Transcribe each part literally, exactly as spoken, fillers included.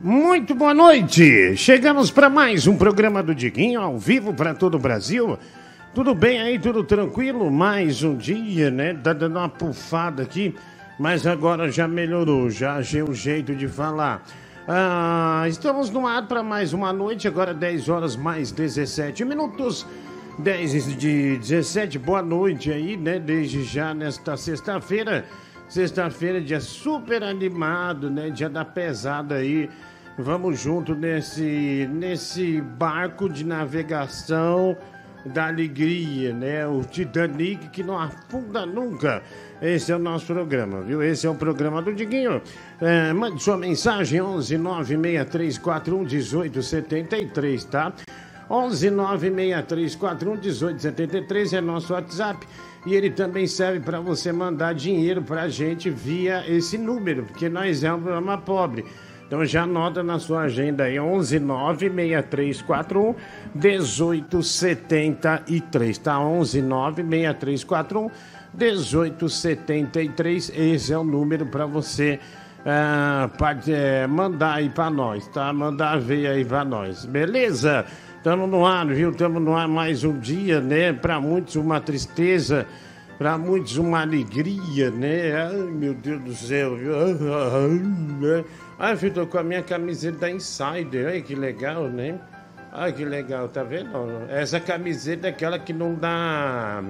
Muito boa noite! Chegamos para mais um programa do Diguinho, ao vivo para todo o Brasil. Tudo bem aí, tudo tranquilo? Mais um dia, né? Tá dando uma pufada aqui, mas agora já melhorou, já achei um jeito de falar. Ah, estamos no ar para mais uma noite, agora dez horas mais dezessete minutos. dez de dezessete, boa noite aí, né? Desde já nesta sexta-feira. Sexta-feira, dia super animado, né? Dia da pesada aí. Vamos junto nesse, nesse barco de navegação da alegria, né? O Titanic que não afunda nunca. Esse é o nosso programa, viu? Esse é o programa do Diguinho. É, mande sua mensagem, onze nove seis três quatro um um oito sete três, tá? onze nove seis três quatro um um oito sete três é nosso WhatsApp. E ele também serve para você mandar dinheiro pra gente via esse número, porque nós é um programa pobre. Então já anota na sua agenda aí, onze nove seis três quatro um um oito sete três, tá? onze nove seis três quatro um um oito sete três, esse é o número para você uh, pode, é, mandar aí para nós, tá? Mandar ver aí para nós, beleza? Estamos no ar, viu? Estamos no ar mais um dia, né? Para muitos uma tristeza, para muitos uma alegria, né? Ai, meu Deus do céu, viu? Ai, filho, tô com a minha camiseta da Insider, ai, que legal, né? Ai, que legal, tá vendo? Essa camiseta é aquela que não dá...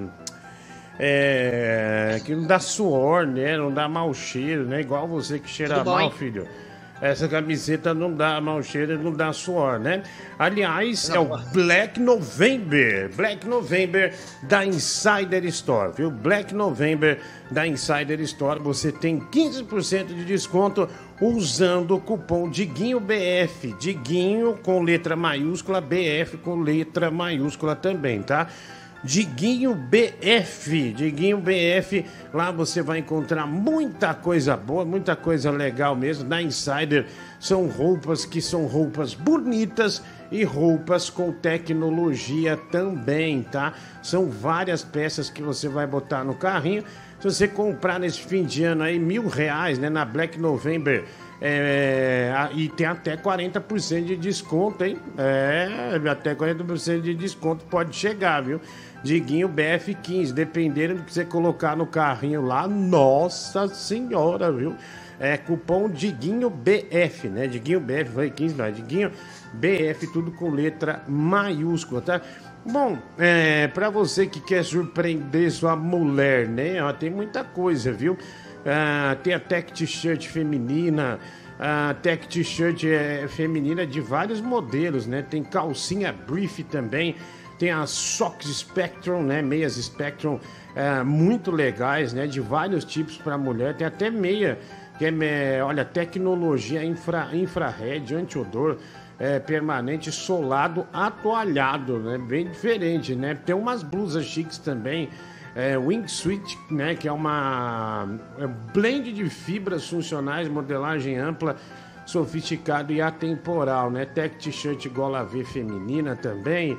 É... que não dá suor, né? Não dá mau cheiro, né? Igual você que cheira Tudo mal, bom, filho. Essa camiseta não dá mau cheiro, não dá suor, né? Aliás, é o Black November. Black November da Insider Store, viu? Black November da Insider Store. Você tem quinze por cento de desconto usando o cupom DiguinhoBF. Diguinho com letra maiúscula, B F com letra maiúscula também, tá? Diguinho B F, Diguinho B F, lá você vai encontrar muita coisa boa, muita coisa legal mesmo. Na Insider são roupas que são roupas bonitas e roupas com tecnologia também, tá? São várias peças que você vai botar no carrinho. Se você comprar nesse fim de ano aí mil reais, né, na Black November, é, e tem até quarenta por cento de desconto, hein? É, até quarenta por cento de desconto pode chegar, viu? Diguinho B F quinze, dependendo do que você colocar no carrinho lá, nossa senhora, viu? É cupom Diguinho B F, né? Diguinho B F, foi quinze, não, Diguinho B F, tudo com letra maiúscula, tá? Bom, é, pra você que quer surpreender sua mulher, né? Ó, tem muita coisa, viu? Ah, tem a Tech T-shirt feminina, a Tech T-shirt é, feminina de vários modelos, né? Tem calcinha brief também. Tem as Socks Spectrum, né? Meias Spectrum, é, muito legais, né? De vários tipos para mulher. Tem até meia, que é, olha, tecnologia infra, infrared, anti-odor, é, permanente, solado, atoalhado, né? Bem diferente, né? Tem umas blusas chiques também, é, Wingsuit, né? Que é uma é, blend de fibras funcionais, modelagem ampla, sofisticado e atemporal, né? Tech T-shirt gola V feminina também.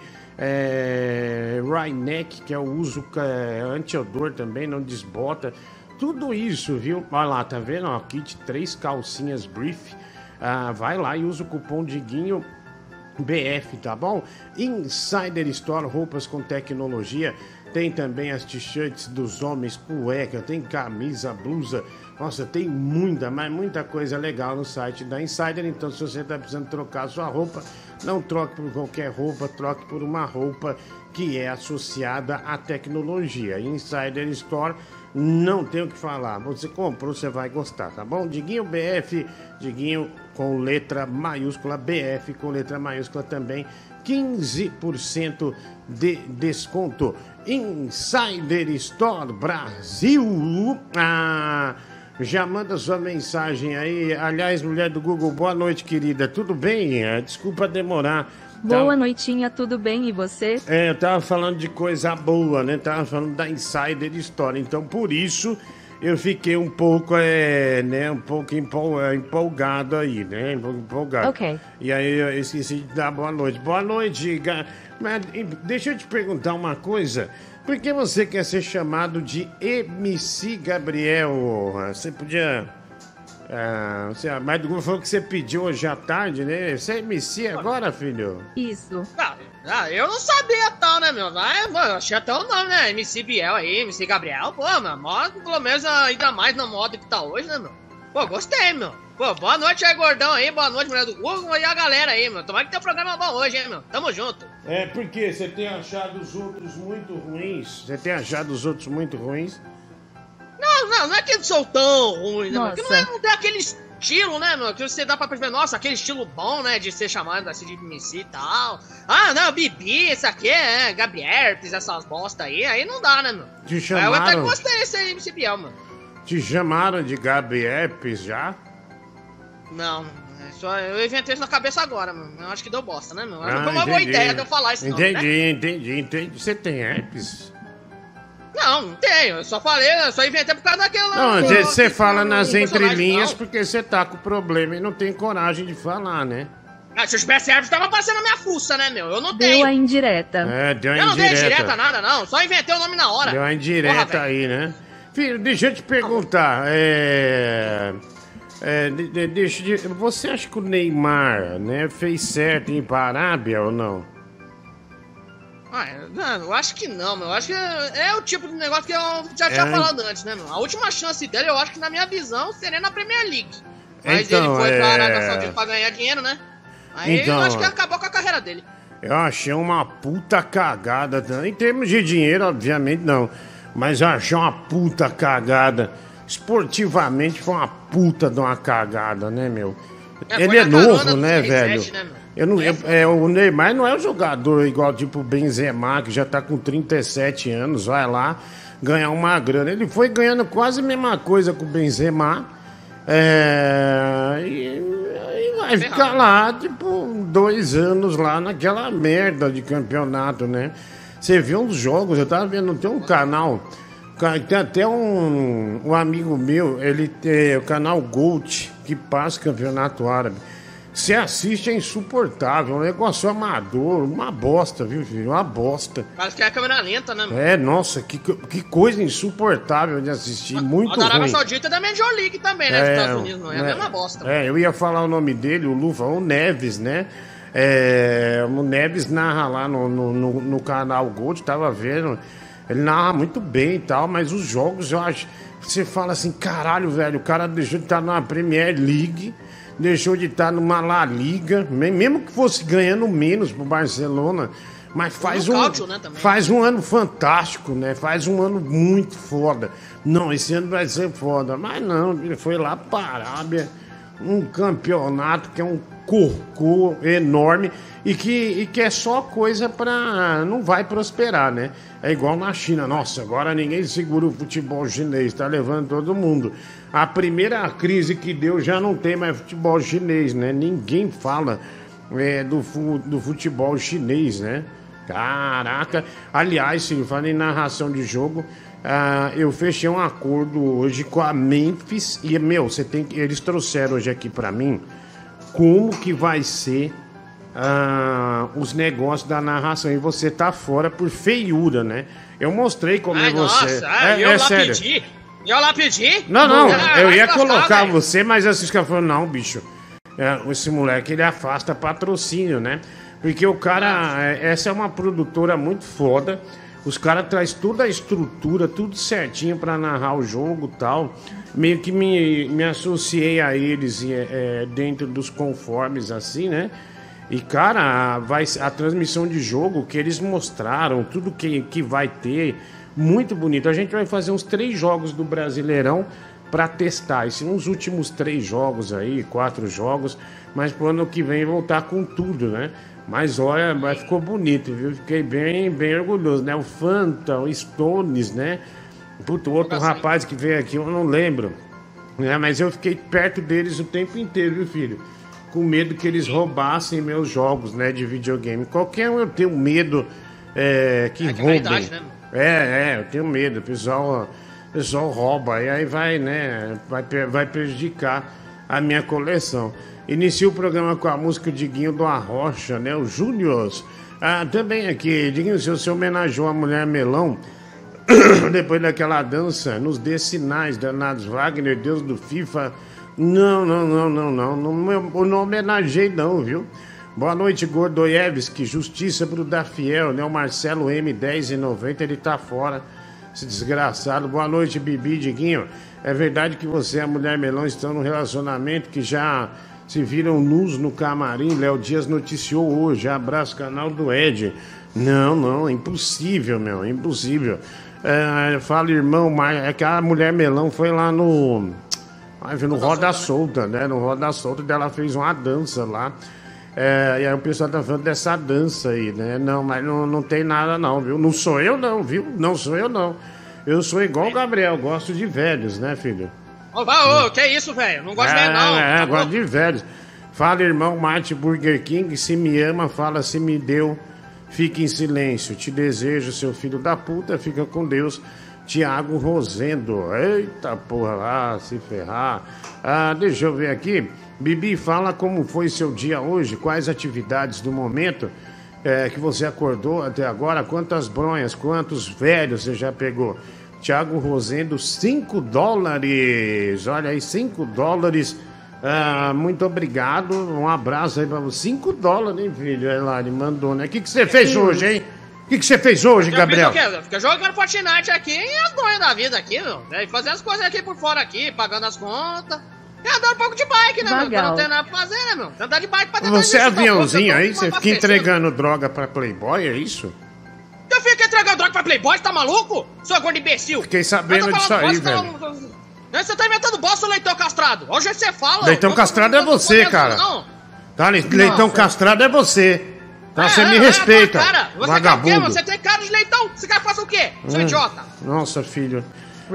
É, Ryneck, que é o uso é, anti-odor também, não desbota. Tudo isso, viu? Olha lá, tá vendo? Ó, kit três calcinhas brief. Ah, vai lá e usa o cupom Diguinho B F, tá bom? Insider Store, roupas com tecnologia. Tem também as t-shirts dos homens, cueca, tem camisa, blusa. Nossa, tem muita, mas muita coisa legal no site da Insider. Então, se você está precisando trocar a sua roupa, não troque por qualquer roupa, troque por uma roupa que é associada à tecnologia. Insider Store, não tem o que falar. Você comprou, você vai gostar, tá bom? Diguinho B F, Diguinho com letra maiúscula, B F com letra maiúscula também. quinze por cento de desconto. Insider Store Brasil. Ah, já manda sua mensagem aí. Aliás, mulher do Google, boa noite, querida. Tudo bem? Desculpa demorar. Boa tá... noitinha, tudo bem? E você? É, eu tava falando de coisa boa, né? Tava falando da Insider Store. Então, por isso, eu fiquei um pouco, é, né? Um pouco empol... empolgado aí, né? Um pouco empolgado. Ok. E aí, eu esqueci de dar boa noite. Boa noite, ga... Mas deixa eu te perguntar uma coisa. Por que você quer ser chamado de M C Gabriel? Você podia Ah, você, mas foi o que você pediu hoje à tarde, né? Você é M C agora, filho? Isso. Ah, ah, eu não sabia tal, né, meu? Ah, mano, eu achei até o nome, né? M C Biel aí, M C Gabriel. Pô, meu, mó, pelo menos ainda mais na moda que tá hoje, né, meu? Pô, gostei, meu. Pô, boa noite aí, gordão aí. Boa noite, mulher do Google e a galera aí, meu. Tomara que teu programa bom hoje, hein, meu. Tamo junto. É, porque você tem achado os outros muito ruins? Você tem achado os outros muito ruins? Não, não, não é que eu sou tão ruim, né, meu? Nossa. Porque não, é, não tem aquele estilo, né, meu? Que você dá pra perceber, nossa, aquele estilo bom, né? De ser chamado assim de M C e tal. Ah, não, Bibi, esse aqui é Gabriel Herpes, essas bosta aí. Aí não dá, né, meu? Te Aí eu chamaram, até gostei desse aí, M C Biel, mano. te chamaram de Gabi Herpes já? Não, é só, eu inventei isso na cabeça agora, mano. Eu acho que deu bosta, né, meu? Ah, Não foi uma boa entendi. ideia de eu falar isso, não, né? Entendi, entendi, entendi. Você tem herpes? Não, não tenho. Eu só falei, eu só inventei por causa daquela... Não, às vezes você fala um nas personagem, entrelinhas não. porque você tá com problema e não tem coragem de falar, né? Ah, se eu tivesse herpes, tava passando a minha fuça, né, meu? Eu não Deu tenho. a indireta. É, deu uma Eu não dei indireta. direta nada, não. Só inventei o nome na hora. Deu uma Porra, indireta velho. aí, né? Filho, deixa eu te perguntar. É. É, de- de- deixa de- você acha que o Neymar, né, fez certo em ir pra Arábia ou não? Ah, não, eu acho que não, meu. Eu acho que é, é o tipo de negócio que eu já tinha É. falado antes, né, meu? A última chance dele, eu acho que na minha visão, seria na Premier League. Mas Então, ele foi pra é. Arábia Saudita pra ganhar dinheiro, né? Aí Então, eu acho que é. acabou com a carreira dele. Eu achei uma puta cagada. tá? Em termos de dinheiro, obviamente não. Mas eu achei uma puta cagada. Esportivamente foi uma puta de uma cagada, né, meu? É, Ele foi é na carona novo, do né, C R velho? sete, né, meu? Eu não, É, eu- é, o Neymar não é um jogador igual tipo o Benzema, que já tá com trinta e sete anos, vai lá ganhar uma grana. Ele foi ganhando quase a mesma coisa com o Benzema. É, e, e vai ficar lá, tipo, dois anos lá naquela merda de campeonato, né? Você viu uns jogos, eu tava vendo, tem um canal, ca- tem até um, um amigo meu, ele tem o canal Gold, que passa campeonato árabe. Você assiste, é insuportável, um negócio amador, uma bosta, viu, filho? Uma bosta. Parece que é a câmera lenta, né, meu? É, nossa, que, que coisa insuportável de assistir, muito A da Arábia ruim. Saudita é da Major League também, né? Dos Estados Unidos, não é, a né? mesma bosta. É, eu ia falar o nome dele, o Lufa, o Neves, né? É, o Neves narra lá no, no, no, no canal Gold, tava vendo. Ele narra muito bem e tal, mas os jogos eu acho. Você fala assim, caralho, velho, o cara deixou de estar numa Premier League, deixou de estar numa La Liga, me- mesmo que fosse ganhando menos pro Barcelona, mas faz um, Nocaute, né, também. faz um ano fantástico, né? Faz um ano muito foda. Não, esse ano vai ser foda, mas não, ele foi lá pra Arábia, um campeonato que é um cocô enorme e que, e que é só coisa pra. Não vai prosperar, né? É igual na China. Nossa, agora ninguém segura o futebol chinês, tá levando todo mundo. A primeira crise que deu já não tem mais futebol chinês, né? Ninguém fala é, do, fu- do futebol chinês, né? Caraca. Aliás, filho, falando em narração de jogo, ah, eu fechei um acordo hoje com a Memphis e, meu, você tem que. Eles trouxeram hoje aqui pra mim como que vai ser ah, os negócios da narração. E você tá fora por feiura, né? Eu mostrei como Ai, é você. nossa, ai, é, eu é lá sério. pedi. Eu lá pedi. Não, não, Ah, eu vai ia lascar, colocar velho. você, mas esses caras falaram, não, bicho, é, esse moleque ele afasta patrocínio, né? Porque o cara, é, essa é uma produtora muito foda, os caras trazem toda a estrutura, tudo certinho pra narrar o jogo e tal. Meio que me, me associei a eles é, é, dentro dos conformes, assim, né? E, cara, vai, a transmissão de jogo que eles mostraram, tudo que, que vai ter, muito bonito. A gente vai fazer uns três jogos do Brasileirão para testar. Esses uns últimos três jogos aí, quatro jogos, mas pro ano que vem voltar com tudo, né? Mas olha, mas ficou bonito, viu? Fiquei bem, bem orgulhoso, né? O Fanta, o Stones, né? Puto, outro rapaz que veio aqui, eu não lembro. Né? Mas eu fiquei perto deles o tempo inteiro, viu, filho? Com medo que eles roubassem meus jogos, né, de videogame. Qualquer um eu tenho medo é, que É que é roubem. verdade, né? É, é, eu tenho medo. O pessoal, o pessoal rouba e aí vai, né, vai, per- vai prejudicar a minha coleção. Inicio o programa com a música Diguinho do Arrocha, né, o Júnior. Ah, também aqui, Diguinho, se você homenageou a mulher melão, depois daquela dança, nos dê sinais danados. Wagner, Deus do FIFA, Não, não, não, não, não. Não, eu não homenageei não, viu? Boa noite, Gordoievski. Justiça pro Dafiel, né? O Marcelo M, dez e noventa, ele tá fora. Esse desgraçado. Boa noite, Bibi, Diguinho. É verdade que você e a Mulher Melão estão num relacionamento que já se viram nus no camarim? Léo Dias noticiou hoje. Abraço, canal do Ed. Não, não, é impossível, meu, é impossível. É, fala, irmão, mas é que a Mulher Melão foi lá no... no Roda Solta, né? No Roda Solta, ela fez uma dança lá. É, e aí o pessoal tá falando dessa dança aí, né? Não, mas não, não tem nada não, viu? Não sou eu não, viu? Não sou eu não. Eu sou igual o Gabriel, gosto de velhos, né, filho? Ô, ô, ô, que isso, velho? Não gosto é, mesmo, não. É, tá gosto de velhos. Fala, irmão, Mate Burger King, se me ama, fala se me deu, fica em silêncio. Te desejo, seu filho da puta, fica com Deus. Tiago Rosendo. Eita porra lá, se ferrar. Ah, deixa eu ver aqui. Bibi, fala como foi seu dia hoje, quais atividades do momento é, que você acordou até agora, quantas bronhas, quantos velhos você já pegou. Tiago Rosendo, cinco dólares. Olha aí, cinco dólares. Ah, muito obrigado. Um abraço aí pra você. cinco dólares, hein, filho? Olha lá, ele mandou, né? O que, que você fez hoje, hein? O que, que você fez hoje, eu Gabriel? Fica jogando Fortnite aqui e as donhas da vida aqui, meu. E fazendo as coisas aqui por fora aqui, pagando as contas. E andando um pouco de bike, né, meu? Não tem nada pra fazer, né, meu? Andar de bike pra tentar... Você é aviãozinho aí? Você fica entregando droga pra Playboy, é isso? Eu fico entregando droga pra Playboy, tá maluco? Seu gordo imbecil. Fiquei sabendo disso aí, bosta, velho. Não... Você tá inventando bosta ou leitão castrado? Hoje você fala... Leitão castrado é você, cara. Tá, leitão castrado é você. Tá, você me respeita, vagabundo. Você tem cara de leitão, você quer fazer o quê, seu idiota? Nossa, filho.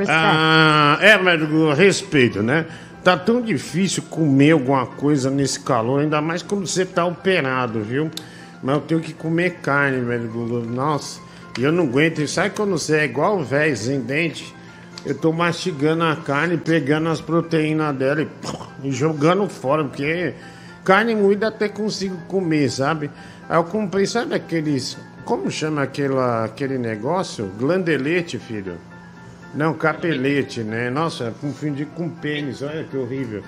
Ah, é, mas respeito, né? Tá tão difícil comer alguma coisa nesse calor, ainda mais quando você tá operado, viu? Mas eu tenho que comer carne, velho. Nossa, e eu não aguento. Sabe quando você é igual o velho sem dente? Eu tô mastigando a carne, pegando as proteínas dela e, e jogando fora, porque carne moída até consigo comer, sabe? Aí eu comprei, sabe aqueles... Como chama aquela, aquele negócio? Glandelete, filho. Não, capelete, né? Nossa, confundi com pênis, olha que horrível.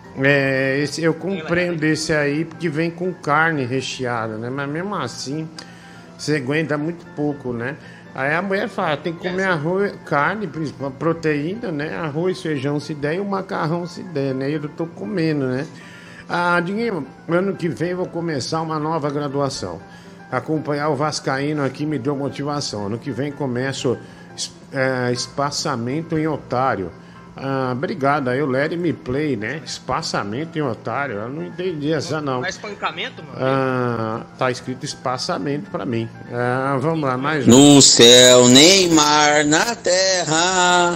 É, esse, eu comprei um desse aí que vem com carne recheada, né? Mas mesmo assim, você aguenta muito pouco, né? Aí a mulher fala, tem que comer arroz, carne, proteína, né? Arroz, feijão se der e o macarrão se der, né? E eu tô comendo, né? Ah, Dinheiro, ano que vem eu vou começar uma nova graduação. Acompanhar o Vascaíno aqui me deu motivação. Ano que vem começo é, espaçamento em Otário. Ah, obrigado aí, o Let Me Play, né? Espaçamento em Otário. Eu não entendi essa não. Não é espancamento, mano? Ah, tá escrito espaçamento pra mim. Ah, vamos lá, mais um. No céu, Neymar, na terra,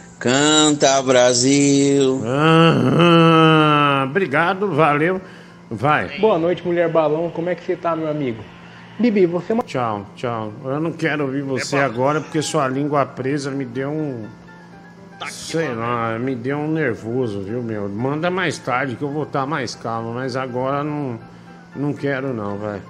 canta Brasil. Ah, obrigado, valeu. Vai. Boa noite, Mulher Balão. Como é que você tá, meu amigo? Bibi, você... Tchau, tchau. Eu não quero ouvir você é agora porque sua língua presa me deu um... Tá sei lá, me deu um nervoso, viu, meu? Manda mais tarde que eu vou estar mais calmo, mas agora não, não quero não, vai.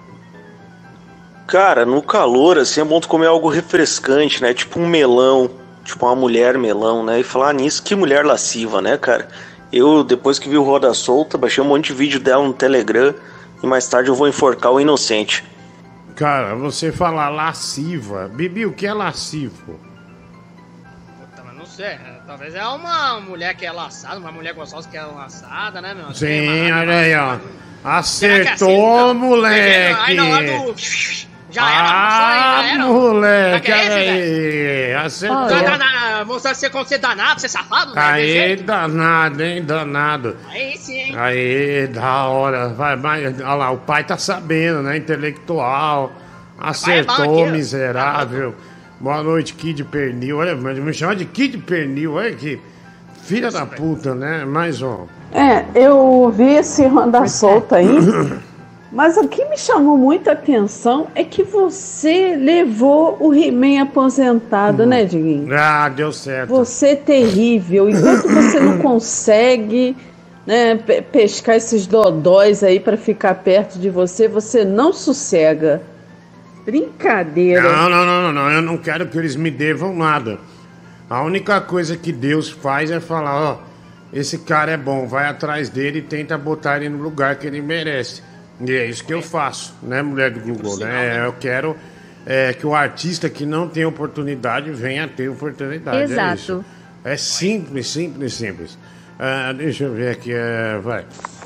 Cara, no calor, assim, é bom tu comer algo refrescante, né? Tipo um melão, tipo uma mulher melão, né? E falar nisso, que mulher lasciva, né, cara? Eu, depois que vi o Roda Solta, baixei um monte de vídeo dela no Telegram e mais tarde eu vou enforcar o inocente. Cara, você fala lasciva. Bibi, o que é lascivo? Puta, mas não sei. Talvez é uma mulher que é laçada, uma mulher gostosa que é laçada, né, meu? Sim, olha aí, ó. Acertou, moleque! Aí na hora do... Já era, ah, já era. Moleque, olha aí, acertou. Mostrando você como ser danado, ser safado. Aí, danado, hein, danado. Aí sim. Aí, da hora. Vai, vai, olha lá, o pai tá sabendo, né, intelectual. Acertou, é miserável. Boa noite, Kid Pernil. Olha, me chama de Kid Pernil, olha aqui. Filha da puta, né, mais um. É, eu vi esse Roda Solta aí. Mas o que me chamou muita atenção é que você levou o He-Man aposentado, hum. né, Diguinho? Ah, deu certo. Você é terrível. Enquanto você não consegue, né, pescar esses dodóis aí pra ficar perto de você, você não sossega. Brincadeira. Não, não, não, não, não. Eu não quero que eles me devam nada. A única coisa que Deus faz é falar, ó, esse cara é bom, vai atrás dele e tenta botar ele no lugar que ele merece. E é isso que eu faço, né, mulher do Google, sinal, né? né? Eu quero é, que o artista que não tem oportunidade venha ter oportunidade. Exato. É isso. É simples, simples, simples. Ah, deixa eu ver aqui, é, vai.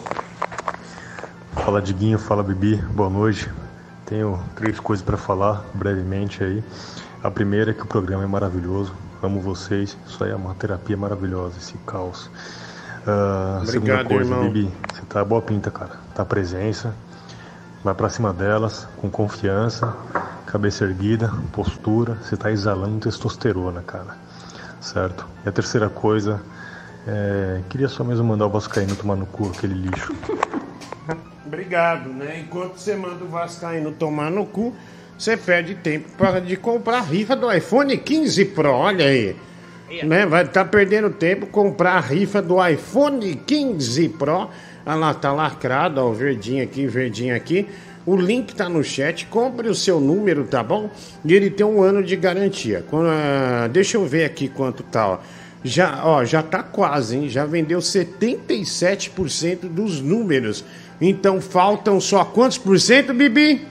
Fala Diguinho, fala Bibi, boa noite. Tenho três coisas para falar brevemente aí. A primeira é que o programa é maravilhoso, amo vocês, isso aí é uma terapia maravilhosa, esse caos. Uh, Obrigado, segunda coisa, irmão. Bibi, você tá boa pinta, cara, tá presença, vai pra cima delas, com confiança, cabeça erguida, postura, você tá exalando testosterona, cara, certo? E a terceira coisa, é, queria só mesmo mandar o Vascaíno tomar no cu, aquele lixo. Obrigado, né? Enquanto você manda o Vascaíno tomar no cu, você perde tempo para de comprar a rifa do iPhone quinze Pro, olha aí. Né? Vai estar tá perdendo tempo comprar a rifa do iPhone quinze Pro. Olha lá, tá lacrado, ó, o verdinho aqui, verdinho aqui. O link tá no chat, compre o seu número, tá bom? E ele tem um ano de garantia. Quando, uh, deixa eu ver aqui quanto tá, ó. Já, ó, já tá quase, hein? Já vendeu setenta e sete por cento dos números. Então faltam só quantos por cento, Bibi?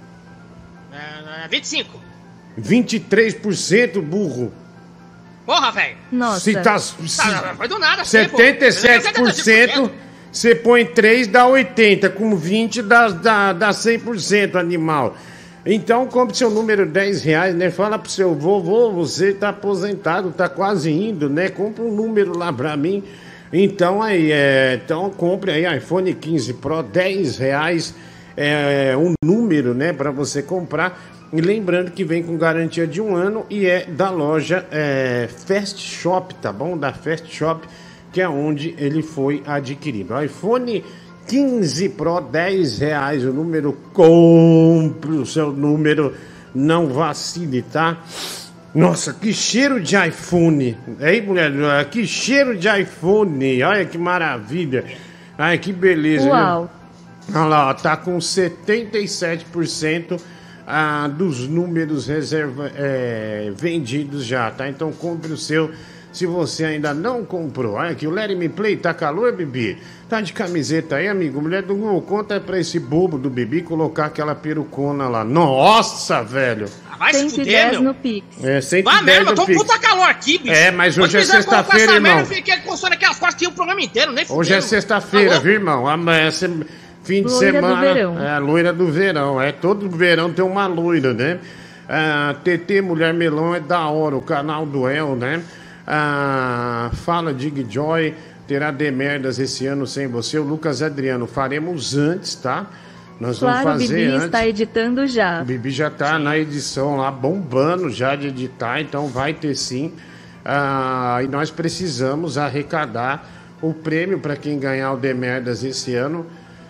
É, vinte e cinco. vinte e três por cento, burro. Porra, velho. Nossa. Se tá, se Tá, foi do nada, assim, setenta e sete por cento, você põe três, dá oitenta. Com vinte, dá, dá, dá cem por cento, animal. Então, compre seu número dez reais, né? Fala pro seu vovô, você tá aposentado, tá quase indo, né? Compra um número lá pra mim. Então, aí, é, então compre aí iPhone quinze Pro, dez reais, é, um número, né? Pra você comprar. E lembrando que vem com garantia de um ano e é da loja é, Fast Shop, tá bom? Da Fast Shop, que é onde ele foi adquirido. iPhone quinze Pro, dez reais o número, compre o seu número, não vacile, tá? Nossa, que cheiro de iPhone, aí mulher, que cheiro de iPhone, olha que maravilha, ai que beleza. Uau. Viu? Olha lá, ó, tá com setenta e sete por cento ah, dos números reserva, é, vendidos já, tá? Então compre o seu. Se você ainda não comprou, olha aqui, o Let Me Play, tá calor, Bibi? Tá de camiseta aí, amigo? Mulher do Google, conta pra esse bobo do Bibi colocar aquela perucona lá. Nossa, velho! Ah, vai se cento e fuder, dez meu. no Pix. É, cento e Vai dez mesmo, eu do tô com Pix. puta calor aqui, bicho. É, mas hoje Quando é quiser colocar sexta-feira, essa merda, irmão. Eu fiquei coçando aquelas costas que o programa inteiro, nem Hoje é fudendo. sexta-feira, Tá viu, irmão? Amanhã, se- fim de Loira do semana. verão. É a loira do verão. É, todo verão tem uma loira, né? Ah, T T Mulher Melão é da hora, o canal do El, né? Ah, fala Dig Joy, terá demerdas esse ano sem você. O Lucas Adriano, faremos antes, tá? Nós Claro, vamos o fazer Bibi antes. está editando já. O Bibi já tá na edição lá, bombando já de editar, então vai ter sim. Ah, e nós precisamos arrecadar o prêmio para quem ganhar o Demerdas esse ano.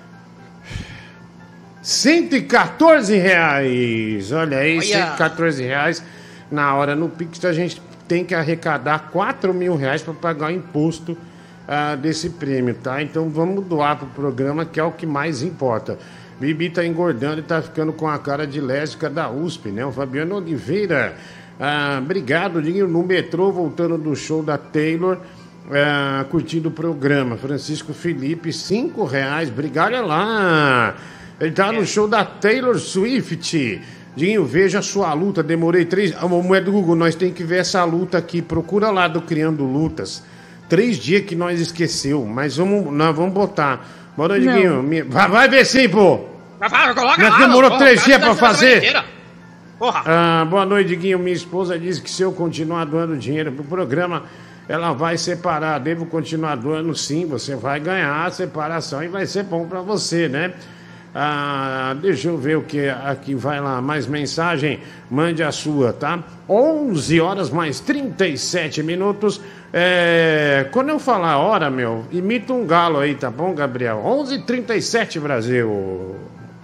cento e quatorze reais! Olha aí, Olha. cento e quatorze reais. Na hora no Pix a gente tem que arrecadar quatro mil reais para pagar o imposto ah, desse prêmio, tá? Então vamos doar pro programa, que é o que mais importa. Bibi tá engordando e tá ficando com a cara de lésbica da U S P, né? O Fabiano Oliveira, ah, obrigado, Dinho, no metrô, voltando do show da Taylor, ah, curtindo o programa. Francisco Felipe, cinco reais, obrigado, olha lá. Ele tá no show da Taylor Swift. Dinho, veja a sua luta, demorei três... Ah, mulher do Google, nós tem que ver essa luta aqui, procura lá do Criando Lutas. Três dias que nós esqueceu, mas vamos, nós vamos botar. Bora, Não. Diguinho, minha- vai, vai ver sim, pô. Vai, vai, coloca Nós lá, demorou porra, três o cara dias tá pra esperando a fazer. semana inteira. Porra. Ah, boa noite, Diguinho. Minha esposa disse que se eu continuar doando dinheiro pro programa, ela vai separar. Devo continuar doando, sim. Você vai ganhar a separação e vai ser bom pra você, né? Ah, deixa eu ver o que aqui vai lá. Mais mensagem? Mande a sua, tá? onze horas mais trinta e sete minutos. É, quando eu falar a hora, meu, imita um galo aí, tá bom, Gabriel? onze e trinta e sete, Brasil.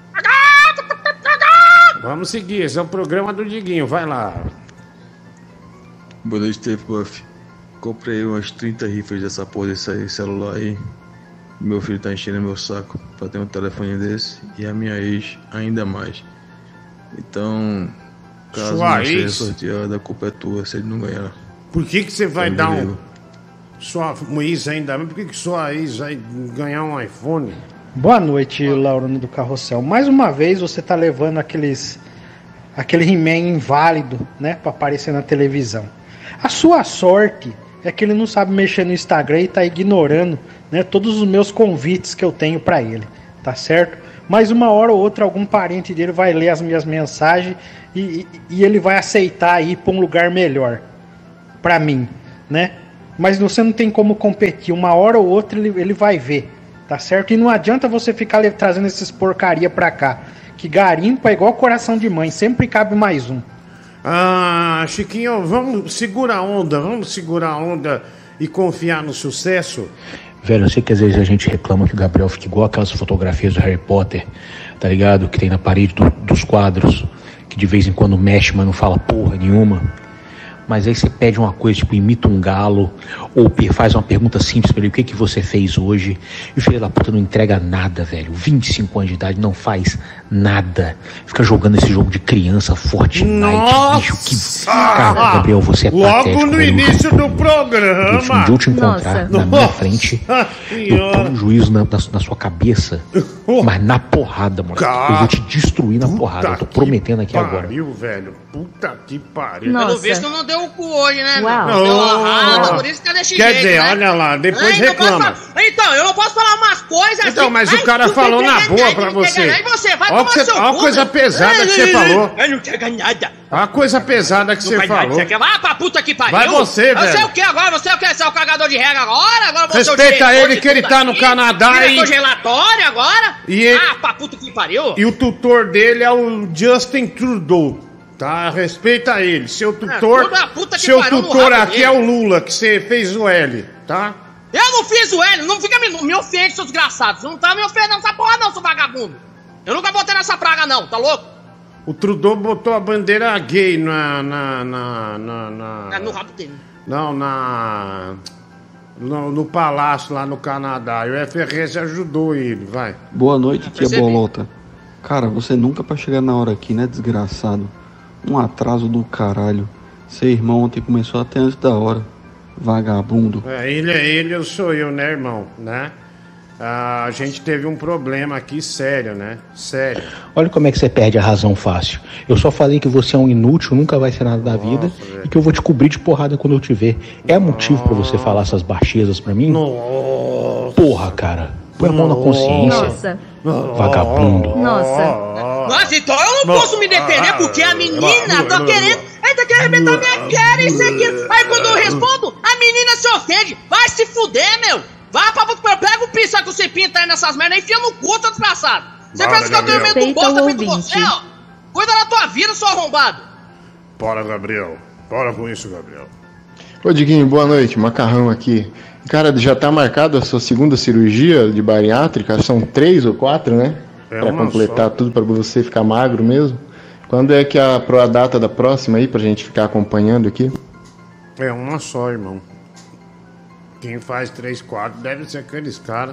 Vamos seguir, esse é o programa do Diguinho, vai lá. Boa noite, T Puff. Comprei umas trinta rifas dessa porra desse aí, celular aí. Meu filho tá enchendo meu saco pra ter um telefone desse. E a minha ex ainda mais. Então, caso Sua não seja ex? sorteada, a culpa é tua se ele não ganhar. Por que que você vai Eu dar me um... ligo. Sua ex ainda, por que, que sua ex vai ganhar um iPhone? Boa noite, Laurano do Carrossel. Mais uma vez você tá levando aqueles aquele He-Man inválido, né, pra aparecer na televisão. A sua sorte é que ele não sabe mexer no Instagram e tá ignorando, né, todos os meus convites que eu tenho pra ele, tá certo? Mas uma hora ou outra algum parente dele vai ler as minhas mensagens e, e, e ele vai aceitar ir pra um lugar melhor pra mim, né? Mas você não tem como competir. Uma hora ou outra ele, ele vai ver, tá certo? E não adianta você ficar trazendo esses porcaria pra cá. Que garimpo é igual coração de mãe, sempre cabe mais um. Ah, Chiquinho, vamos segurar a onda, vamos segurar a onda e confiar no sucesso? Velho, eu sei que às vezes a gente reclama que o Gabriel fica igual aquelas fotografias do Harry Potter, tá ligado? Que tem na parede do, dos quadros, que de vez em quando mexe, mas não fala porra nenhuma. Mas aí você pede uma coisa, tipo, imita um galo, ou faz uma pergunta simples pra ele, o que que você fez hoje? E o filho da puta não entrega nada, velho. vinte e cinco anos de idade, não faz nada. Fica jogando esse jogo de criança, Fortnite, Nossa! bicho, que... Cara, Gabriel, você é Logo patético. no velho. início do programa. Se um dia eu te encontrar Nossa. na minha Nossa frente, Senhora. eu tomo um juízo na, na, na sua cabeça, mas na porrada, mano. Cara, eu vou te destruir na porrada, eu tô prometendo aqui agora. Pariu, velho. Puta que pariu. Pelo visto não deu o cu hoje, né, Uau. meu? Deu Não. a rata, por isso que é desse Quer jeito, dizer, né? olha lá, depois Ai, não posso reclama. falar- Então, eu não posso falar umas coisas assim. Então, mas o Ai, cara tu falou tem na que boa ganhar, pra tem que você. ganhar, E você vai Ó tomar que você- seu ó a cu, coisa né? pesada que você Ai, falou. Eu não quero ganhar nada. A coisa pesada que Não você vai nada, falou. você quer- Vai pra puta que pariu. Vai você, Você velho. é o que agora? Você é o que? Você é o cagador de regra agora? Agora você é o Respeita diretor ele de que ele tudo tá no aqui? Canadá Diretor e- de relatório agora? E ele- Ah, pra puta que pariu. E o tutor dele é o Justin Trudeau. Tá? Respeita ele. Seu tutor. tudo a puta que seu pariu no tutor rabo aqui dele. é o Lula, que você fez o L, tá? Eu não fiz o L, não fica me, me ofende, seus desgraçados. Você não tá me ofendendo nessa porra não, seu vagabundo. Eu nunca botei nessa praga não, tá louco? O Trudeau botou a bandeira gay na. na. na. na, na- É no rabo dele. não, na. No, no palácio lá no Canadá. E o F R S ajudou ele, vai. Boa noite, tia Percebi. Bolota. Cara, você nunca pra chegar na hora aqui, né, desgraçado? Um atraso do caralho. Seu irmão ontem começou até antes da hora. Vagabundo. É, ele é ele, eu sou eu, né, irmão? Né? Ah, a gente teve um problema aqui sério, né? Sério. Olha como é que você perde a razão fácil. Eu só falei que você é um inútil, nunca vai ser nada da vida, velho. e que eu vou te cobrir de porrada quando eu te ver. É motivo pra você falar essas baixezas pra mim? Nossa. Porra, cara. Põe a mão na consciência. Nossa. Vagabundo. Nossa. Nossa, então eu não posso me defender porque a menina tá querendo. Ai, tá querendo arrebentar minha cara, isso aqui. Aí quando eu respondo, a menina se ofende. Vai se fuder, meu. Vai pra puta, pega o pincel que você pinta aí nessas merdas e enfia no cu, seu desgraçado. Você Bora, pensa que eu tenho Gabriel. medo do Respeita bosta o feito ouvinte. você, ó. Cuida da tua vida, seu arrombado. Bora, Gabriel. Bora com isso, Gabriel. Ô Diguinho, boa noite, Macarrão aqui. Cara, já tá marcada a sua segunda cirurgia de bariátrica? São três ou quatro, né? É pra uma completar só. tudo, pra você ficar magro mesmo. Quando é que é a, pro- a data da próxima aí, pra gente ficar acompanhando aqui? É uma só, irmão. Quem faz três, quatro deve ser aqueles caras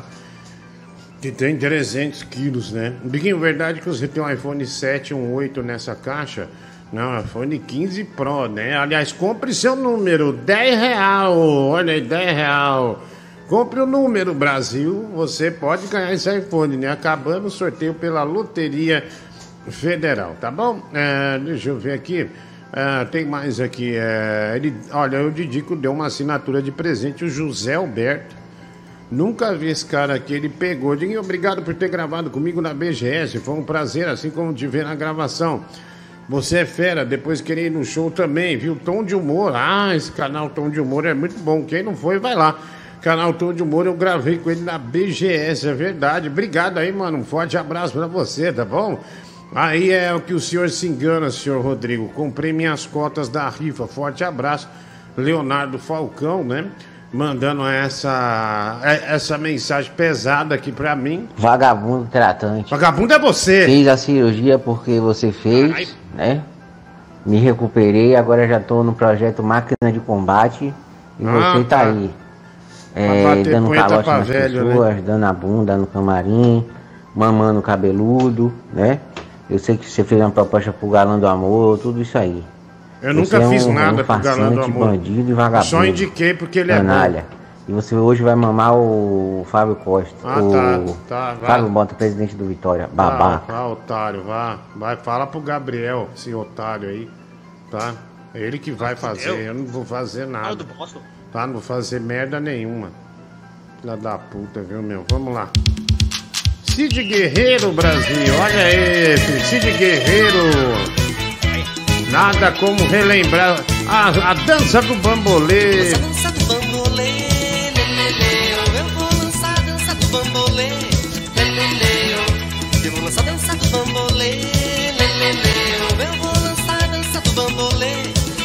que tem trezentos quilos, né? Biguinho, verdade que você tem um iPhone sete, um oito nessa caixa? Não, iPhone quinze Pro, né? Aliás, compre seu número, dez real. Olha aí, dez real. Compre o número, Brasil. Você pode ganhar esse iPhone, né? Acabando o sorteio pela Loteria Federal, tá bom? É, deixa eu ver aqui. É, tem mais aqui. É, ele, olha, o Didico deu uma assinatura de presente, o José Alberto. Nunca vi esse cara aqui, ele pegou. Diguinho, obrigado por ter gravado comigo na B G S. Foi um prazer, assim como te ver na gravação. Você é fera, depois queria ir no show também, viu? Tom de Humor. Ah, esse canal Tom de Humor é muito bom. Quem não foi, vai lá. Canal Tom de Humor, eu gravei com ele na B G S, é verdade. Obrigado aí, mano. Um forte abraço pra você, tá bom? Aí é o que o senhor se engana, senhor Rodrigo. Comprei minhas cotas da rifa. Forte abraço. Leonardo Falcão, né? Mandando essa, essa mensagem pesada aqui pra mim. Vagabundo tratante. Vagabundo é você. Fiz a cirurgia porque você fez, Ai. né? Me recuperei, agora já tô no projeto Máquina de Combate. E Ah, você tá tá. aí. Pra É, bater dando punheta calote pra nas velho, pessoas, dando a bunda no camarim, mamando cabeludo, né? Eu sei que você fez uma proposta pro Galã do Amor, tudo isso aí. Eu Você nunca é fiz um, nada um pro Galã do farsante, Amor. bandido e vagabundo. Só indiquei porque ele é canalha. E você hoje vai mamar o Fábio Costa. Ah, o tá, tá, vai. Fábio Mota, presidente do Vitória. Babaca. Vá, vá, otário, vá. Vai, fala pro Gabriel, esse otário aí, tá? É ele que vai fazer, eu não vou fazer nada. Tá? Não vou fazer merda nenhuma. Filha da puta, viu, meu? Vamos lá. Cid Guerreiro, Brasil, olha esse, Cid Guerreiro. Nada como relembrar a, a dança do bambolê. A dança do bambolê, lelele, eu vou lançar a dança do bambolê, lelele, eu vou lançar a dança do bambolê, lelele, eu vou lançar a dança do bambolê,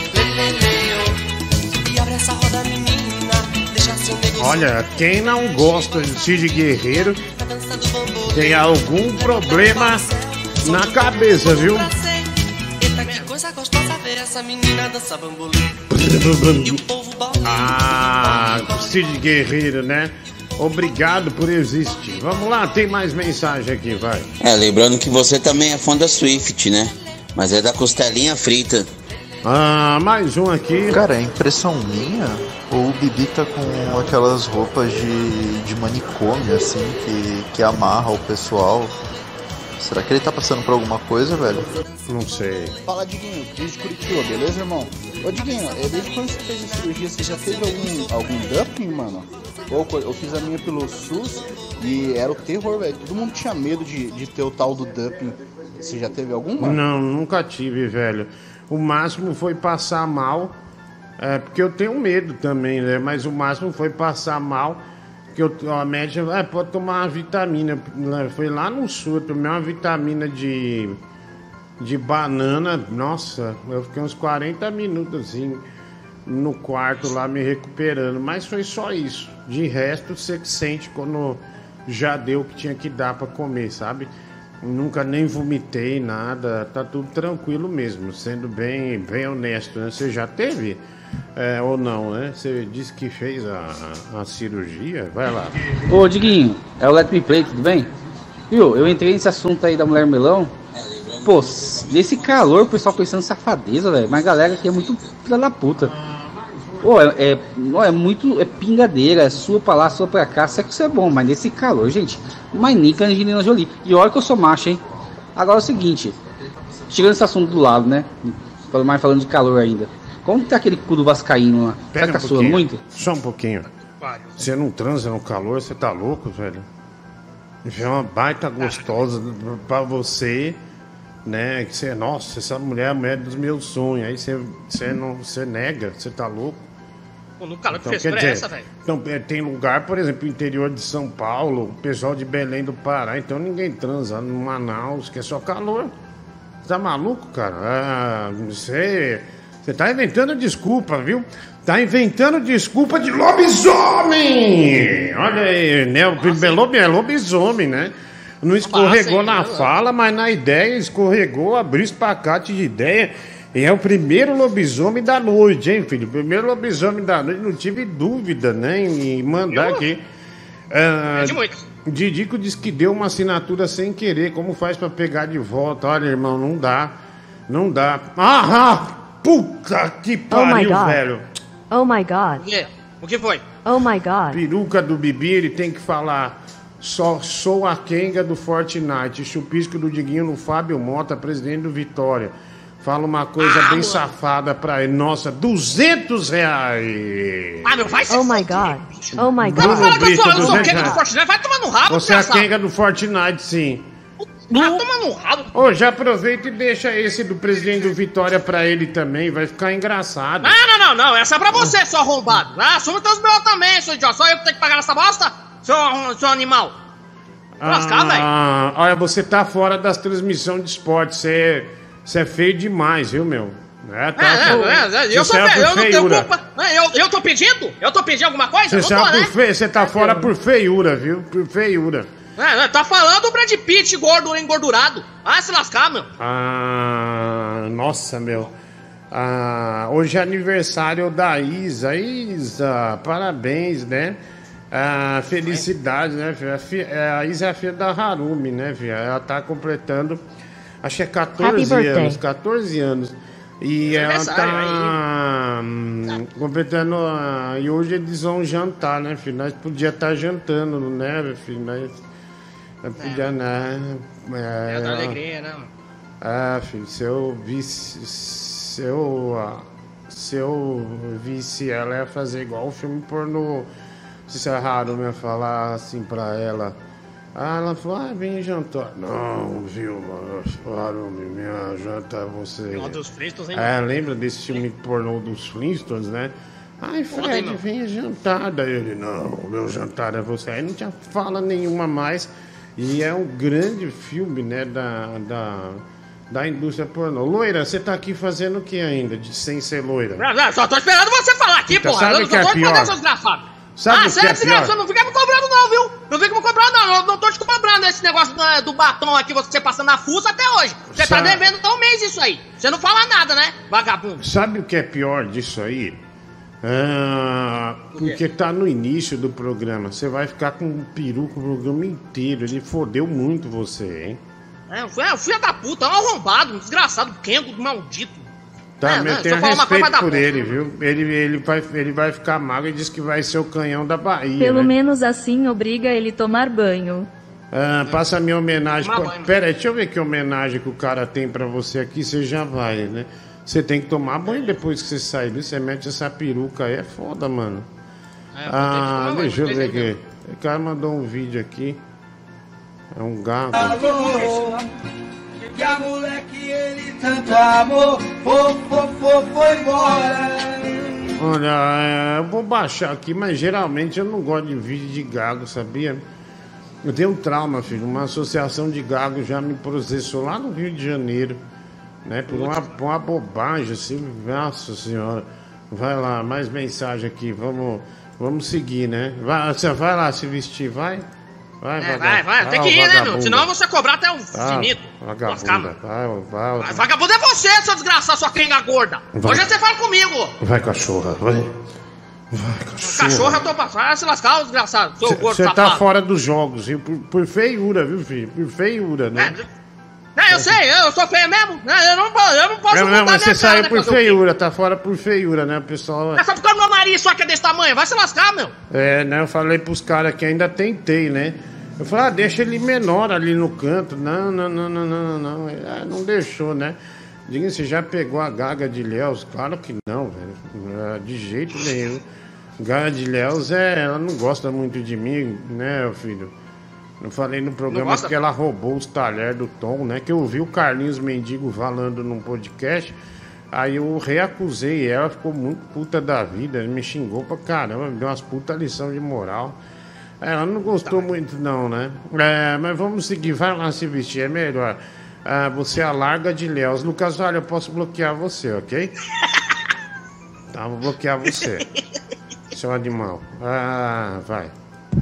lelele, e abre essa roda, menina, deixa seu negócio. Olha, quem não gosta de Cid Guerreiro tem algum problema na cabeça, viu? Eita, que coisa gostosa ver essa menina dançar bambolê. E o povo balé. Ah, Cid Guerreiro, né? Obrigado por existir. Vamos lá, tem mais mensagem aqui, vai. É, lembrando que você também é fã da Swift, né? Mas é da costelinha frita. Ah, mais um aqui. Cara, é impressão minha ou o Bibi tá com aquelas roupas de, de manicômio, assim, que, que amarra o pessoal? Será que ele tá passando por alguma coisa, velho? Não sei. Fala, Diguinho, Cris de Curitiba, beleza, irmão? Ô, Diguinho, desde quando você fez a cirurgia, você já teve algum, algum dumping, mano? Eu, eu fiz a minha pelo SUS e era o terror, velho. Todo mundo tinha medo de, de ter o tal do dumping. Você já teve algum, mano? Não, nunca tive, velho. O máximo foi passar mal, é, porque eu tenho medo também, né? Mas o máximo foi passar mal, que eu, a médica, é, pode tomar uma vitamina. Foi lá no sul, eu tomei uma vitamina de, de banana. Nossa, eu fiquei uns quarenta minutos assim no quarto lá me recuperando. Mas foi só isso. De resto, você sente quando já deu o que tinha que dar pra comer, sabe? Nunca nem vomitei nada, tá tudo tranquilo mesmo, sendo bem, bem honesto, né? Você já teve é, ou não, né? Você disse que fez a, a, a cirurgia, vai lá. Ô Diguinho, é o Let Me Play, tudo bem? Viu, eu entrei nesse assunto aí da mulher melão. Pô, nesse calor o pessoal pensando safadeza, velho, mas a galera aqui é muito filha da puta. Pô, é, é, é muito, é pingadeira, é sua pra lá, sua pra cá, sexo é bom, mas nesse calor, gente, mas nem com a Angelina Jolie. E olha que eu sou macho, hein? Agora é o seguinte, tirando esse assunto do lado, né? Mais falando de calor ainda. Como tá aquele cu do vascaíno lá? Pera Será que um tá suando muito? Só um pouquinho. Você não transa no calor, você tá louco, velho? É uma baita gostosa pra você, né? Que você, nossa, essa mulher é a mulher dos meus sonhos. Aí você, você não, você nega, você tá louco. Pô, no calor que Então, fez quer pra dizer, essa, velho? então, é, tem lugar, por exemplo, no interior de São Paulo, o pessoal de Belém do Pará, então ninguém transa no Manaus, que é só calor. Você tá maluco, cara? Ah, você, você tá inventando desculpa, viu? Tá inventando desculpa de lobisomem! Olha aí, né? O lobo é lobisomem, né? Não escorregou na fala, mas na ideia escorregou, abriu espacate de ideia. E é o primeiro lobisomem da noite, hein, filho? Primeiro lobisomem da noite, não tive dúvida, né, em mandar aqui. Ah, Didico disse que deu uma assinatura sem querer. Como faz pra pegar de volta? Olha, irmão, não dá. Não dá. Ah, puta que Oh my pariu, God. velho. Oh my God. O quê? O que foi? Oh my God. Peruca do Bibi, ele tem que falar. Só sou a Kenga do Fortnite. Chupisco do Diguinho no Fábio Mota, presidente do Vitória. Fala uma coisa Ah, bem mano. safada pra ele. Nossa, duzentos reais. Ah, meu, vai se Oh my God. Oh my Bruno God. Fala que eu sou, eu sou duzentos quem do reais. Fortnite? Vai tomar no rabo, Você é a desgraçado. Kenga do Fortnite, sim. Vai tomar no rabo. Ô, já aproveita e deixa esse do presidente do Vitória pra ele também. Vai ficar engraçado. Não, não, não, não. Essa é pra você, seu arrombado. Ah, assume teus meus também, seu idiota. Só eu que tenho que pagar essa bosta? Seu, seu animal. Lascar, velho. Ah, olha, você tá fora das transmissões de esporte. Você, você é feio demais, viu, meu? É, tá. É, pô. é, é, eu Você sou é feio, eu não tenho feiura. culpa. É, Eu, eu tô pedindo? Eu tô pedindo alguma coisa? Você, Não tô, sabe né? por fe... você tá fora por feiura, viu? Por feiura. É, é, tá falando o Brad Pitt gordo, engordurado. Ah, se lascar, meu. Ah, nossa, meu. Ah, hoje é aniversário da Isa. Isa, parabéns, né? Ah, felicidade, né, filha? A, fi- é, a Isa é a filha da Harumi, né, filha? Ela tá completando, acho que é Happy quatorze birthday. anos. quatorze anos. E ela aniversário, tá hum, completando. ah, E hoje eles vão jantar, né, filho? Nós podíamos estar jantando, né, meu filho? Nós, nós podíamos, né? É, É da alegria, né? Ah, filho, se eu visse. Se eu. ah, Se eu visse ela, ia fazer igual o filme pornô. Se é raro, né? Falar assim pra ela. Ah, ela falou, ah, vem jantar. Não, viu, mano? Falaram, minha janta é você. Ó, dos Flintstones, hein? É, lembra desse filme pornô dos Flintstones, né? Ai, Fred, Ontem, vem jantar. Daí ele, não, meu jantar é você. Aí não tinha fala nenhuma mais. E é um grande filme, né, da, da, da indústria pornô. Loira, você tá aqui fazendo o que ainda, de, sem ser loira? Não, não, só tô esperando você falar aqui, Então, porra. sabe Eu não o que é tô pior? respondendo, seus desgraçados. Sabe ah, o que você é é desgraçado, pior? não fica me cobrando não, viu? Não fica me cobrando não, eu não tô te cobrando esse negócio do, do batom aqui, você passando na fuça até hoje. Você tá Sabe- devendo há um mês isso aí. Você não fala nada, né, vagabundo? Sabe o que é pior disso aí? Ah, porque tá no início do programa. Você vai ficar com um peru com o programa inteiro. Ele fodeu muito você, hein? É, o filho da puta, é um arrombado, um desgraçado, quengo, maldito. Tá, É, mas né, eu se eu tenho falar uma coisa, respeito vai dar por bosta. ele, viu? Ele, ele, vai, ele vai ficar magro e diz que vai ser o canhão da Bahia. Pelo né? menos assim obriga ele tomar banho. Ah, passa a minha homenagem. Tomar Co- banho. Pera aí, deixa eu ver que homenagem que o cara tem pra você aqui. Você já vai, né? Você tem que tomar banho depois que você sair. Você mete essa peruca aí, é foda, mano. É, eu vou ter que Ah, tomar banho, deixa eu vou ver ter aqui. O cara mandou um vídeo aqui. É um gago. Alô, que a moleque ele tanto amor, foi, foi, foi, foi embora. Olha, é, eu vou baixar aqui, mas geralmente eu não gosto de vídeo de gago, sabia? Eu tenho um trauma, filho. Uma associação de gago já me processou lá no Rio de Janeiro, né? Por uma, por uma bobagem, assim. Nossa Senhora. Vai lá, mais mensagem aqui. Vamos, vamos seguir, né? Vai, você vai lá se vestir, vai? Vai, É, vagabundo. vai, vai, tem Ah, que ir, né, meu? vagabunda. Senão eu vou ser cobrar até o Ah, infinito. Vagabunda. Vai, vai, Vai, vagabundo é você, seu desgraçado, sua quenga gorda. Vai. Hoje você fala comigo. vai, cachorra, vai. Cachorro eu tô passando. Vai se lascar, ô desgraçado, seu gordo Você tá safado. fora dos jogos, viu? Por, por feiura, viu, filho? Por feiura, né? É, eu sei, eu sou feio mesmo. né? Eu não, po- eu não posso Não, não, mudar mas você minha cara, saiu né, por fazer o quê? feiura, tá fora por feiura, né, pessoal? É só porque o meu nariz só que é desse tamanho. Vai se lascar, meu. É, né, eu falei pros caras que ainda tentei, né? Eu falei, ah, deixa ele menor ali no canto. Não, não, não, não, não, não. Ah, não deixou, né? Diga, você já pegou a Gaga de Léus? Claro que não, velho. Ah, de jeito nenhum. Gaga de Léus, é, ela não gosta muito de mim, né, filho? Eu falei no programa gosta? que ela roubou os talheres do Tom, né? Que eu ouvi o Carlinhos Mendigo falando num podcast. Aí eu reacusei ela, ficou muito puta da vida, me xingou pra caramba, me deu umas puta lição de moral. Ela não gostou muito não, né? É, mas vamos seguir, vai lá se vestir, é melhor. Ah, você alarga de Léus. Lucas, olha, eu posso bloquear você, ok? Tá, vou bloquear você. Seu animal. Ah, vai.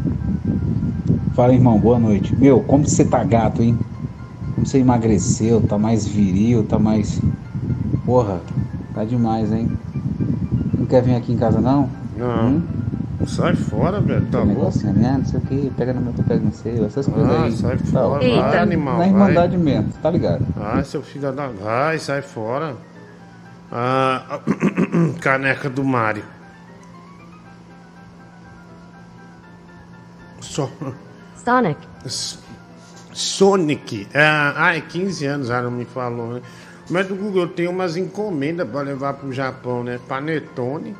Fala, irmão, boa noite. Meu, como você tá gato, hein? Como você emagreceu, tá mais viril, tá mais... Porra, tá demais, hein? Não quer vir aqui em casa, não? Não. Hum? Sai fora, velho, tá Tem louco? negocinho, né? Não sei o que, pega no meu, tu pega no seu, essas coisas Ah, aí. sai Tá, fora, vai, vai, animal, Na vai. Irmandade mesmo, tá ligado? Ai, seu filho da... Vai, sai fora. Ah, caneca do Mário. Só... Sonic. Sonic. Ah, ai, quinze anos, ela não me falou, né? Mas do Google eu tenho umas encomendas pra levar pro Japão, né? Panetone,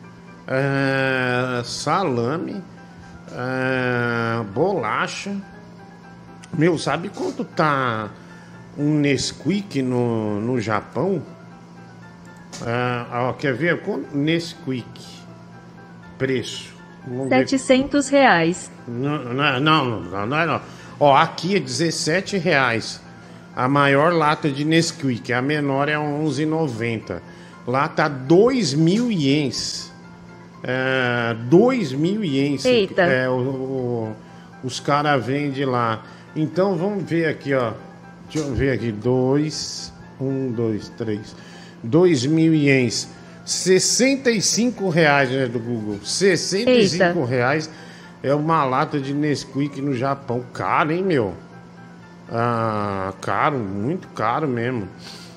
ah, salame, ah, bolacha. Meu, sabe quanto tá um Nesquik no, no Japão? Ah, ó, quer ver? Quanto Nesquik? Preço. Vamos ver. setecentos reais. Não, não, não, não, não, não. Ó, aqui é dezessete reais. A maior lata de Nesquik, a menor é onze e noventa. Lá tá dois mil ienes. É, dois mil ienes. Eita. É, o, o- os caras vendem lá. Então vamos ver aqui, ó. Deixa eu ver aqui. Dois, um, dois, três. Dois mil ienes. sessenta e cinco reais, né, do Google. sessenta e cinco reais é uma lata de Nesquik no Japão. Caro, hein, meu? Ah, caro, muito caro mesmo.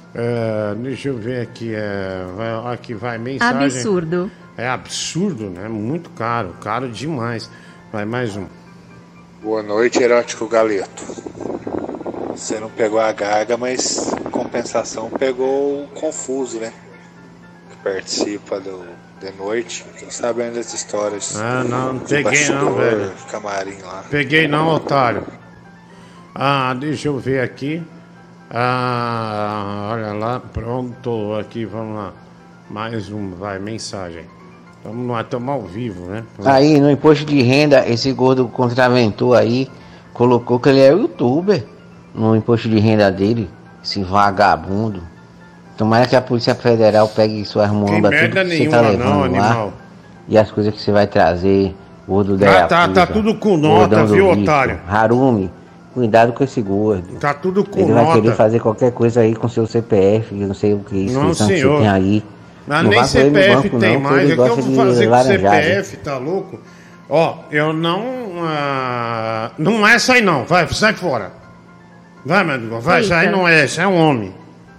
É, deixa eu ver aqui. É, vai, aqui vai mensagem. Absurdo. É absurdo, né? Muito caro. Caro demais. Vai mais um. Boa noite, Erótico Galeto. Você não pegou a Gaga, mas em compensação pegou o Confuso, né? Que participa do De Noite. Tô sabendo das histórias. Ah, não, não de peguei bastidor, não, velho. Camarim lá. Peguei não, otário. Ah, deixa eu ver aqui. Ah, olha lá, pronto. Aqui, vamos lá. Mais um, vai, mensagem. Estamos no estamos ao vivo, né? Aí, no imposto de renda, esse gordo contraventor aí colocou que ele é youtuber no imposto de renda dele, esse vagabundo. Tomara que a Polícia Federal pegue suas muambas, tudo que você tá levando não, lá, animal. e as coisas que você vai trazer, gordo Ah, da tá, tá tudo com nota, viu, otário? Harumi, cuidado com esse gordo. Tá tudo com Ele nota. vai querer fazer qualquer coisa aí com seu C P F, eu não sei o que, Não, inscrição que senhor. você tem aí. Mas Não nem vá com ele no C P F banco, tem não, mais. que ele O que eu gosta vou de fazer com o C P laranjada. F, tá louco? Ó, eu não. Ah, não é essa aí não. Vai, sai fora. Vai, meu amigo. Vai, isso aí não é. Isso é um homem.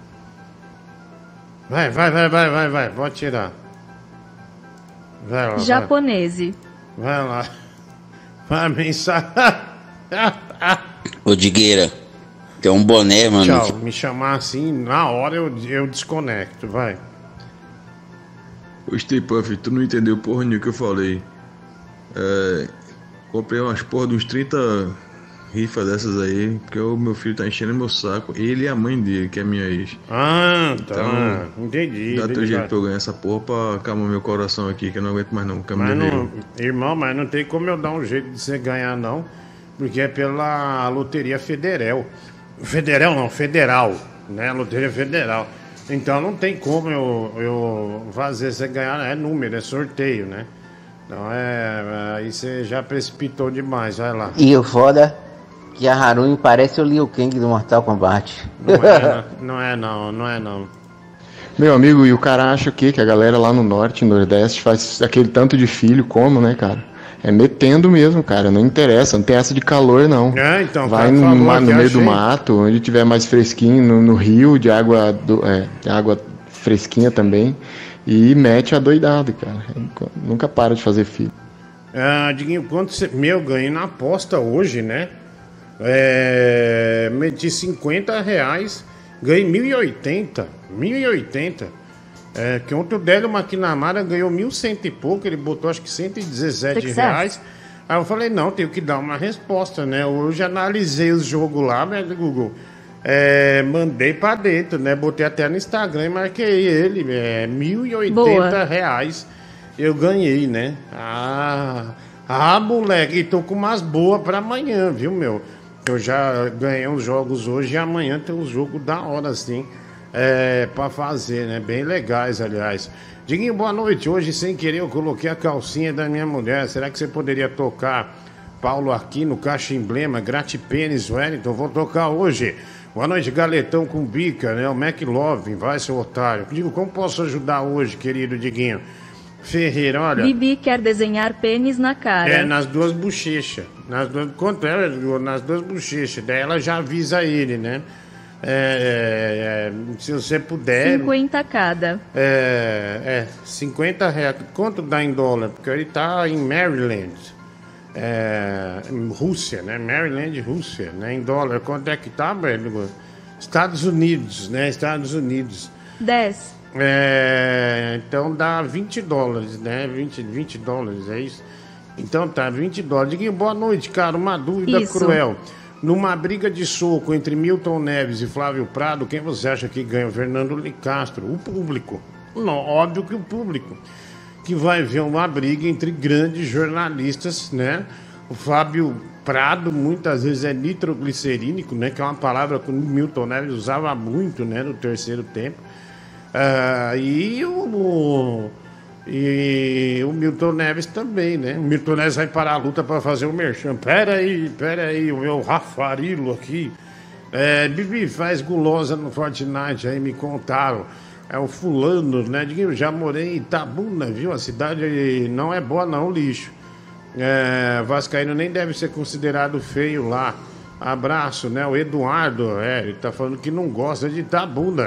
Vai, vai, vai, vai, vai, vai. Pode tirar. Vai lá. Japonese. Vai, vai lá. Vai, mensagem. Ô, Digueira, tem um boné, mano. Tchau. Me chamar assim, na hora eu, eu desconecto. Vai. Ô, Stay Puff, tu não entendeu porra nenhuma que eu falei. É, comprei umas porra de uns trinta rifas dessas aí, porque o meu filho tá enchendo meu saco. Ele e a mãe dele, que é minha ex. Ah, tá. Então, entendi. Dá entendi. teu jeito pra eu ganhar essa porra pra acalmar meu coração aqui, que eu não aguento mais não. Mas não, irmão, mas não tem como eu dar um jeito de você ganhar, não. Porque é pela Loteria Federal. Federal não, Federal. Né? Loteria Federal. Então não tem como eu, eu fazer você ganhar. É número, é sorteio, né? Então é. Aí você já precipitou demais, vai lá. E o foda que a Harumi parece o Liu Kang do Mortal Kombat. Não é, não é não, não é não. Meu amigo, e o cara acha o quê? Que a galera lá no norte, nordeste, faz aquele tanto de filho como, né, cara? É metendo mesmo, cara. Não interessa, não tem essa de calor, não. É, então, vai cara no, falou ma- aqui, no meio achei. do mato, onde tiver mais fresquinho, no, no rio, de água, do, é, de água fresquinha também. E mete a doidado, cara. Nunca para de fazer filho. Ah, Diguinho, quanto você. Meu, ganhei na aposta hoje, né? É, meti cinquenta reais, ganhei mil e oitenta. mil e oitenta. É, que ontem o Délio Maquinamara ganhou mil cento e pouco, ele botou acho que cento e dezessete Success. reais. Aí eu falei, não, tenho que dar uma resposta, né? Hoje analisei os jogos lá, né, do Google. É, mandei pra dentro, né? Botei até no Instagram e marquei ele. É, mil e oitenta Boa. reais eu ganhei, né? Ah, ah, moleque, e tô com umas boas pra amanhã, viu, meu? Eu já ganhei uns jogos hoje e amanhã tem uns jogos da hora, assim, é, pra fazer, né? Bem legais, aliás. Diguinho, boa noite. Hoje, sem querer, eu coloquei a calcinha da minha mulher. Será que você poderia tocar Paulo Aquino, Caixa Emblema, Gratipênis, Wellington? Vou tocar hoje. Boa noite, Galetão com bica, né? O McLovin, vai, seu otário. Digo, como posso ajudar hoje, querido Diguinho? Ferreira, olha. Bibi quer desenhar pênis na cara. É, nas duas bochechas. Nas duas, quanto é? Nas duas bochechas. Daí ela já avisa ele, né? É, é, é, se você puder. cinquenta cada. É, é, cinquenta reais. Quanto dá em dólar? Porque ele tá em Maryland. É, em Rússia, né? Maryland, Rússia, né? Em dólar. Quanto é que tá, velho? Estados Unidos, né? Estados Unidos. dez. É, então dá vinte dólares, né? vinte, vinte dólares, é isso? Então tá, vinte dólares. Diguinho, boa noite, cara. Uma dúvida Isso. cruel. Numa briga de soco entre Milton Neves e Flávio Prado, quem você acha que ganha? O Fernando Licastro, o público. Não, óbvio que o público. Que vai ver uma briga entre grandes jornalistas, né? O Fábio Prado muitas vezes é nitroglicerínico, né? Que é uma palavra que o Milton Neves usava muito, né? No terceiro tempo. Ah, e, o, e o Milton Neves também, né? O Milton Neves vai parar a luta para fazer o merchan. Pera aí, pera aí, o meu Rafarilo aqui. É, Bibi faz gulosa no Fortnite, aí me contaram. É o fulano, né? Eu já morei em Itabuna, viu? A cidade não é boa não, lixo. É, Vascaíno nem deve ser considerado feio lá. Abraço, né? O Eduardo, é, ele tá falando que não gosta de Itabuna.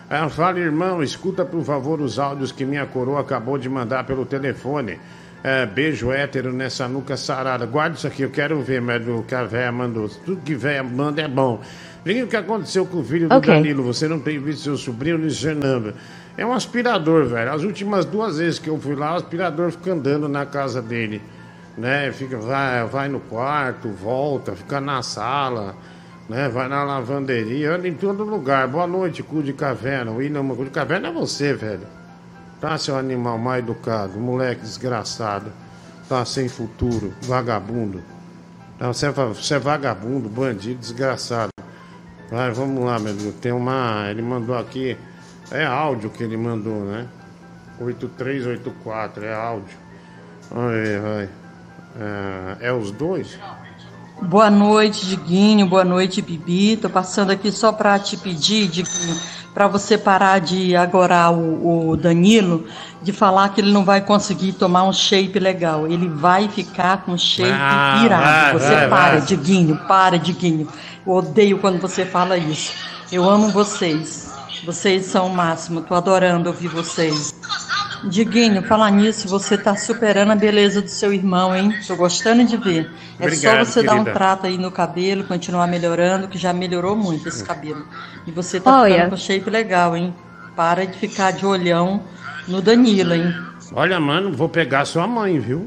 Ela fala, irmão, escuta por favor os áudios que minha coroa acabou de mandar pelo telefone. É, beijo hétero nessa nuca sarada. Guarda isso aqui, eu quero ver, mas o que a véia mandou. Tudo que véia manda é bom. Veja o que aconteceu com o filho do Ok. Danilo. Você não tem visto seu sobrinho, Luiz Fernando. É um aspirador, velho. As últimas duas vezes que eu fui lá, o aspirador fica andando na casa dele. Né? Fica, vai, vai no quarto, volta, fica na sala, né? Vai na lavanderia, anda em todo lugar. Boa noite, cu de caverna. William, cu de caverna é você, velho. Tá, seu animal mal educado, moleque desgraçado. Tá sem futuro, vagabundo. Tá, você, é, você é vagabundo, bandido, desgraçado. Vai, vamos lá, meu Deus. Tem uma. Ele mandou aqui. É áudio que ele mandou, né? oito três oito quatro, é áudio. Aí, vai. É, é os dois? Boa noite, Diguinho. Boa noite, Bibi. Tô passando aqui só pra te pedir, Diguinho, pra você parar de agorar o, o Danilo, de falar que ele não vai conseguir tomar um shape legal. Ele vai ficar com um shape Ah, irado. vai, Você vai, para, vai. Diguinho, para, Diguinho. Eu odeio quando você fala isso. Eu amo vocês. Vocês são o máximo. Tô adorando ouvir vocês. Diguinho, falar nisso, você tá superando a beleza do seu irmão, hein? Tô gostando de ver. É Obrigado, só você dar um querida. trato aí no cabelo, continuar melhorando, que já melhorou muito esse cabelo. E você tá Olha. ficando com shape legal, hein? Para de ficar de olhão no Danilo, hein? Olha, mano, vou pegar sua mãe, viu?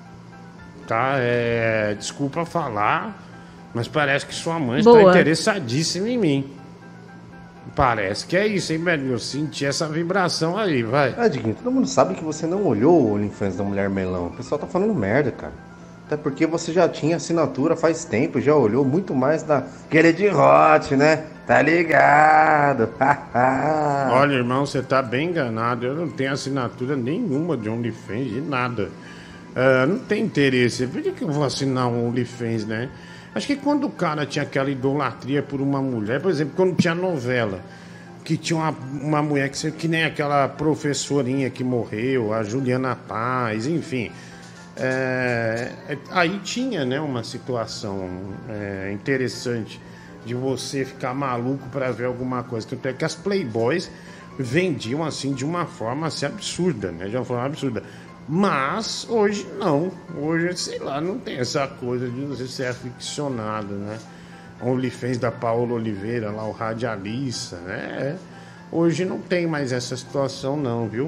Tá, é. Desculpa falar, mas parece que sua mãe está Boa. interessadíssima em mim. Parece que é isso, hein, velho? Eu senti essa vibração aí, vai. Ah, Diguinho, todo mundo sabe que você não olhou o OnlyFans da Mulher Melão. O pessoal tá falando merda, cara. Até porque você já tinha assinatura faz tempo, já olhou muito mais daquele de hot, né? Tá ligado? Olha, irmão, você tá bem enganado. Eu não tenho assinatura nenhuma de OnlyFans, de nada. Ah, não tem interesse. Por que, que eu vou assinar um OnlyFans, né? Acho que quando o cara tinha aquela idolatria por uma mulher, por exemplo, quando tinha novela, que tinha uma, uma mulher que, que nem aquela professorinha que morreu, a Juliana Paz, enfim. É, é, aí tinha, né, uma situação é, interessante de você ficar maluco para ver alguma coisa. Tanto é que as Playboys vendiam assim de uma forma assim, absurda, né? De uma forma absurda. Mas hoje não. Hoje, sei lá, não tem essa coisa de você ser aficionado, né? OnlyFans da Paola Oliveira, lá o radialista, né? Hoje não tem mais essa situação não, viu?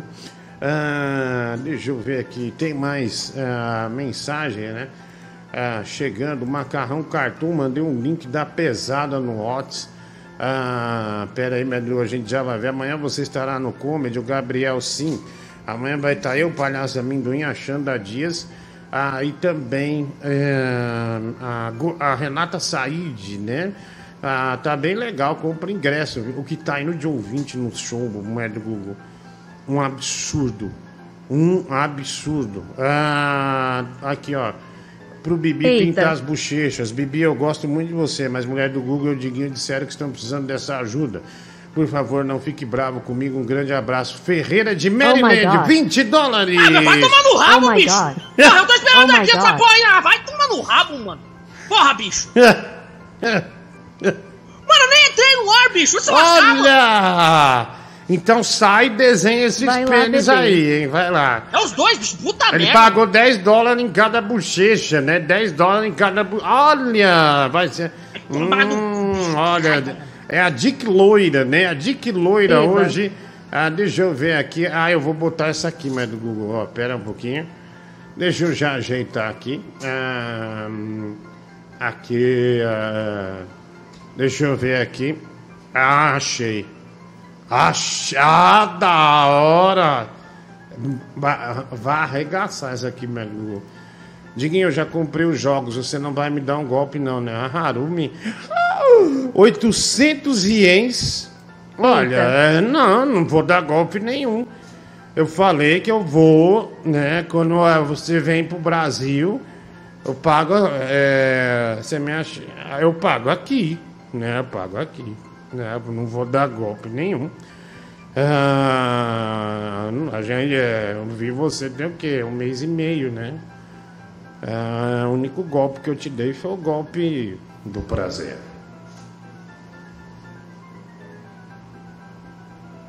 Ah, deixa eu ver aqui, tem mais ah, mensagem, né? Ah, chegando, Macarrão Cartoon, mandei um link da pesada no Whats. Ah, pera aí, meu, a gente já vai ver. Amanhã você estará no Comedy, o Gabriel sim. Amanhã vai estar eu, Palhaço Amendoim, a Xanda Dias. Ah, e também é, a, Go- a Renata Said, né? Ah, tá bem legal, compra ingresso. viu? O que tá indo de ouvinte no show, mulher do Google. Um absurdo. Um absurdo. Ah, aqui, ó. Pro Bibi Eita. pintar as bochechas. Bibi, eu gosto muito de você, mas mulher do Google e o Diguinho disseram que estão precisando dessa ajuda. Por favor, não fique bravo comigo. Um grande abraço. Ferreira de Maryland, God. vinte dólares. Ah, mas vai tomar no rabo, Oh my bicho! God. Porra, eu tô esperando Oh my aqui essa God. porra aí. Ah, vai tomar no rabo, mano. Porra, bicho. Mano, eu nem entrei no ar, bicho. Você lascava. Olha! Então sai e desenha esses Vai lá, pênis bebê. aí, hein? Vai lá. É os dois, bicho. Puta Ele merda. pagou dez dólares em cada bochecha, né? dez dólares em cada bochecha. Olha! Vai ser. Hum, olha, é a Dick Loira, né? A Dick Loira Eva. hoje. Ah, deixa eu ver aqui. Ah, eu vou botar essa aqui, mas do Google. Ó, pera um pouquinho. Deixa eu já ajeitar aqui. Ah, aqui. ah, deixa eu ver aqui. Ah, achei. Achei. Ah, da hora! Vai, vai arregaçar isso aqui, meu Google. Diguinho, eu já comprei os jogos, você não vai me dar um golpe não, né? A Harumi, oitocentos ienes. Olha, é, não, não vou dar golpe nenhum. Eu falei que eu vou, né? Quando ah, você vem pro Brasil, eu pago, é, você me acha, eu pago aqui, né? Eu pago aqui, né? Eu não vou dar golpe nenhum. Ah, a gente, é, eu vi você tem o quê? Um mês e meio, né? Ah, o único golpe que eu te dei foi o golpe do prazer.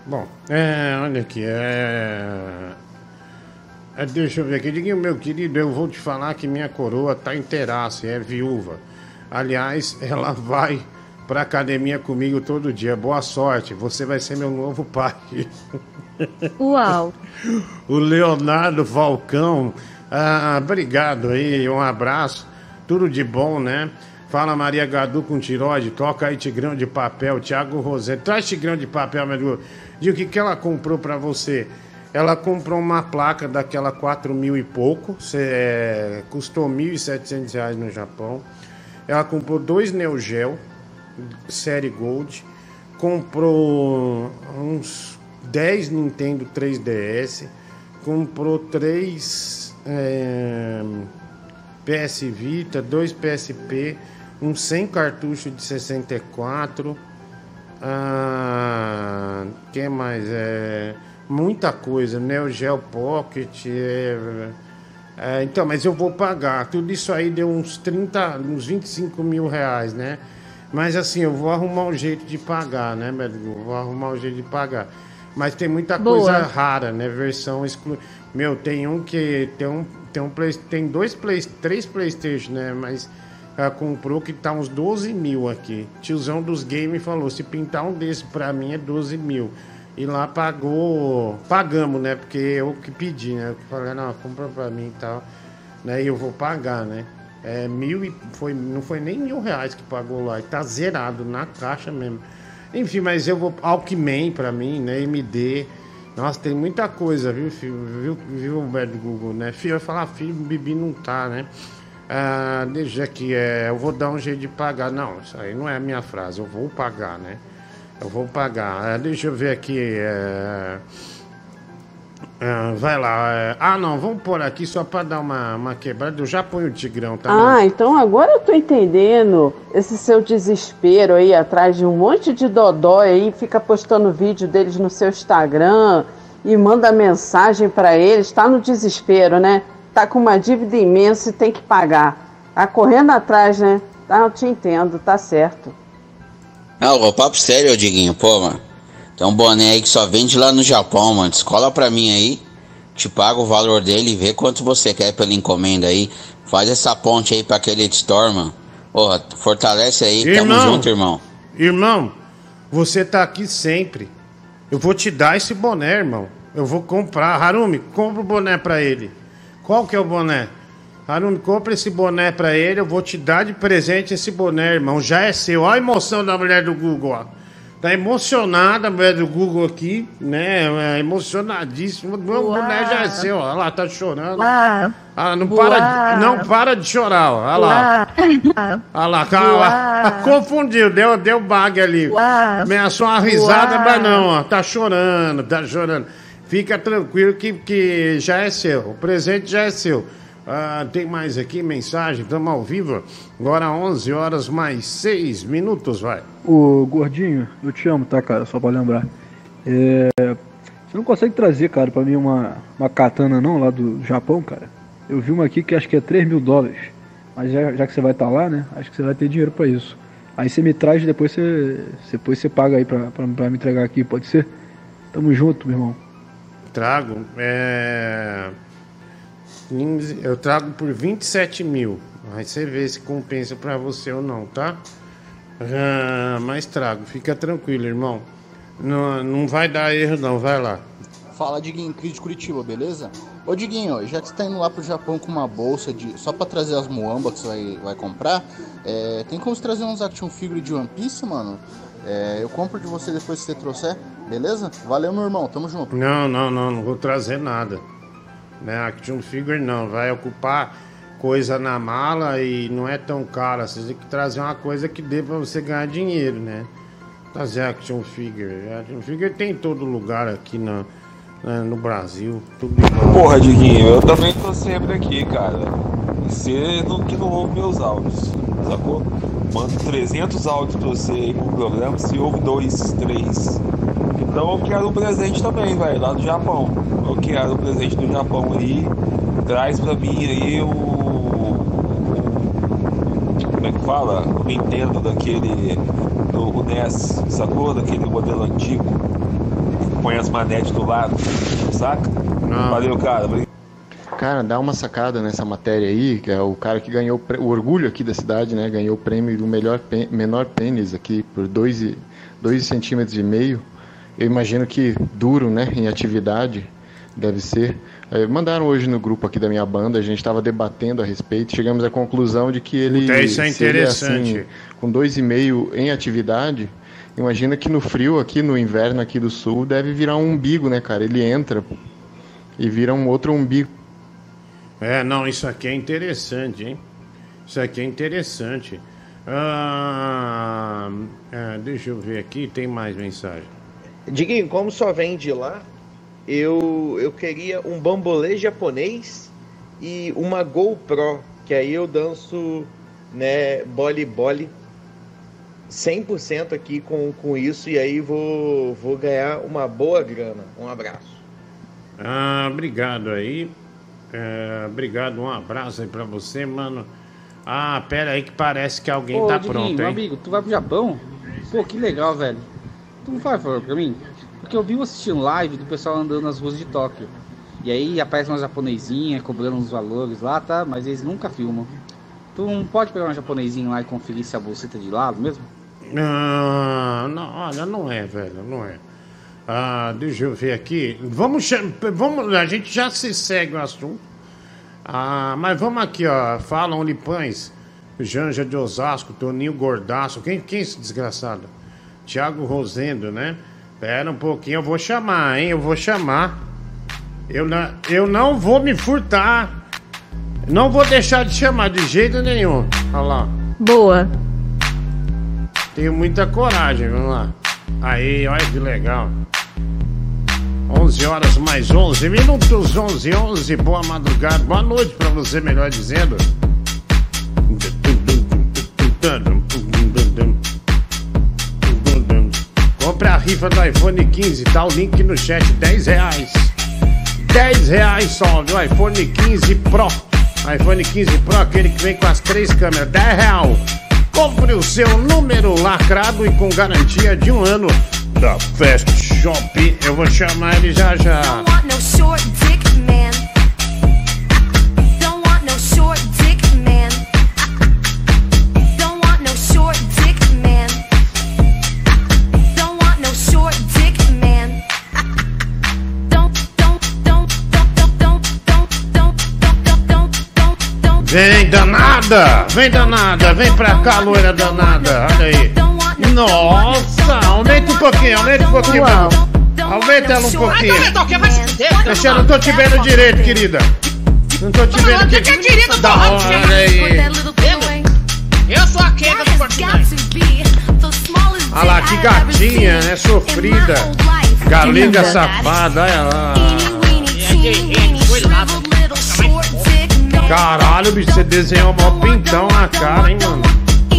Bom, é, olha aqui, é... é... Deixa eu ver aqui. Diguinho, meu querido, eu vou te falar que minha coroa tá inteiraça, é viúva. Aliás, ela vai pra academia comigo todo dia. Boa sorte, você vai ser meu novo pai. Uau. O Leonardo Falcão, ah, obrigado aí, um abraço, tudo de bom, né? Fala Maria Gadu com tiroide, toca aí Tigrão de Papel, Thiago Rosé, traz Tigrão de Papel, meu Deus. Diga o que, que ela comprou pra você. Ela comprou uma placa daquela quatro mil e pouco, cê, é, custou mil e setecentos reais no Japão. Ela comprou dois Neo Geo, série Gold, comprou uns dez Nintendo três D S, comprou três é, P S Vita, dois P S P, uns cem cartuchos de sessenta e quatro, ah, que mais? É, muita coisa, Neo Geo Pocket, é, é, então, mas eu vou pagar, tudo isso aí deu uns trinta, uns vinte e cinco mil reais, né? Mas assim, eu vou arrumar um jeito de pagar, né, Médico? Vou arrumar um jeito de pagar. Mas tem muita Boa. coisa rara, né? Versão exclusiva. Meu, tem um que. Tem um. Tem um play, tem dois play, três Playstation, né? Mas ela comprou que tá uns doze mil aqui. Tiozão dos games falou: se pintar um desse pra mim é doze mil. E lá pagou. Pagamos, né? Porque eu que pedi, né? Eu falei, não, compra pra mim e tal. Né? E eu vou pagar, né? É, mil e foi, não foi nem mil reais que pagou lá. E tá zerado na caixa mesmo. Enfim, mas eu vou. Alckmin pra mim, né? M D. Nossa, tem muita coisa, viu, filho? Viu, viu o velho do Google, né? Filho, eu falar, filho, Bibi não tá, né? Ah, deixa aqui, é, eu vou dar um jeito de pagar. Não, isso aí não é a minha frase. Eu vou pagar, né? Eu vou pagar. Ah, deixa eu ver aqui. É... Ah, vai lá. É... Ah, não, vamos pôr aqui só pra dar uma, uma quebrada. Eu já ponho o Tigrão, tá? Ah, então agora eu tô entendendo esse seu desespero aí atrás de um monte de dodói aí, fica postando vídeo deles no seu Instagram e manda mensagem pra eles. Tá no desespero, né? Tá com uma dívida imensa e tem que pagar. Tá correndo atrás, né? Tá, eu te entendo, tá certo. Não, o papo sério, Diguinho, pô, mano. Tem um boné aí que só vende lá no Japão, mano. Descola pra mim aí, te paga o valor dele e vê quanto você quer pela encomenda aí. Faz essa ponte aí pra aquele store, mano. Porra, fortalece aí, Irmão, tamo junto, irmão. Irmão, você tá aqui sempre. Eu vou te dar esse boné, irmão. Eu vou comprar. Harumi, compra o boné pra ele. Qual que é o boné? Harumi, compra esse boné pra ele. Eu vou te dar de presente esse boné, irmão. Já é seu. Olha a emoção da mulher do Google, ó. Tá emocionada a mulher do Google aqui, né? É emocionadíssima. O meu boné já é seu, ó. Olha lá, tá chorando. Uau. Ah, não para, de, não para de chorar, ó. Olha lá. Olha lá, calma. Confundiu, deu, deu bug ali. Ameaçou uma risada, Uau. Mas não, ó. Tá chorando, tá chorando. Fica tranquilo que, que já é seu. O presente já é seu. Ah, tem mais aqui mensagem, estamos ao vivo. Agora onze horas mais seis minutos, vai. Ô, Gordinho, eu te amo, tá, cara? Só pra lembrar. É... Você não consegue trazer, cara, pra mim uma, uma katana, não, lá do Japão, cara? Eu vi uma aqui que acho que é três mil dólares. Mas já, já que você vai estar tá lá, né? Acho que você vai ter dinheiro pra isso. Aí você me traz e depois você, depois você paga aí pra, pra, pra me entregar aqui, pode ser? Tamo junto, meu irmão. Trago, é... Eu trago por vinte e sete mil. Aí você vê se compensa pra você ou não, tá? Ah, mas trago, fica tranquilo, irmão. Não, não vai dar erro não, vai lá. Fala, Diguinho, Cris de Curitiba, beleza? Ô Diguinho, já que você tá indo lá pro Japão com uma bolsa de só pra trazer as muamba que você vai, vai comprar, é, tem como você trazer uns action figure de One Piece, mano? É, eu compro de você depois que você trouxer, beleza? Valeu, meu irmão, tamo junto. Não, não, não, não vou trazer nada. Né, action figure não, vai ocupar coisa na mala e não é tão caro. Você tem que trazer uma coisa que dê pra você ganhar dinheiro, né? Trazer action figure. Action figure tem em todo lugar aqui na, na, no Brasil. Tudo Porra, Diguinho, eu também tô sempre aqui, cara. Você não, que não ouve meus áudios, sacou? Mando trezentos áudios pra você aí pro programa, se ouve dois, três. Então eu quero um presente também, velho, lá do Japão. Eu quero um presente do Japão aí. Traz pra mim aí o. o como é que fala? O Nintendo daquele. Do o N E S, sacou? Daquele modelo antigo. põe as manetes do lado, saca? Não. Valeu, cara. Cara, dá uma sacada nessa matéria aí, que é o cara que ganhou o orgulho aqui da cidade, né? Ganhou o prêmio do melhor pê, menor pênis aqui por dois centímetros e meio. Eu imagino que duro, né? Em atividade, deve ser. É, mandaram hoje no grupo aqui da minha banda, a gente estava debatendo a respeito, chegamos à conclusão de que ele, Puta, isso é se ele, interessante. assim, com dois e meio em atividade, imagina que no frio aqui, no inverno aqui do sul, deve virar um umbigo, né, cara? Ele entra e vira um outro umbigo. É, não, isso aqui é interessante, hein? Isso aqui é interessante. Ah, é, deixa eu ver aqui, tem mais mensagem. Diguinho, como só vem de lá, eu, eu queria um bambolê japonês e uma GoPro, que aí eu danço, né, bole bole cem por cento aqui com, com isso, e aí vou, vou ganhar uma boa grana. Um abraço. Ah, obrigado aí. É, obrigado, um abraço aí pra você, mano. Ah, pera aí que parece que alguém Pô, tá Diguinho, pronto, meu hein? amigo, tu vai pro Japão? Pô, que legal, velho. Tu não faz favor pra mim? Porque eu vi assistindo live do pessoal andando nas ruas de Tóquio. E aí aparece uma japonesinha cobrando uns valores lá, tá? Mas eles nunca filmam. Tu não pode pegar uma japonesinha lá e conferir se a bolseta é de lado mesmo? Ah, não, olha, não é, velho, não é. Ah, deixa eu ver aqui. Vamos, cham- vamos, a gente já se segue o assunto. Ah, mas vamos aqui, ó. Fala Onlypães, Janja de Osasco, Toninho Gordaço. Quem, quem é esse desgraçado? Thiago Rosendo, né? Pera um pouquinho, eu vou chamar, hein? Eu vou chamar. Eu não, eu não vou me furtar. Não vou deixar de chamar de jeito nenhum. Olha lá. Boa. Tenho muita coragem, vamos lá. Aí, olha que legal. onze horas mais onze minutos, onze, onze. Boa madrugada, boa noite pra você, melhor dizendo. Compre a rifa do iPhone quinze, tá o link no chat, dez reais. dez reais só, viu? iPhone quinze Pro. iPhone quinze Pro, aquele que vem com as três câmeras, dez reais. Compre o seu número lacrado e com garantia de um ano da Fast Shop. Eu vou chamar ele já já. Vem danada, vem danada, vem pra cá, loira danada, olha aí. Nossa, aumenta um pouquinho, aumenta um pouquinho. Aumenta ela um pouquinho. Deixa, eu não tô te vendo direito, querida. Não tô te vendo direito. Da hora aí. Eu sou a queda do Fortnite. Olha lá, que gatinha, né, sofrida. Galega safada, olha lá. Caralho, bicho, você desenhou mó pintão na cara, hein, mano?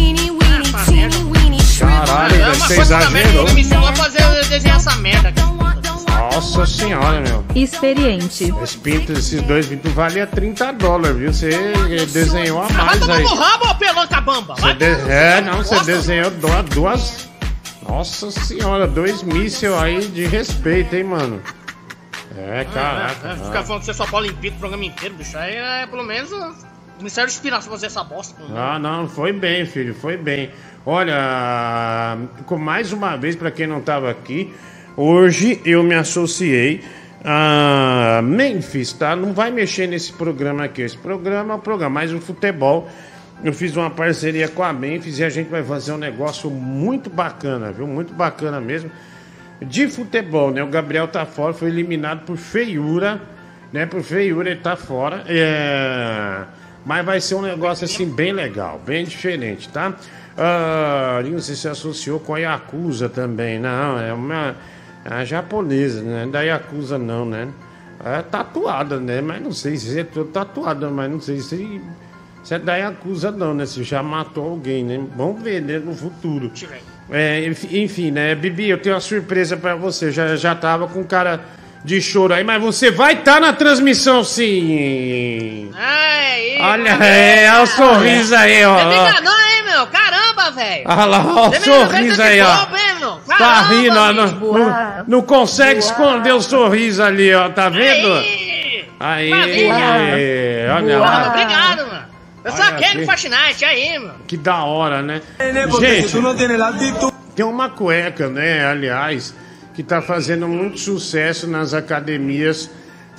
Caralho, velho, você exagerou. Ele me ensinou a fazer, desenhar essa merda, cara. Nossa senhora, meu. Experiente. Esse pinto, esses dois pintos valia trinta dólares, viu? Você desenhou a Vai mais tomar aí. no rabo, ô pelanca bamba. Você de... É, não, você desenhou duas, duas... Nossa senhora, dois mísseis aí de respeito, hein, mano? É, caraca. É, é, ficar falando que você só bola em pito o programa inteiro, bicho. Aí é pelo menos o Ministério de Inspiração fazer essa bosta. Ah, não, foi bem, filho, foi bem. Olha, com mais uma vez, pra quem não tava aqui, hoje eu me associei a Memphis, tá? Não vai mexer nesse programa aqui. Esse programa é um programa mais o futebol. Eu fiz uma parceria com a Memphis e a gente vai fazer um negócio muito bacana, viu? Muito bacana mesmo. De futebol, né? O Gabriel tá fora, foi eliminado por feiura, né? Por feiura ele tá fora. É... Mas vai ser um negócio assim bem legal, bem diferente, tá? Ah, você se associou com a Yakuza também, não? É uma é a japonesa, né? Da Yakuza não, né? É tatuada, né? Mas não sei se é toda tatuada, mas não sei se, se é da Yakuza não, né? Se já matou alguém, né? Vamos ver, né? No futuro. É, enfim, né, Bibi, eu tenho uma surpresa pra você. Já, já tava com o cara de choro aí, mas você vai estar na transmissão sim. Aí, olha aí, olha o sorriso aí, ó. Você me enganou, hein, meu? Caramba, velho. Olha lá, ó, o sorriso aí, ó. Tá rindo, ó. Não, não, não consegue esconder o sorriso ali, ó. Tá vendo? Aí, aí olha lá. Obrigado, mano. Eu só quero Fortnite aí, mano. Que da hora, né? Gente, tem uma cueca, né, aliás, que tá fazendo muito sucesso nas academias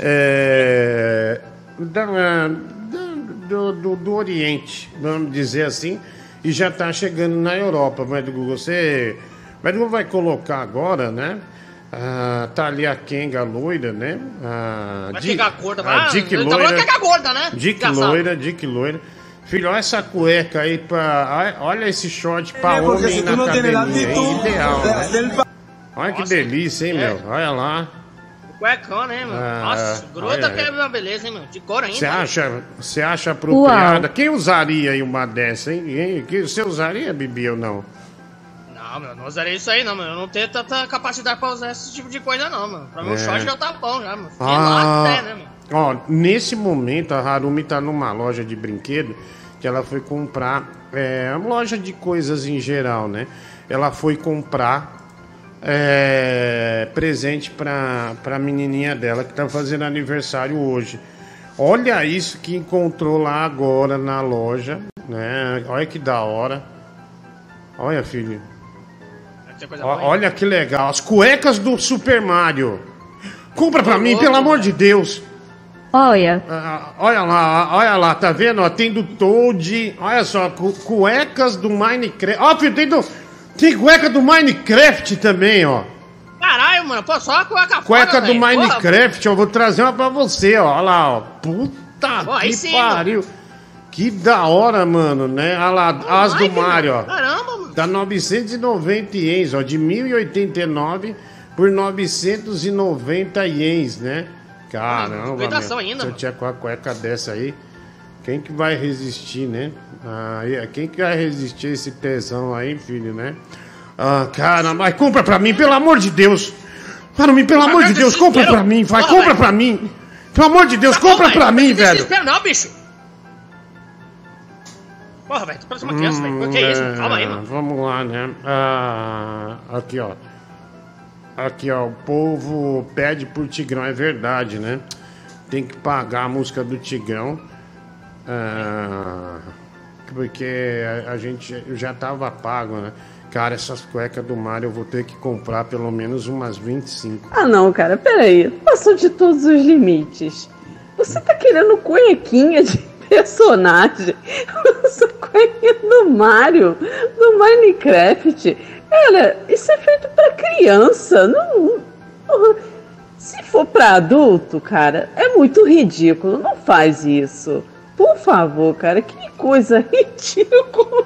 é, da, da, do, do, do Oriente, vamos dizer assim, e já tá chegando na Europa. Mas você, mas não vai colocar agora, né? Ah, tá ali a Kenga loira, né? A Vai Dick, pegar a gorda, a vai. Dick Ele tá loira, falando que é a gorda, né? Dick Engraçado. loira, Dick loira. Filho, olha essa cueca aí pra... Olha esse short pra homem na academia, hein? Ideal, né? Olha que delícia, hein, meu? Olha lá. Cuecão, né, mano? Ah, Nossa, gruda olha que aí. é uma beleza, hein, meu? De cor ainda. Você acha, você acha apropriada? Quem usaria aí uma dessa, hein? Quem- quem- Você usaria, Bibi, ou não? Não, meu, não usaria isso aí, não, meu. Eu não tenho tanta capacidade pra usar esse tipo de coisa, não, mano. Pra mim, É. o short já tá bom, já, mano. Ah, Até, né, mano? ó, nesse momento a Harumi tá numa loja de brinquedo que ela foi comprar, é uma loja de coisas em geral, né? Ela foi comprar é, presente pra, pra menininha dela que tá fazendo aniversário hoje. Olha isso que encontrou lá agora na loja, né? Olha que da hora. Olha, filho. Ó, olha que legal. As cuecas do Super Mario. Compra pra mim, pelo amor de Deus. Olha. Ah, olha lá, olha lá, tá vendo? Ó, tem do Toad. Olha só, cu- cuecas do Minecraft. Ó, filho, tem, do, tem cueca do Minecraft também, ó. Caralho, mano. Pô, só a cueca Cueca foda, do velho. Minecraft, ó. Vou trazer uma pra você, ó. Olha lá, ó. Puta Pô, aí que sim, pariu. Que da hora, mano, né? Olha lá, as do Mike, Mario, ó. Caramba, mano. Tá novecentos e noventa ienes, ó. De mil e oitenta e nove por novecentos e noventa ienes, né? Caramba, liquidação meu. ainda, Se eu mano. tinha com a cueca dessa aí, quem que vai resistir, né? Ah, e- quem que vai resistir a esse tesão aí, filho, né? Ah, cara, mas compra pra mim, pelo amor de Deus. Para mim, pelo amor de Deus, compra pra mim, vai, Porra, compra velho. pra mim. Pelo amor de Deus, compra Tá bom, pra velho. mim, Não tem velho. desespero não, bicho. Porra, velho, tu parece uma criança, velho. O que é isso? Hum, Calma aí, é, mano. Vamos lá, né? Ah, aqui, ó. Aqui, ó. O povo pede por Tigrão, é verdade, né? Tem que pagar a música do Tigrão. Ah, porque a, a gente já tava pago, né? Cara, essas cuecas do Mario eu vou ter que comprar pelo menos umas vinte e cinco. Ah, não, cara, peraí. Passou de todos os limites. Você tá querendo cuequinha de personagem? Essa cuequinha do Mario, do Minecraft. Cara, isso é feito pra criança. Não. Porra, se for pra adulto, cara, é muito ridículo. Não faz isso. Por favor, cara, que coisa ridícula.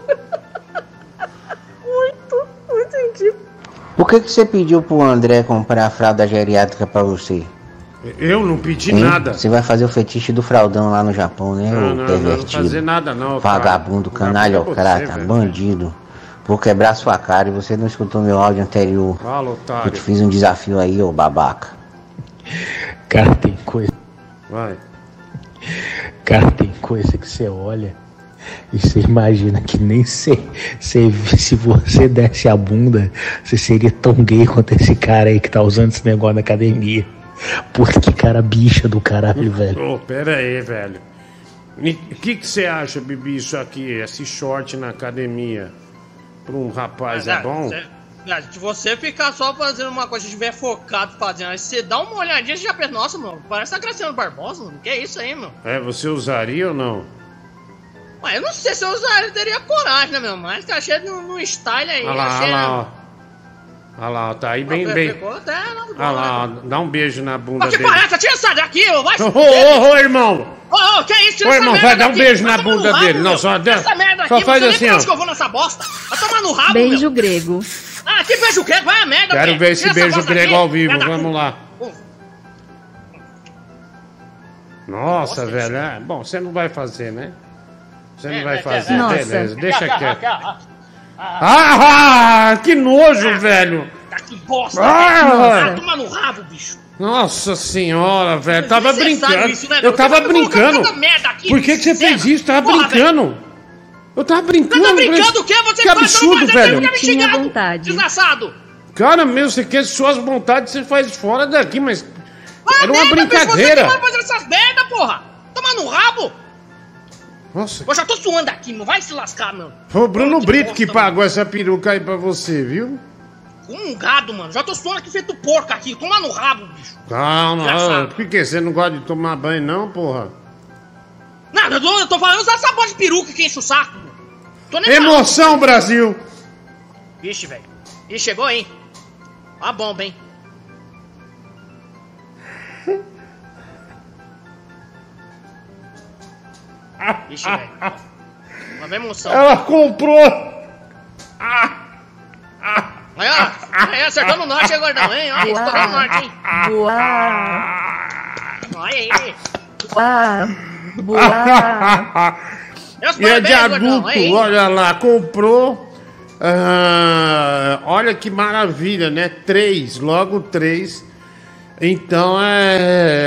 Muito, muito ridículo. Por que, que você pediu pro André comprar a fralda geriátrica pra você? Eu não pedi Hein? nada. Você vai fazer o fetiche do fraldão lá no Japão, né, Não, ô não, não, não vou pervertido? fazer nada não, cara. Vagabundo, canalhocrata, Você, velho. bandido. Vou quebrar sua cara e você não escutou meu áudio anterior. Fala, Eu otário. te fiz um desafio aí, ô babaca. Cara, tem coisa. Vai. Cara, tem coisa que você olha e você imagina que nem se, se, se você desse a bunda, você seria tão gay quanto esse cara aí que tá usando esse negócio na academia. Puta que cara bicha do caralho, velho. Ô, pera aí, velho. O que que você acha, Bibi, isso aqui, esse short na academia, pra um rapaz, é bom? Cê, ah, se você ficar só fazendo uma coisa, se estiver focado fazendo, aí você dá uma olhadinha, você já pensa, nossa, mano, parece a Graciano Barbosa, mano. Que é isso aí, mano? É, você usaria ou não? Ué, eu não sei se eu usaria, eu teria coragem, né, meu? Mas tá cheio no, no style aí. Olha lá, achei, olha lá, né? ó. Olha lá, ó, tá aí bem, Não, bem. pegou até na Olha lá, ó, dá um beijo na bunda Ô, que dele. parece, tira essa daqui, ô, vai se Ô, fuder. ô, ô, irmão! Ô, ô, que isso? Tira Ô, essa irmão, merda vai dar um daqui. beijo na Vai tomar bunda no rabo, dele. Não, meu. só dá- Essa merda só aqui, faz não sei assim, nem pra ó. onde que eu vou nessa bosta. Vai tomar no rabo, Beijo meu. grego. Ah, que beijo grego, vai a merda, Quero velho. ver esse Tira essa beijo bosta grego aqui. ao vivo, Filha da vamos puta. lá. Nossa, velho, é, bom, você não vai fazer, né? Você não vai fazer, Nossa. beleza, deixa Aqui, quieto. aqui, aqui, Ah, ah, que nojo, velho! Tá que bosta, Ah, velho. velho. Ah, toma no rabo, bicho. Nossa senhora, velho. Tava brincando. Isso, né, eu tava tá brincando. Aqui, Por que, que você fez isso? Tava Porra, brincando. Véio. Eu tava brincando. Você tá brincando o quê? Você que absurdo, velho. Me tinha vontade. Desgraçado. Cara, meu, você quer suas vontades, você faz fora daqui, mas. Ah, era uma merda, brincadeira. Você que vai fazer essas merda, porra. Toma no rabo. Nossa. Eu já tô suando aqui, não vai se lascar, meu. Foi o Bruno que Brito bosta, que pagou essa peruca aí pra você, viu? Um gado, mano. Já tô suando aqui feito porco aqui. Toma no rabo, bicho. Calma, por que você não gosta de tomar banho, não, porra? Não, eu tô, eu tô falando usar sabor de peruca que enche o saco. Tô nem Emoção, falando. Brasil! Vixe, velho. Ih, chegou, hein? Ó a bomba, hein? Vixe, velho. Uma emoção. Ela comprou! Ah! Aí, ó. Aí, acertou no norte, hein, gordão, hein? Ó, estourou no norte, hein? Boa! Olha aí. Boa! Boa! E é de adulto, olha lá, comprou. Ah, olha que maravilha, né? Três, logo três. Então é.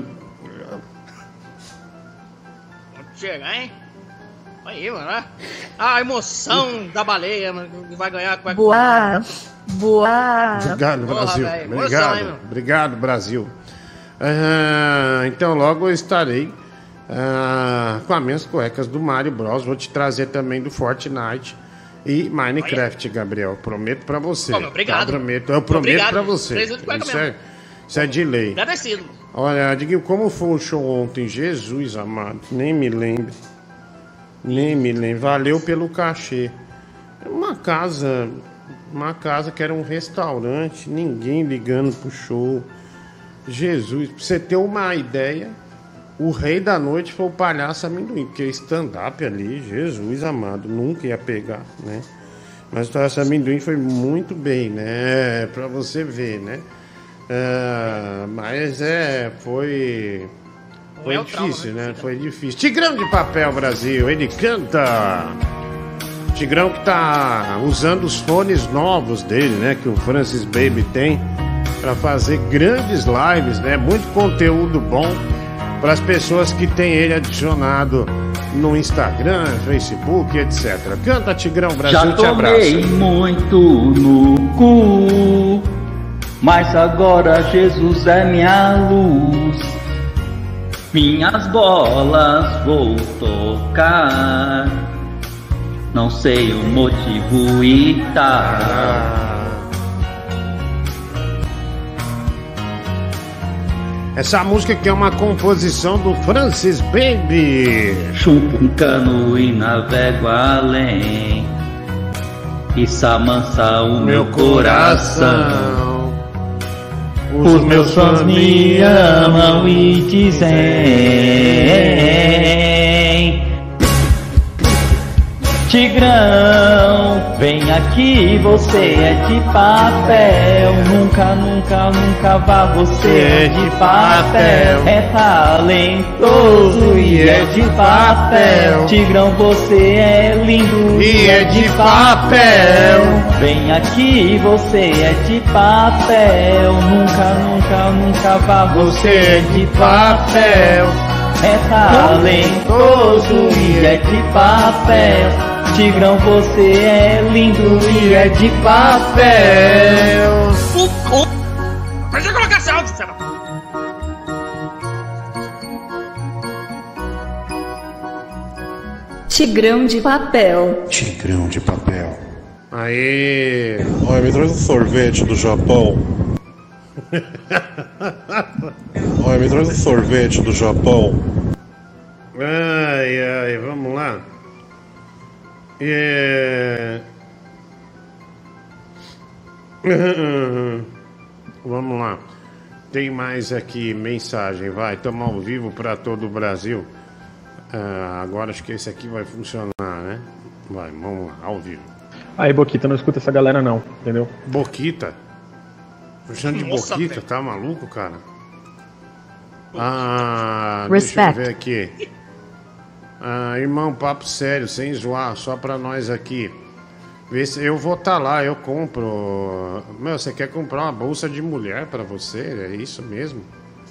Pode chegar, hein? Aí, mano. A emoção da baleia, mano, que vai ganhar. Vai... Boa! Boa! Obrigado, Porra, Brasil. véio, Obrigado. emoção, hein, Obrigado, Brasil. Ah, então logo eu estarei ah, com as minhas cuecas do Mario Bros. Vou te trazer também do Fortnite e Minecraft, Olha. Gabriel. Prometo pra você. Pô, obrigado. Eu prometo, eu prometo obrigado. Pra você. Isso é, isso é de lei. Agradecido. Olha, Diguinho, como foi o show ontem? Jesus amado, nem me lembro. Nem me lembro. Valeu pelo cachê. Uma casa, uma casa que era um restaurante, ninguém ligando pro show. Jesus, pra você ter uma ideia, o rei da noite foi o Palhaço Amendoim, porque stand-up ali, Jesus amado, nunca ia pegar, né? Mas o Palhaço Amendoim foi muito bem, né? Pra você ver, né? Uh, mas é, foi... Foi é difícil, trauma, né? Foi difícil. Tigrão de Papel Brasil, ele canta. Tigrão que tá usando os fones novos dele, né? Que o Francis Baby tem para fazer grandes lives, né? Muito conteúdo bom para as pessoas que tem ele adicionado no Instagram, Facebook, etcétera. Canta, Tigrão Brasil, Já te abraço. tomei muito no cu, mas agora Jesus é minha luz. Minhas bolas vou tocar, não sei o motivo e tá. Essa música aqui é uma composição do Francis Baby. Chupo um cano e navego além, isso amansa o meu, meu coração. coração. Os, Os meus fãs me amam e dizem: Tigrão, vem aqui, você é de papel. Nunca, nunca, nunca vá, você é de papel. É talentoso e é de papel. Tigrão, você é lindo e é de papel. Vem aqui, você é de papel. Nunca, nunca, nunca vá, você é de papel. É talentoso e é de papel. Tigrão, você é lindo e é de papel. Uh, uh. Deixa eu colocar esse áudio, será? Tigrão de papel. Tigrão de papel. Aê! Olha, me traz um sorvete do Japão. Olha, me traz um sorvete do Japão. Ai, ai, vamos lá. É... Vamos lá. Tem mais aqui mensagem, vai. Estamos ao vivo para todo o Brasil. Ah, agora acho que esse aqui vai funcionar, né? Vai, vamos lá, ao vivo. Aí, Boquita, não escuta essa galera não, entendeu? Boquita? Tô chamando de Nossa, Boquita, velho. Tá maluco, cara? Ah, Respect. Deixa eu ver aqui. Ah, irmão, papo sério, sem zoar, só pra nós aqui. Vê se eu vou estar lá, eu compro. Meu, você quer comprar uma bolsa de mulher pra você? É isso mesmo?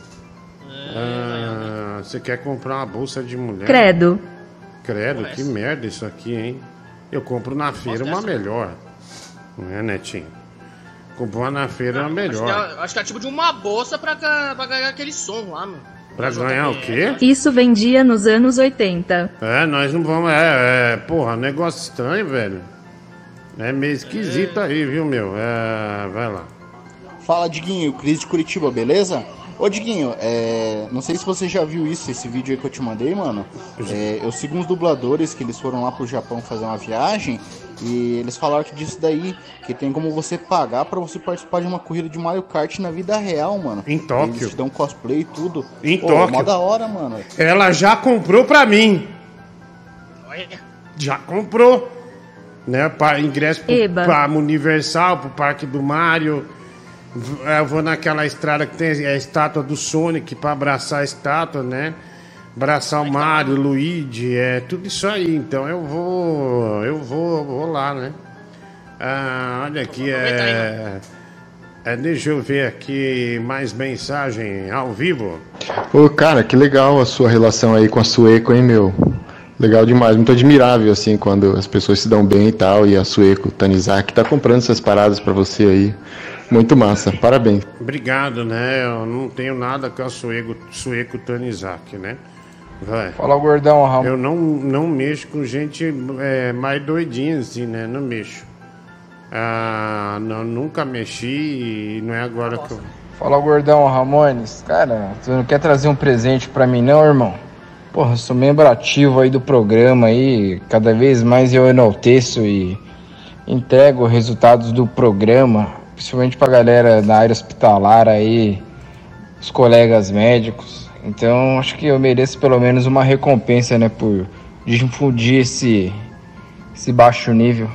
Ah, você quer comprar uma bolsa de mulher? Credo. Credo, que merda isso aqui, hein? Eu compro na feira uma melhor. Não é, Netinho? Comprar na feira uma melhor. Acho que, é, acho que é tipo de uma bolsa pra, pra ganhar aquele som lá, mano. Pra ganhar o quê? Isso vendia nos anos oitenta. É, nós não vamos. É, é porra, negócio estranho, velho. É meio esquisito aí, viu, meu? É, vai lá. Fala, Diguinho, Cris de Curitiba, beleza? Ô, Diguinho, é... não sei se você já viu isso, esse vídeo aí que eu te mandei, mano. É, eu sigo uns dubladores que eles foram lá pro Japão fazer uma viagem e eles falaram que disso daí, que tem como você pagar pra você participar de uma corrida de Mario Kart na vida real, mano. Em Tóquio. Eles te dão cosplay e tudo. Em Pô, Tóquio. Mó da hora, mano. Ela já comprou pra mim. Já comprou. Né, para ingresso pro, pra Universal, pro Parque do Mario. Eu vou naquela estrada que tem a estátua do Sonic pra abraçar a estátua, né? Abraçar o Mario, o Luigi, é tudo isso aí. Então eu vou. Eu vou, vou lá, né? Ah, olha aqui, é, é. Deixa eu ver aqui mais mensagem ao vivo. Ô, cara, que legal a sua relação aí com a Sueco, hein, meu? Legal demais, muito admirável, assim, quando as pessoas se dão bem e tal, e a Sueco Tanizaki tá comprando essas paradas pra você aí. Muito massa, parabéns. Obrigado, né? Eu não tenho nada com a Sueco, Sueco Tanizaki, né? Vai. Fala, gordão, Ramon. Eu não, não mexo com gente é, mais doidinha, assim, né? Não mexo. Ah, não, nunca mexi e não é agora Nossa. que eu... Fala, gordão, Ramones. Cara, você não quer trazer um presente pra mim, não, irmão? Porra, eu sou membro ativo aí do programa aí, cada vez mais eu enalteço e entrego resultados do programa, principalmente pra galera da área hospitalar aí, os colegas médicos. Então acho que eu mereço pelo menos uma recompensa, né, por difundir esse, esse baixo nível.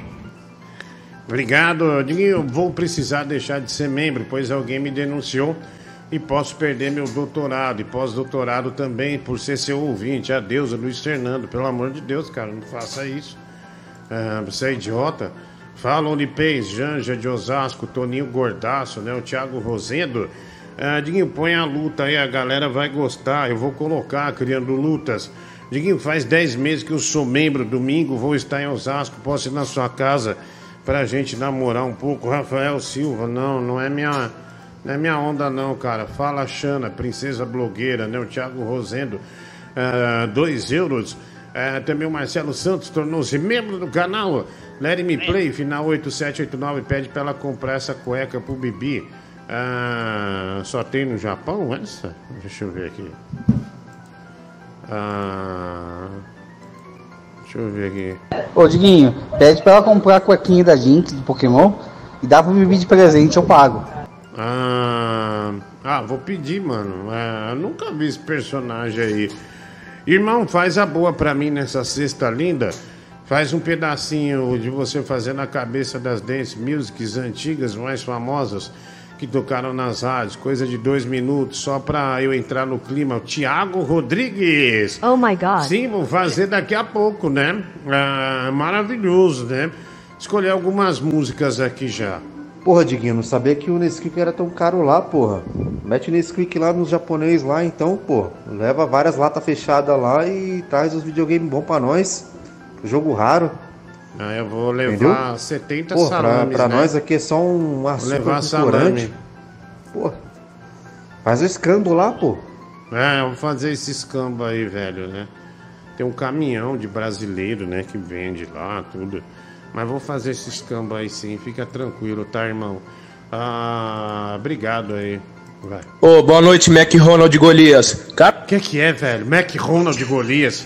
Obrigado, Diguinho. Vou precisar deixar de ser membro, pois alguém me denunciou e posso perder meu doutorado e pós-doutorado também por ser seu ouvinte. Adeus, Luiz Fernando. Pelo amor de Deus, cara, não faça isso. Ah, você é idiota. Fala, Olipês, Janja de Osasco, Toninho Gordaço, né? O Thiago Rosendo. Ah, Diguinho, põe a luta aí, a galera vai gostar. Eu vou colocar Criando Lutas. Diguinho, faz dez meses que eu sou membro. Domingo vou estar em Osasco. Posso ir na sua casa pra gente namorar um pouco? Rafael Silva, não, não é minha... Não é minha onda não, cara. Fala, Xana, princesa blogueira, né? O Thiago Rosendo, uh, dois euros. Uh, também o Marcelo Santos tornou-se membro do canal. Let Me Play, final oito sete oito nove, pede pra ela comprar essa cueca pro Bibi. Uh, só tem no Japão essa? Deixa eu ver aqui. Uh, deixa eu ver aqui. Ô, Diguinho, pede pra ela comprar a cuequinha da Jinx do Pokémon e dá pro Bibi de presente, eu pago. Ah, ah, vou pedir, mano. É, eu nunca vi esse personagem aí. Irmão, faz a boa pra mim nessa cesta linda. Faz um pedacinho de você fazer na cabeça das dance musics antigas, mais famosas, que tocaram nas rádios. Coisa de dois minutos, só pra eu entrar no clima. O Thiago Rodrigues. Oh my God. Sim, vou fazer daqui a pouco, né? Ah, maravilhoso, né? Escolher algumas músicas aqui já. Porra, Diguinho, não sabia que o Nesquik era tão caro lá, porra. Mete o Nesquik lá nos japonês lá, então, porra. Leva várias latas fechadas lá e traz os videogames bons pra nós. Jogo raro. Ah, eu vou levar Entendeu? setenta porra, salames, pra, pra né? nós aqui é só um açúcar levar restaurante. salame. Porra. Faz o escambo lá, pô. É, eu vou fazer esse escambo aí, velho, né? Tem um caminhão de brasileiro, né, que vende lá, tudo. Mas vou fazer esse escambo aí sim, fica tranquilo, tá, irmão? Ah, obrigado aí. Vai. Ô, boa noite, Mac Ronald Golias. O Cara... que que é, velho? Mac Ronald Golias?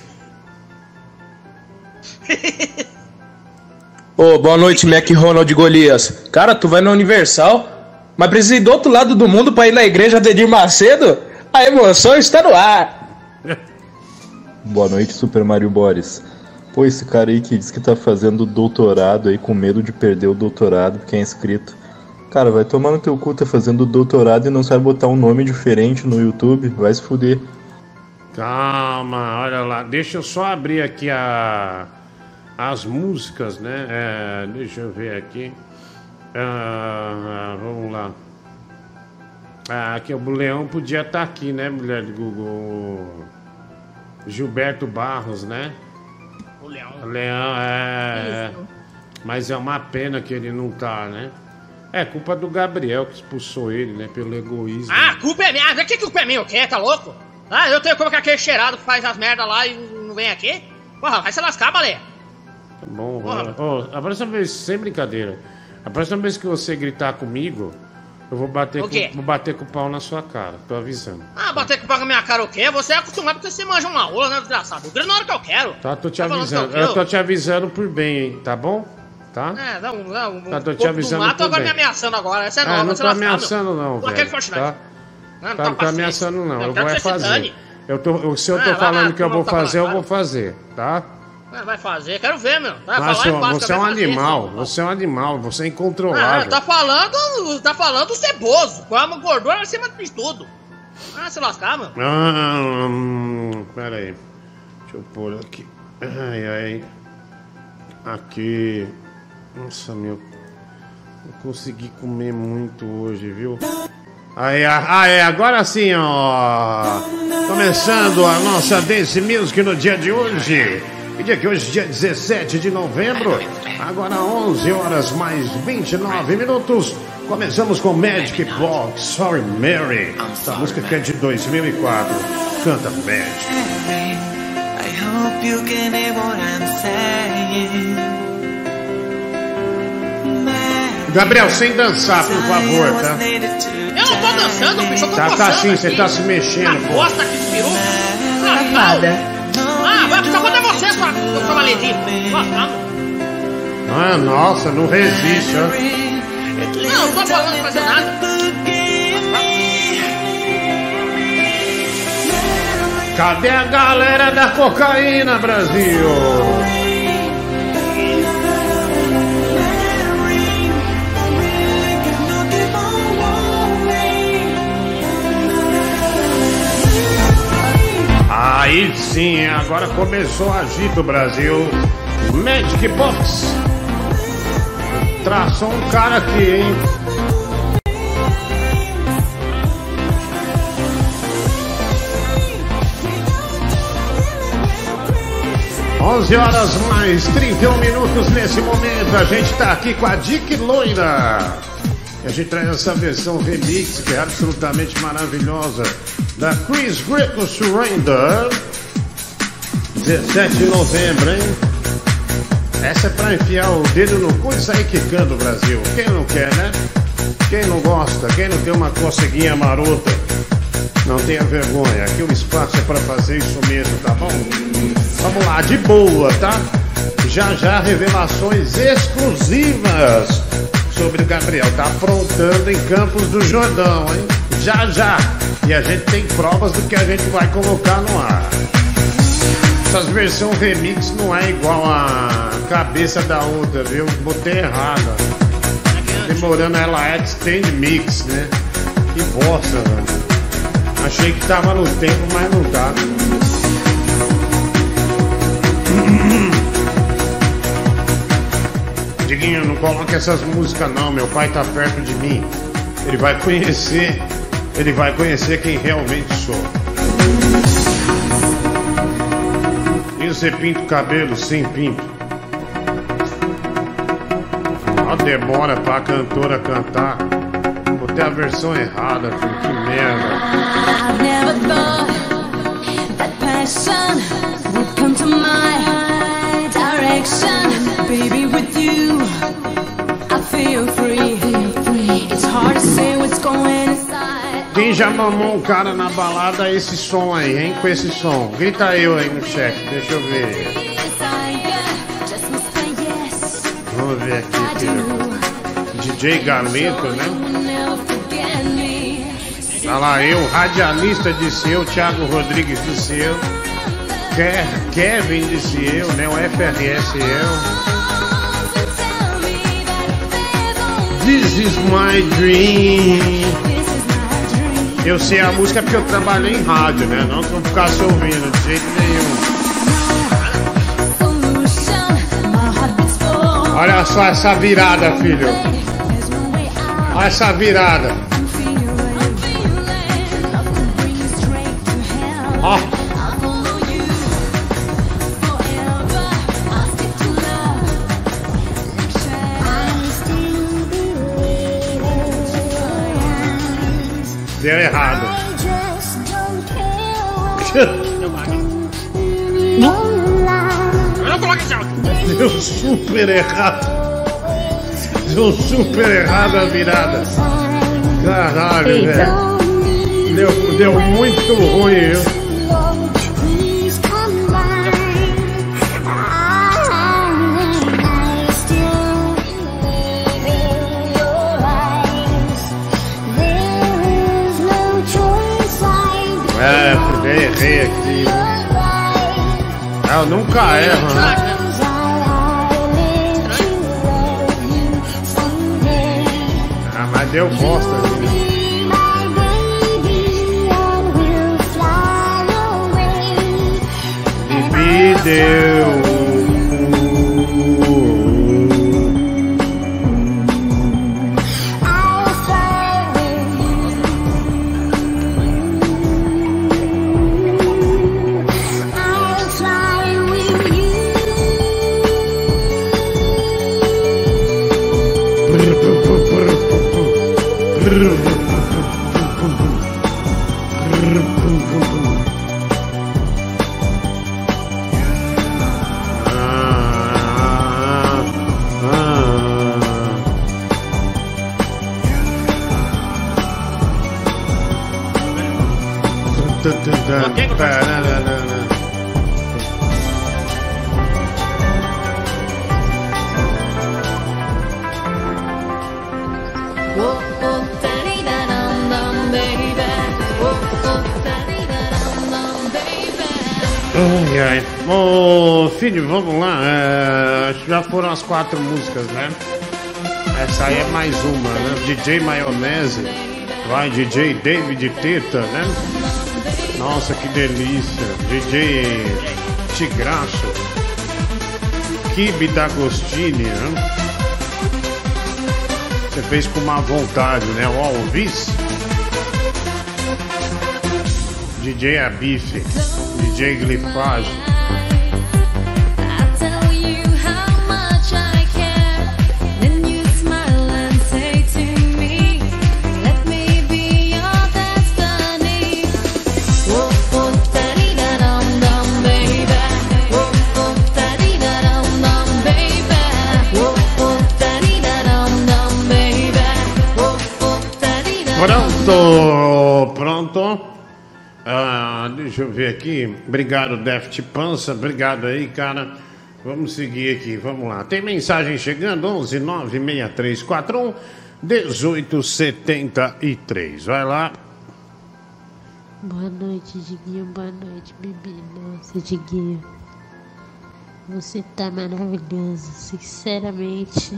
Ô, boa noite, Mac Ronald Golias. Cara, tu vai na Universal, mas precisa ir do outro lado do mundo pra ir na igreja de Edir Macedo? A emoção está no ar. Boa noite, Super Mario Boris. Pô, esse cara aí que diz que tá fazendo doutorado aí com medo de perder o doutorado porque é inscrito. Cara, vai tomar no teu cu, tá fazendo doutorado e não sabe botar um nome diferente no YouTube, vai se fuder. Calma, olha lá, deixa eu só abrir aqui a, as músicas, né? É, deixa eu ver aqui. Ah, vamos lá. Ah, que o Leão podia estar aqui, né, mulher de Google? Gilberto Barros, né? O Leão. O Leão, é. Isso. Mas é uma pena que ele não tá, né? É culpa do Gabriel que expulsou ele, né? Pelo egoísmo. Ah, a culpa é minha. Que culpa é minha? O quê? Tá louco? Ah, eu tenho culpa com aquele cheirado que faz as merdas lá e não vem aqui? Porra, vai se lascar, baleia. Tá bom, ó, a próxima vez, sem brincadeira, a próxima vez que você gritar comigo, eu vou bater, O quê? com, vou bater com o pau na sua cara, tô avisando. Ah, bater com o pau na minha cara o quê? Você é acostumado porque você manja uma rola, né, desgraçado? Eu grito na hora que eu quero. Tá, tô te Tá falando avisando. que eu Eu tô quero? te avisando por bem, hein, tá bom? Tá? É, não, não. Tá, tô o te povo avisando do mato por agora me bem. ameaçando agora. Essa é Ah, nova, não você tô lascar, ameaçando meu. não, Tô aqui velho, fortunado. tá? Não, não Tá, tô não tô paciência. ameaçando não, eu quero vou é que você se fazer. dane. Eu tô, se eu Ah, tô vai falando lá, que eu tu vou não tá fazer, eu falando, vou fazer, tá? Ah, vai fazer, quero ver, meu. Vai Mas, falar e ó, basta, você é um vai fazer, animal, seu- você é um animal, você é Ah, incontrolável. tá falando, tá falando ceboso, com a gordura acima de tudo. Ah, se lascar, meu. Ah, hum, pera aí. Deixa eu pôr aqui. Ai, ai. Aqui. Nossa, meu. Não consegui comer muito hoje, viu? Aí, ah, é, agora sim, ó. Começando a nossa Dance Music no dia de hoje. E dia que hoje, dia dezessete de novembro. Agora onze horas mais vinte e nove minutos. Começamos com Magic Box, Sorry Mary. Essa música que é de dois mil e quatro. Canta Magic. I hope you can hear what I'm saying. Gabriel, sem dançar, por favor, tá? Eu não tô dançando, bicho, eu tô Tá, tá coçando sim, você aqui. tá se mexendo, Ah, pô. bosta aqui de peru. Ah, não. Ah, vai ficar contra você, sua, sua malezinha. Nossa, Ah, nossa, não resiste, ó. não, não tô falando de fazer nada. Cadê a galera da cocaína, Brasil? Aí sim, agora começou o agito, Brasil. Magic Box. Traçou um cara aqui, hein? onze horas mais trinta e um minutos nesse momento. A gente tá aqui com a Dick Loira. E a gente traz essa versão remix que é absolutamente maravilhosa da Chris Greco Surrender. dezessete de novembro, hein? Essa é pra enfiar o dedo no cu e sair quicando, Brasil. Quem não quer, né? Quem não gosta, quem não tem uma coceguinha marota, não tenha vergonha. Aqui o espaço é pra fazer isso mesmo, tá bom? Vamos lá, de boa, tá? Já já revelações exclusivas sobre o Gabriel. Tá aprontando em Campos do Jordão, hein? Já já. E a gente tem provas do que a gente vai colocar no ar. Essas versões remix não é igual a cabeça da outra, viu? Botei errada. Demorando ela Extend Mix, né? Que bosta, velho. Achei que tava no tempo, mas não tá. Diguinho, não coloque essas músicas não, meu pai tá perto de mim. Ele vai conhecer, ele vai conhecer quem realmente sou. E você pinta o cabelo sem pinto? Ó, demora pra cantora cantar. Botei a versão errada, filho, que merda. I never thought that passion would come to my direction. Baby, with you, I feel free. It's hard to say what's going inside. Quem já mamou um cara na balada, esse som aí, hein? Com esse som. Grita eu aí no chat, deixa eu ver. Vamos ver aqui, filho. D J Galeto, né? Tá lá eu, radialista disse eu, Thiago Rodrigues disse eu, Ke- Kevin disse eu, né? O F R S eu. This is my dream. Eu sei a música porque eu trabalhei em rádio, né? Não que eu ficasse ouvindo de jeito nenhum. Olha só essa virada, filho. Olha essa virada. Ó. Deu errado. Deu super errado. Deu super errado a virada. Caralho, Eita. velho. Deu, deu muito ruim, viu? É, porque errei aqui. Eu nunca erro, né? Ah, mas deu bosta, né? Bibi deu. Ai, ai. Ô, filho, vamos lá. É, já foram as quatro músicas, né? Essa aí é mais uma, né? D J Maionese. Vai, D J David Teta, né? Nossa, que delícia. D J Tigraço. Kibe D'Agostini, né? Você fez com má vontade, né? O Alvis. D J Abife. D J Glifage. Pronto, pronto. Ah, deixa eu ver aqui. Obrigado, Deft Pança. Obrigado aí, cara. Vamos seguir aqui, vamos lá. Tem mensagem chegando: onze nove seis três quatro um um oito sete três. Vai lá. Boa noite, Diguinho. Boa noite, bebê. Nossa, Diguinho, você tá maravilhoso. Sinceramente,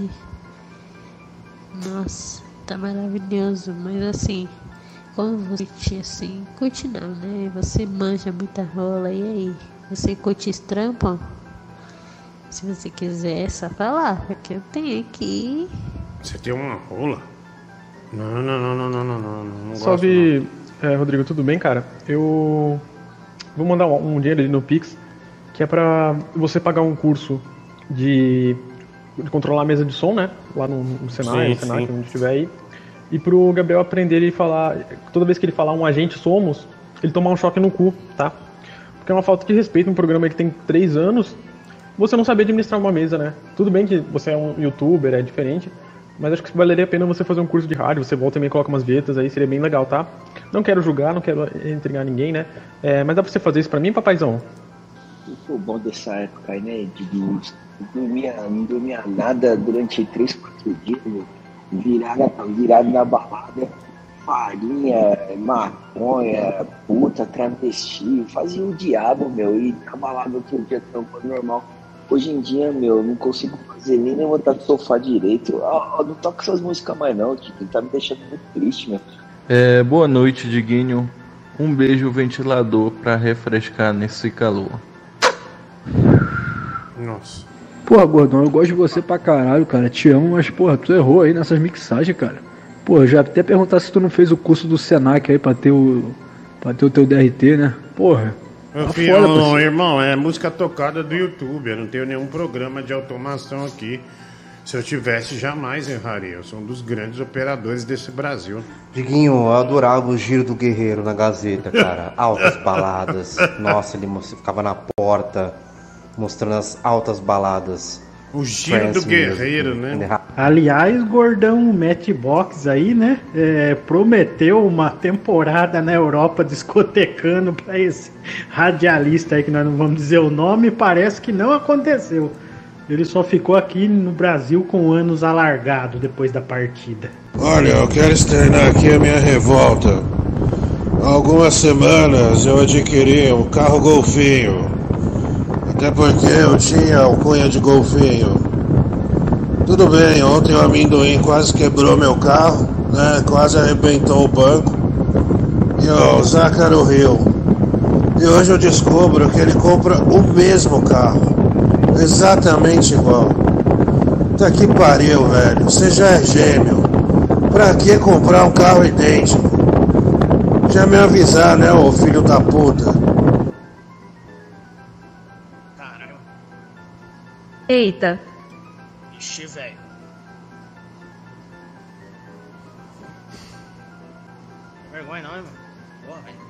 nossa, tá maravilhoso. Mas assim, como você assim, curte não, né? Você manja muita rola. E aí, você curte esse trampo? Se você quiser, é só falar, porque eu tenho aqui. Você tem uma rola? Não, não, não, não, não, não, não, não Salve, é, Rodrigo, tudo bem, cara? Eu vou mandar um, um dinheiro ali no Pix, que é pra você pagar um curso de, de controlar a mesa de som, né? Lá no, no Senai, no Senac, onde estiver aí. E pro Gabriel aprender e falar, toda vez que ele falar um agente somos, ele tomar um choque no cu, tá? Porque é uma falta de respeito um programa que tem três anos, você não saber administrar uma mesa, né? Tudo bem que você é um youtuber, é diferente, mas acho que valeria a pena você fazer um curso de rádio, você volta e meio coloca umas vinhetas aí, seria bem legal, tá? Não quero julgar, não quero intrigar ninguém, né? É, mas dá pra você fazer isso pra mim, papaizão? Foi bom dessa época aí, né? De, de, não, dormia, não dormia nada durante três, quatro dias, meu. Virado, virado na balada, farinha, maconha, puta, travesti, fazia o diabo, meu, e na balada outro dia trampando normal. Hoje em dia, meu, não consigo fazer nem levantar do sofá direito. Ah, não toca essas músicas mais não, tipo, tá me deixando muito triste, meu. É, boa noite, Diguinho. Um beijo ventilador pra refrescar nesse calor. Nossa. Porra, gordão, eu gosto de você pra caralho, cara. Te amo, mas, porra, tu errou aí nessas mixagens, cara. Pô, já até perguntar se tu não fez o curso do Senac aí pra ter o. pra ter o teu D R T, né? Porra. Meu tá filho, foda, não, parceiro. irmão, é música tocada do YouTube. Eu não tenho nenhum programa de automação aqui. Se eu tivesse, jamais erraria. Eu sou um dos grandes operadores desse Brasil. Diguinho, eu adorava o Giro do Guerreiro na Gazeta, cara. Altas baladas. Nossa, ele mo- ficava na porta mostrando as altas baladas. O Giro do Guerreiro, né? Aliás, gordão Matchbox aí, né? é, prometeu uma temporada na Europa discotecando pra esse radialista aí, que nós não vamos dizer o nome, parece que não aconteceu. Ele só ficou aqui no Brasil com anos alargados depois da partida. Olha, eu quero externar aqui a minha revolta. Há algumas semanas eu adquiri um carro golfinho. Até porque eu tinha alcunha de golfinho. Tudo bem, ontem o amendoim quase quebrou meu carro, né? Quase arrebentou o banco. E o Zácaro riu. E hoje eu descubro que ele compra o mesmo carro. Exatamente igual. Tá que pariu, velho. Você já é gêmeo. Pra que comprar um carro idêntico? Já me avisar, né, ô filho da puta? Eita. Ixi, velho. Vergonha não, hein, mano? Porra, velho.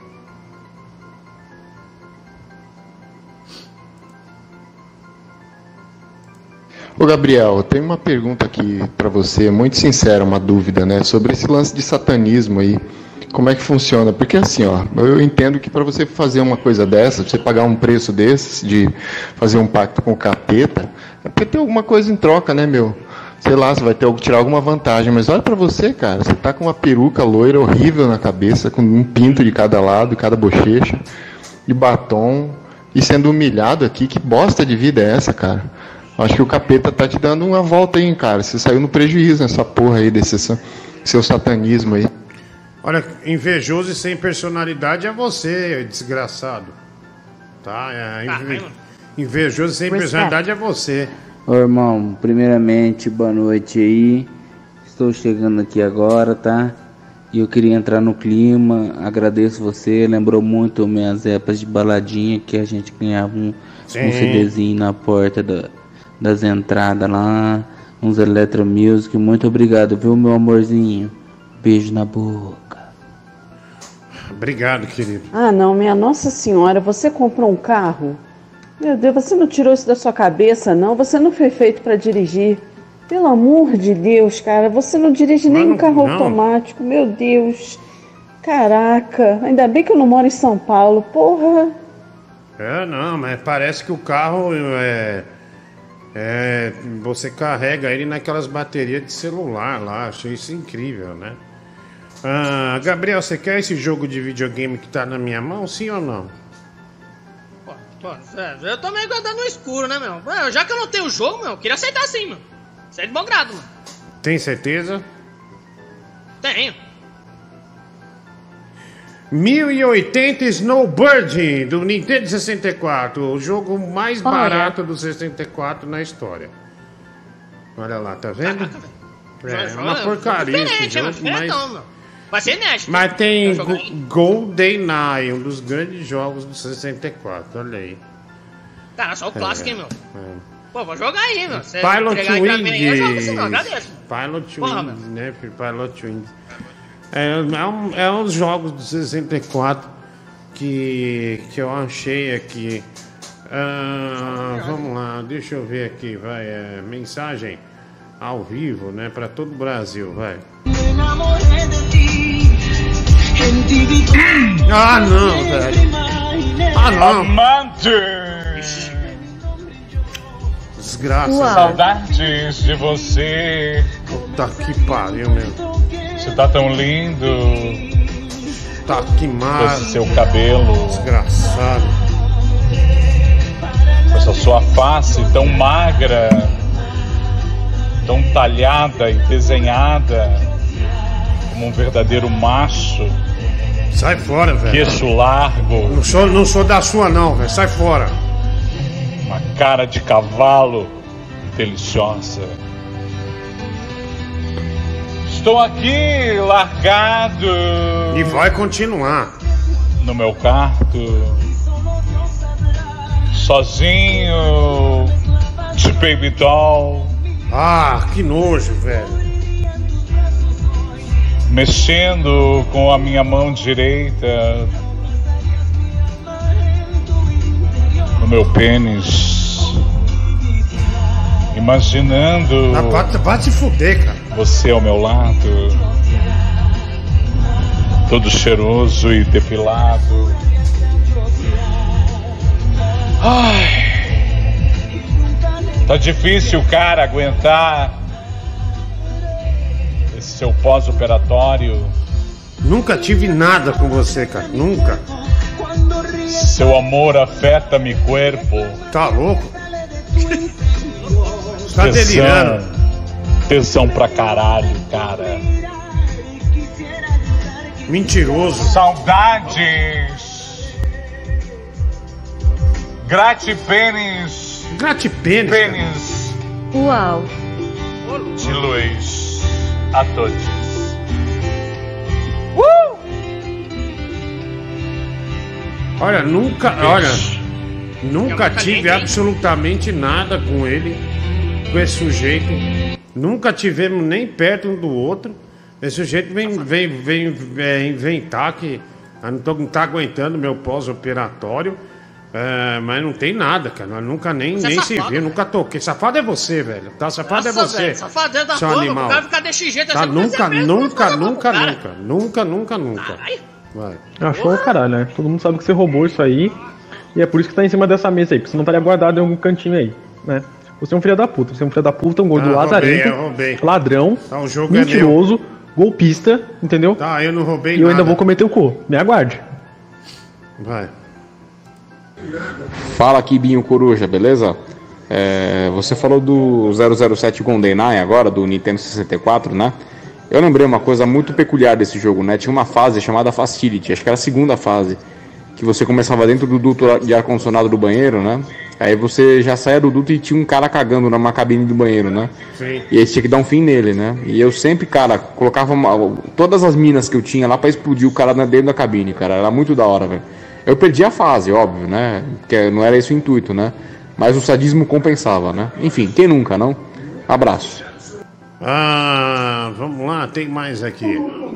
Ô Gabriel, tem uma pergunta aqui pra você, muito sincera, uma dúvida, né, sobre esse lance de satanismo aí. Como é que funciona? Porque assim, ó, eu entendo que para você fazer uma coisa dessa, você pagar um preço desses, de fazer um pacto com o capeta, é porque tem alguma coisa em troca, né, meu? Sei lá, você vai ter tirar alguma vantagem, mas olha pra você, cara, você tá com uma peruca loira horrível na cabeça, com um pinto de cada lado, cada bochecha, de batom, e sendo humilhado aqui, que bosta de vida é essa, cara? Acho que o capeta tá te dando uma volta aí, cara, você saiu no prejuízo nessa porra aí, desse seu satanismo aí. Olha, invejoso e sem personalidade é você, desgraçado. Tá? É, inve... Invejoso e sem Respect. personalidade é você. Ô irmão, primeiramente, boa noite aí. Estou chegando aqui agora, tá? E eu queria entrar no clima. Agradeço você, lembrou muito minhas épocas de baladinha, que a gente ganhava um, um CDzinho na porta da, das entradas lá, uns Electromusic. Muito obrigado, viu, meu amorzinho? Beijo na boca. Obrigado, querido. Ah, não, minha Nossa Senhora, você comprou um carro? Meu Deus, você não tirou isso da sua cabeça, não? Você não foi feito pra dirigir. Pelo amor de Deus, cara, você não dirige nem um carro não. automático, meu Deus. Caraca, ainda bem que eu não moro em São Paulo, porra. É, não, mas parece que o carro é. É. Você carrega ele naquelas baterias de celular lá. Achei isso incrível, né? Ah, Gabriel, você quer esse jogo de videogame que tá na minha mão, sim ou não? Pô, pô, eu tô meio guardando no escuro, né, meu? Mano, já que eu não tenho o jogo, meu, eu queria aceitar sim, mano. Isso é de bom grado, mano. Tem certeza? Tenho. mil e oitenta Snowbird do Nintendo sessenta e quatro, o jogo mais Olha. barato do sessenta e quatro na história. Olha lá, tá vendo? É, é uma porcaria esse Diferente, jogo, mano. mas, Não, mano. Vai ser inédito. mas tem Vai jogar aí. Go- GoldenEye, um dos grandes jogos do sessenta e quatro, olha aí. Cara, só o clássico, É, hein, meu? é. Pô, vou jogar aí, meu. Você Pilot entregar aí pra mim aí, eu jogo assim, não, Wings. agradeço. Pilot Porra, Wings, né? filho? Pilot Wings. É, é, um, é uns jogos do sessenta e quatro que, que eu achei aqui. Ah, vamos lá, deixa eu ver aqui, vai. É, mensagem ao vivo, né? Pra todo o Brasil, vai. Ah, não, velho. Ah, não. Amantes! Desgraça. Uau. Saudades de você. Puta que pariu, meu. Você tá tão lindo. Tá que mal. Esse seu cabelo. Desgraçado. Essa sua face tão magra. Tão talhada e desenhada. Como um verdadeiro macho. Sai fora, velho. Queixo largo. Não sou, não sou da sua, não, velho. Sai fora. Uma cara de cavalo. deliciosa. Estou aqui largado. E vai continuar. No meu quarto. Sozinho. De baby doll. Ah, que nojo, velho. Mexendo com a minha mão direita no meu pênis, imaginando ah, vai, vai se fuder, cara. Você ao meu lado, todo cheiroso e depilado. Ai, tá difícil, cara, aguentar seu pós-operatório. Nunca tive nada com você, cara. Nunca. Seu amor afeta-me corpo. Tá louco? Tá tesão, delirando. Tesão pra caralho, cara. Mentiroso. Saudades. Gratipênis. Gratipênis. Pênis. Uau. De luz. A todos. Uh! Olha, nunca, olha, nunca tive absolutamente nada com ele, com esse sujeito. Nunca tivemos nem perto um do outro. Esse sujeito vem, vem, vem, vem inventar que eu não, tô, não tá aguentando meu pós-operatório. É, mas não tem nada, cara. Nós nunca nem, Você é nem se safado, viu, nunca toquei. Safado é você, velho. Tá? Safado Nossa, é você. velho, safado é da seu porra, animal. o cara ficar desse jeito, Tá, essa coisa nunca, é mesmo, nunca, coisa nunca, cara. nunca, nunca, nunca, nunca, nunca. Vai. Achou o caralho, né? Todo mundo sabe que você roubou isso aí. E é por isso que tá em cima dessa mesa aí, porque você não estaria guardado em algum cantinho aí, né? Você é um filho da puta, você é um filho da puta, um gordo Ah, lazarento, roubei, eu roubei. ladrão, Tá, o jogo é mentiroso, golpista, entendeu? Tá, eu não roubei E eu ainda nada. vou comer teu cu, me aguarde. Vai. Fala aqui, Binho Coruja, beleza? É, você falou do zero zero sete GoldenEye agora, do Nintendo sessenta e quatro, né? Eu lembrei uma coisa muito peculiar desse jogo, né? Tinha uma fase chamada Facility, acho que era a segunda fase, que você começava dentro do duto de ar-condicionado do banheiro, né? Aí você já saía do duto e tinha um cara cagando numa cabine do banheiro, né? Sim. E aí você tinha que dar um fim nele, né? E eu sempre, cara, colocava uma, todas as minas que eu tinha lá pra explodir o cara dentro da cabine, cara. Era muito da hora, velho. Eu perdi a fase, óbvio, né? Porque não era esse o intuito, né? Mas o sadismo compensava, né? Enfim, quem nunca, não? Abraço. Ah, vamos lá, tem mais aqui.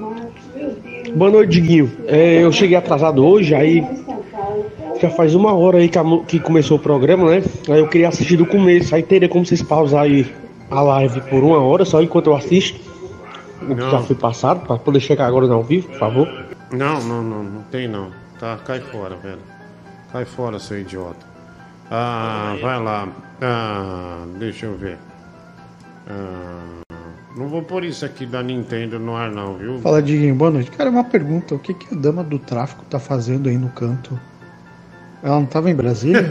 Boa noite, Diguinho. É, eu cheguei atrasado hoje, aí já faz uma hora aí que, a, que começou o programa, né? Aí eu queria assistir do começo, aí teria como vocês pausar aí a live por uma hora só enquanto eu assisto o que Não. já foi passado, pra poder chegar agora no ao vivo, por favor. Não, não, não, não tem não. Tá, cai fora, velho. Cai fora, seu idiota. Ah, vai lá. Ah, deixa eu ver. Ah, não vou pôr isso aqui da Nintendo no ar não, viu? Fala, Diguinho, boa noite. Cara, uma pergunta: o que, que a dama do tráfico tá fazendo aí no canto? Ela não tava em Brasília?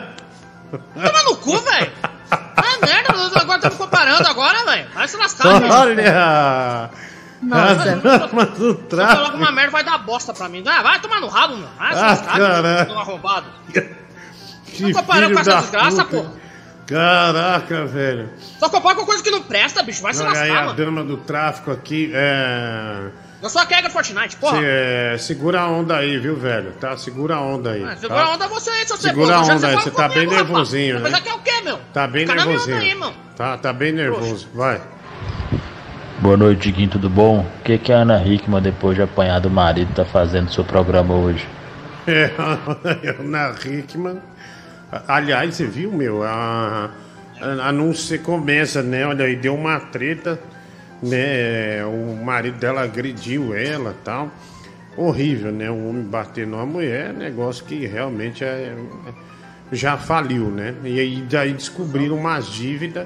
Toma no cu, velho! Ah, merda, agora estamos comparando agora, velho. Vai se lascar, velho. Olha! Nossa. A dama do Você tráfico. coloca uma merda, vai dar bosta pra mim. Ah, vai tomar no rabo, meu. Vai se Ah, lascar, caralho. meu arrombado. Que Não comparando com filho essa da desgraça, puta. pô. Caraca, velho. Só compara com coisa que não presta, bicho. Vai se Olha aí, lascar, a mano. dama do tráfico aqui é... Eu sou a Kega Fortnite, porra. Se, é, segura a onda aí, viu, velho? Tá? Segura a onda aí. Ah, tá? segura a onda você aí, seu Segura cebola. a Já onda aí, fala você tá comigo, bem rapaz. nervosinho, né? Mas aqui é o quê, meu? Tá bem Fica na minha nervosinho. onda aí, mano. Tá, tá bem nervoso. Vai. Boa noite, Diguinho, tudo bom? O que, que a Ana Hickman, depois de apanhar do marido, tá fazendo no seu programa hoje? É, a Ana Hickman. Aliás, você viu, meu? A, a, a não se começa, né? Olha aí, deu uma treta, né? O marido dela agrediu ela e tal. Horrível, né? O homem bater numa mulher, negócio que realmente é, já faliu, né? E aí daí descobriram umas dívidas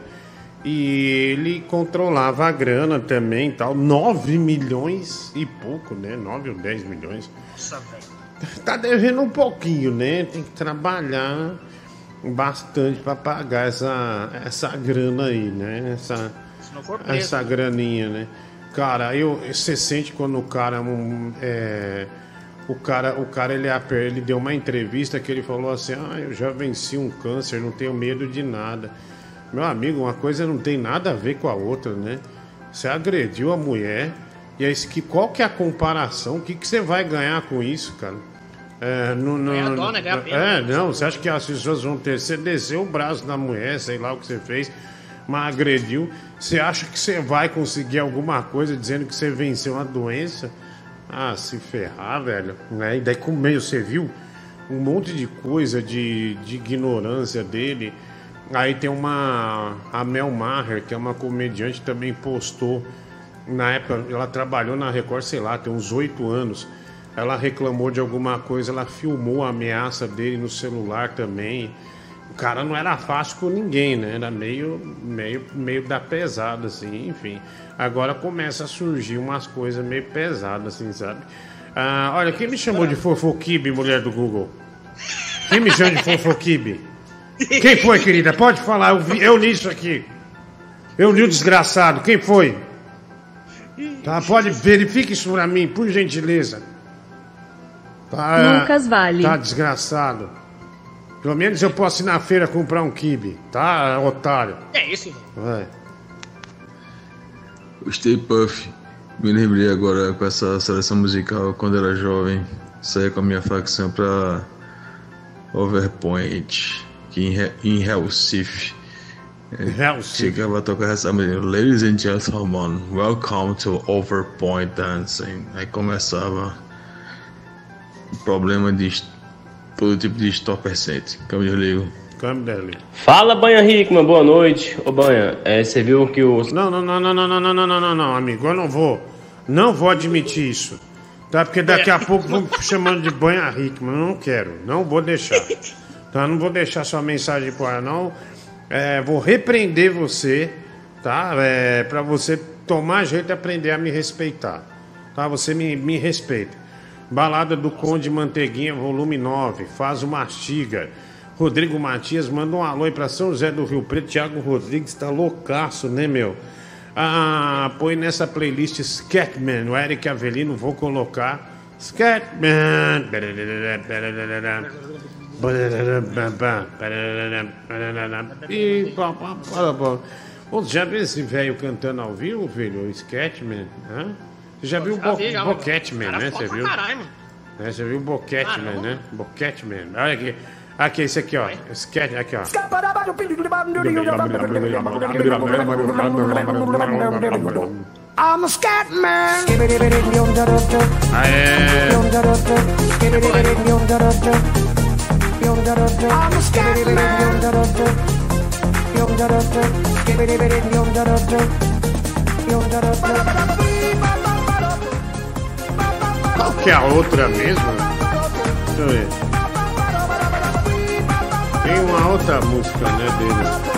e ele controlava a grana também e tal. nove milhões e pouco, né? nove ou dez milhões. Nossa, velho. Tá devendo um pouquinho, né? Tem que trabalhar bastante pra pagar essa, essa grana aí, né? Essa, Se não for preso. essa graninha, né? Cara, eu, você sente quando o cara um, é, o cara, o cara ele, ele deu uma entrevista que ele falou assim: ah, eu já venci um câncer, não tenho medo de nada. Meu amigo, uma coisa não tem nada a ver com a outra, né? Você agrediu a mulher, e aí, que, qual que é a comparação? O que, que você vai ganhar com isso, cara? É, não, não, Ganha dó, né? Ganha pena. é, não, você acha que as pessoas vão ter... Você desceu o braço da mulher, sei lá o que você fez, mas agrediu. Você acha que você vai conseguir alguma coisa dizendo que você venceu uma doença? Ah, se ferrar, velho. Né? E daí com meio, você viu um monte de coisa de, de ignorância dele. Aí tem uma... A Mel Maher, que é uma comediante, também postou. Na época, ela trabalhou na Record, sei lá, tem uns oito anos. Ela reclamou de alguma coisa, ela filmou a ameaça dele no celular também. O cara não era fácil com ninguém, né? Era meio, meio, meio da pesada, assim, enfim. Agora começa a surgir umas coisas meio pesadas, assim, sabe? Ah, olha, quem me chamou de fofoquibe, mulher do Google? Quem me chama de fofoquibe? Quem foi, querida? Pode falar, eu, vi, eu li isso aqui. Eu li o desgraçado, quem foi? Tá, pode, verifique isso pra mim, por gentileza. Tá, Lucas Vale. Tá desgraçado. Pelo menos eu posso ir na feira comprar um quibe, tá, otário? É isso, Vai. O Stay Puff, me lembrei agora com essa seleção musical quando era jovem. Saía com a minha facção pra Overpoint, que em, Re- em Recife. Chegava a tocar essa música, Ladies and Gentlemen, welcome to Overpoint Dancing. Aí começava o problema de todo tipo de entorpecente. Câmbio ligo. Câmbio dele. Fala, Banha Hickman, boa noite. Ô, Banha, é, você viu que o... Não, não, não, não, não, não, não, não, não, não, não, amigo, eu não vou, não vou admitir isso, tá? Porque daqui a pouco vão me chamando de Banha Hickman, eu não quero, não vou deixar, tá? Não vou deixar sua mensagem por ar, não. É, vou repreender você, tá? É, pra você tomar jeito e aprender a me respeitar, tá? Você me, me respeita. Balada do Conde Manteiguinha, volume nove, faz o mastiga. Rodrigo Matias manda um alô aí pra São José do Rio Preto. Thiago Rodrigues tá loucaço, né, meu? Ah, põe nessa playlist Scatman, o Eric Avelino, vou colocar Scatman. E Ô, já viu esse velho cantando ao vivo, filho? O Scatman? Hã? Você já viu o Bo Boquetman, né? Você viu? É, você viu o Boquetman, né? Boquetman. Olha aqui. Aqui, esse aqui, ó. Sketch, aqui, ó. I'm a scat man. Aê. I'm a scat Qual que é a outra mesmo? Deixa eu ver. Tem uma outra música, né, deles.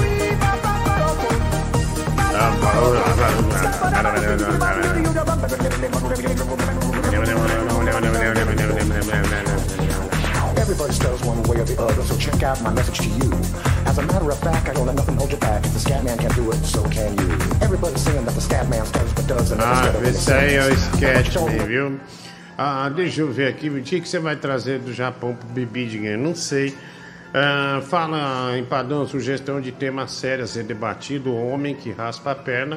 Everybody spells one way or the other, so check out my message to you. As a matter of fact, I don't let nothing hold you back. If the scat man can do it, so can you. Everybody's saying that the scat man stutters but does and Ah, esse aí é o Sketchman, viu? Ah, deixa eu ver aqui, o que você vai trazer do Japão pro Bibi Dinheiro? Não sei. Ah, fala, Empadão, sugestão de tema sério a ser debatido: homem que raspa a perna.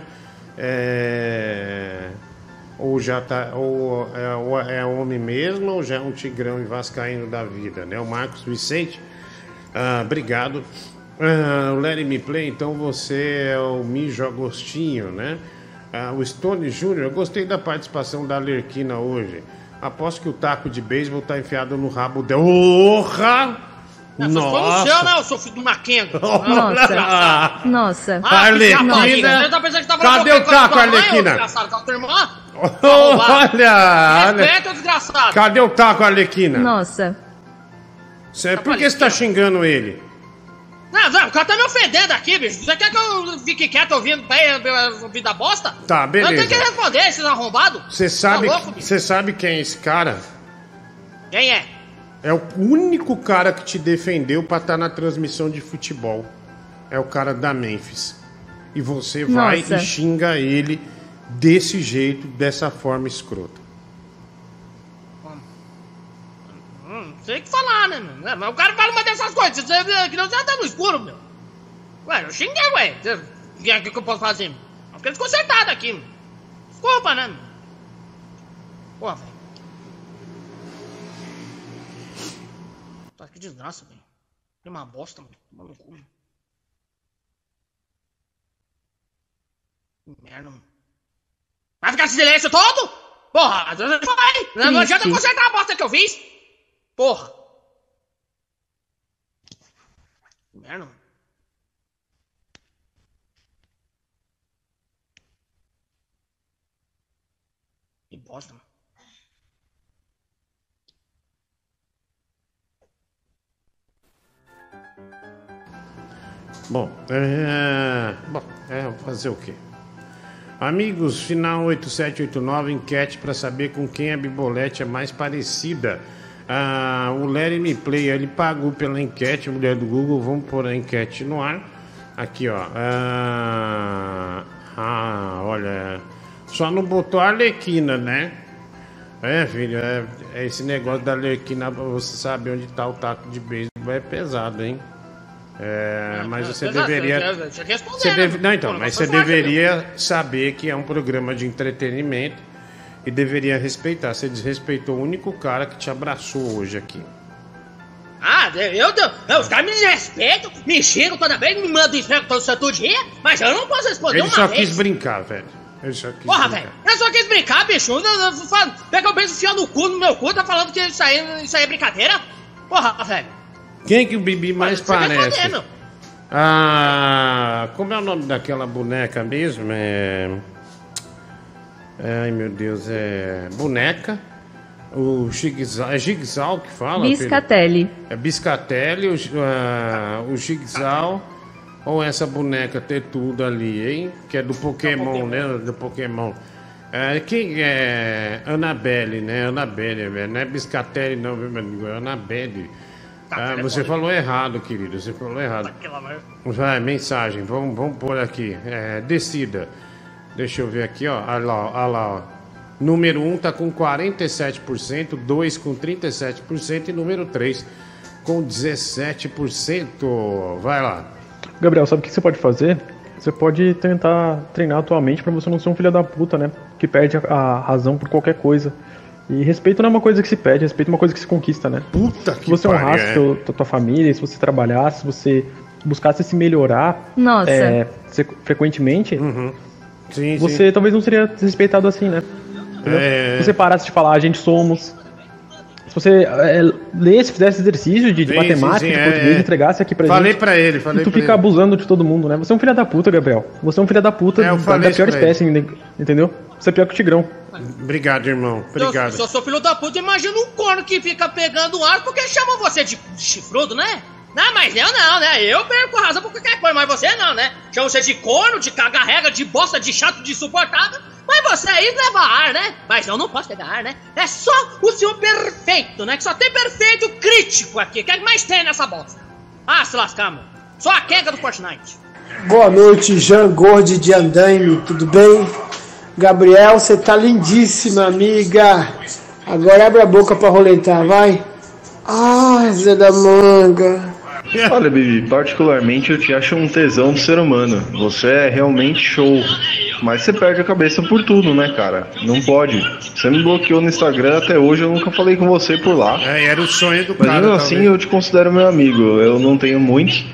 É... Ou já tá. Ou é, ou é homem mesmo, ou já é um tigrão e vascaíno da vida, né? O Marcos Vicente. Ah, obrigado. Ah, o Let Me Play, então você é o Mijo Agostinho, né? Ah, o Stone Júnior, eu gostei da participação da Alerquina hoje. Aposto que o taco de beisebol tá enfiado no rabo dela. Porra! Nossa! Você né, eu sou filho do Maquengo. Nossa! Nossa! Ah, Arlequina! Tá Cadê o taco, Arlequina? Olha! Respeita, o desgraçado! Cadê o taco, Arlequina? Nossa! Cê, por que você tá xingando ele? Não, não, o cara tá me ofendendo aqui, bicho. Você quer que eu fique quieto ouvindo, ouvindo a bosta? Tá, beleza. Eu tenho que responder, esses arrombados. Você sabe, tá louco, você sabe quem é esse cara? Quem é? É o único cara que te defendeu pra estar na transmissão de futebol. É o cara da Memphis. E você vai Nossa. e xinga ele desse jeito, dessa forma escrota. Hum, não sei o que falar, né, meu? Mas o cara fala uma dessas coisas. Você, que não você tá no escuro, meu. Ué, eu xinguei, ué. O que, que, que eu posso fazer? Eu fiquei desconcertado aqui. Desculpa, né? Porra, velho. Tá, que desgraça, velho. Que uma bosta, mano. Toma no cu, mano. Que merda, mano. Vai ficar esse silêncio todo? Porra, vai. Não adianta consertar a bosta que eu fiz. Porra. Que merda, mano. Que bosta, mano. Bom, é... Bom, é fazer o quê? Amigos, final oito sete oito nove, enquete para saber com quem a Bibolete é mais parecida. Ah, o Larry Me Play, ele pagou pela enquete, mulher do Google, vamos pôr a enquete no ar. Aqui, ó. Ah, ah olha, só não botou a Arlequina, né? É, filho, é, é esse negócio da Arlequina, você sabe onde tá o taco de beisebol, é pesado, hein? É, mas você deveria. Você deve, não, então, mas você deveria saber que é um programa de entretenimento e deveria respeitar. Você desrespeitou o único cara que te abraçou hoje aqui. Ah, eu, eu os caras me desrespeitam, me xingam toda vez, me mandam inferno todo santo dia, mas eu não posso responder Ele uma só vez. quis brincar, velho. Ele só quis Porra, brincar. velho, eu só quis brincar, bicho. Pega o beijo enfiando no cu no meu cu, tá falando que isso aí, isso aí é brincadeira? Porra, velho. Quem que o Bibi mais Você vai parece? foder, meu. Ah, como é o nome daquela boneca mesmo? É... Ai, meu Deus, é... Boneca. O Gigzal, é Gigzal que fala? Biscatelli. Filho? É Biscatelli, o, uh, o Gigzal. Ou essa boneca ter tudo ali, hein? Que é do Pokémon, né? Do Pokémon. É, quem é? Annabelle, né? Annabelle, velho. Não é Biscatelli, não, viu, meu amigo? É Annabelle. Ah, você falou errado, querido. Você falou errado. Vai, mensagem. Vamos, vamos pôr aqui. É, decida. Deixa eu ver aqui, ó. Olha lá, olha lá, ó. Número um tá com quarenta e sete por cento, dois com trinta e sete por cento e número três com dezessete por cento. Vai lá. Gabriel, sabe o que você pode fazer? Você pode tentar treinar a tua mente pra você não ser um filho da puta, né? Que perde a, a razão por qualquer coisa. E respeito não é uma coisa que se pede, respeito é uma coisa que se conquista, né? Puta que Se você pariu, honrasse é. teu, tua, tua família, se você trabalhasse, se você buscasse se melhorar Nossa. é, se- frequentemente, Sim, você sim. talvez não seria desrespeitado assim, né? Entendeu? É. Se você parasse de falar, a gente somos. Se você é, lesse, fizesse exercício de, de Sim, matemática, sim, sim, de é, português, é. entregasse aqui pra Falei gente. pra ele, falei E tu pra fica ele. abusando de todo mundo, né? Você é um filho da puta, Gabriel. Você é um filho da puta É, eu da, falei da isso pior pra ele. espécie, entendeu? Você é pior que o Tigrão. Obrigado, irmão. Obrigado. Se eu sou filho da puta, imagina um corno que fica pegando ar porque chama você de chifrudo, né? Não, mas eu não, né? Eu perco a razão por qualquer coisa, mas você não, né? Chama você de corno, de caga-rega, de bosta, de chato, de insuportável. Mas você aí leva ar, né? Mas eu não posso pegar ar, né? É só o senhor perfeito, né? Que só tem perfeito crítico aqui. O que é que mais tem nessa bosta? Ah, se lascar, mano. Só a quenga do Fortnite. Boa noite, Jean Gordi de Andaime, tudo bem? Gabriel, você tá lindíssima, amiga. Agora abre a boca pra roletar, vai. Ah, Zé da Manga. Olha, Bibi, particularmente eu te acho um tesão do ser humano. Você é realmente show. Mas você perde a cabeça por tudo, né, cara? Não pode. Você me bloqueou no Instagram, até hoje eu nunca falei com você por lá. É, era o sonho do Mas cara. mesmo assim talvez. eu te considero meu amigo. Eu não tenho muitos.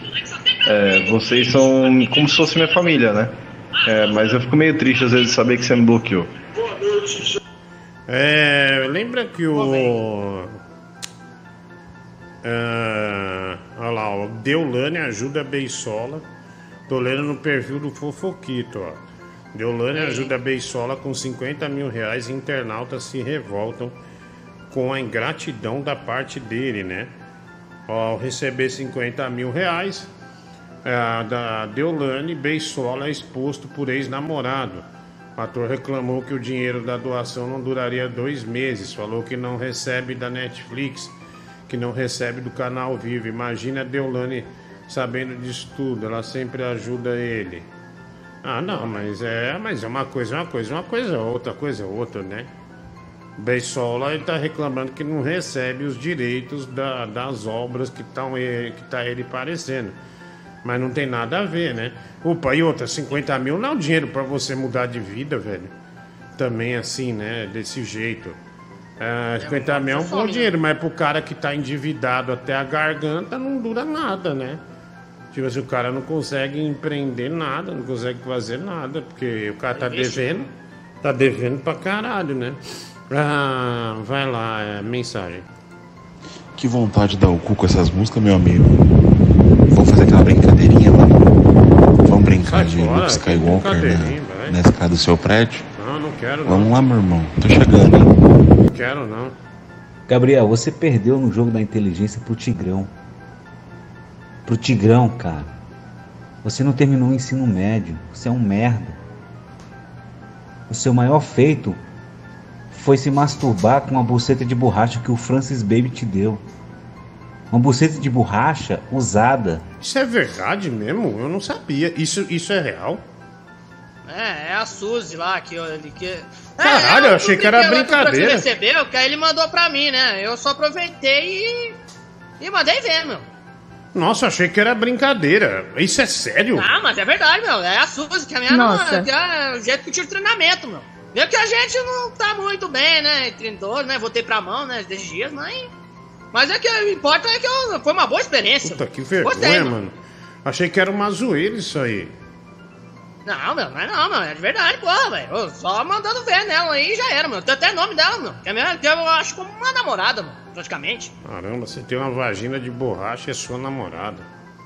É, vocês são como se fosse minha família, né? É, mas eu fico meio triste às vezes de saber que você me bloqueou. É, lembra que o. Ah, olha lá, o Deolane ajuda a Beisola. Tô lendo no perfil do Fofoquito, ó. Deolane ajuda a Beisola com cinquenta mil reais e internautas se revoltam com a ingratidão da parte dele, né? Ao receber cinquenta mil reais é, da Deolane, Beisola é exposto por ex-namorado. O ator reclamou que o dinheiro da doação não duraria dois meses. Falou que não recebe da Netflix, que não recebe do canal Vivo. Imagina a Deolane sabendo disso tudo. Ela sempre ajuda ele. Ah, não, mas é, mas é uma coisa, uma coisa, uma coisa, outra coisa, outra, né? Beisola ele tá reclamando que não recebe os direitos da- das obras que estão que tá ele parecendo. Mas não tem nada a ver, né? Opa, e outra, cinquenta mil não é um dinheiro pra você mudar de vida, velho. Também assim, né? Desse jeito. Ah, cinquenta mil é um bom dinheiro, mas pro cara que tá endividado até a garganta não dura nada, né? Tipo assim, o cara não consegue empreender nada, não consegue fazer nada, porque o cara tá devendo, tá devendo pra caralho, né? Ah, vai lá, é, mensagem. Que vontade de dar o cu com essas músicas, meu amigo. Vamos fazer aquela brincadeirinha, mano. Vamos brincar Sai de fora, Luke Skywalker brincadeirinha, na, vai. na escada do seu prédio? Não, não quero não. Vamos lá, meu irmão. Tô chegando, hein? Não quero não. Gabriel, você perdeu no jogo da inteligência pro Tigrão. Pro Tigrão, cara. Você não terminou o ensino médio. Você é um merda. O seu maior feito foi se masturbar com uma buceta de borracha que o Francis Baby te deu. Uma buceta de borracha usada. Isso é verdade mesmo? Eu não sabia. Isso, isso é real? É, é a Suzy lá que... que... Caralho, é, eu achei que era brincadeira. Que recebeu, que aí ele mandou pra mim, né? Eu só aproveitei e... E mandei ver, meu. Nossa, achei que era brincadeira. Isso é sério? Ah, mas é verdade, meu. É a Suzy, que é a minha Nossa. que é o jeito que eu tiro treinamento, meu. Vê que a gente não tá muito bem, né? Treinador, né? Voltei pra mão, né? Desses dias, mas... Mas é que o importa é que eu... foi uma boa experiência. Puta, que vergonha, Gostei, mano. Achei que era uma zoeira isso aí. Não, meu, não é não, meu. É de verdade, porra, velho. Só mandando ver nela aí já era, meu. Tem até nome dela, meu. Que é minha, que eu acho como uma namorada, meu. Praticamente. Caramba, você tem uma vagina de borracha e é sua namorada.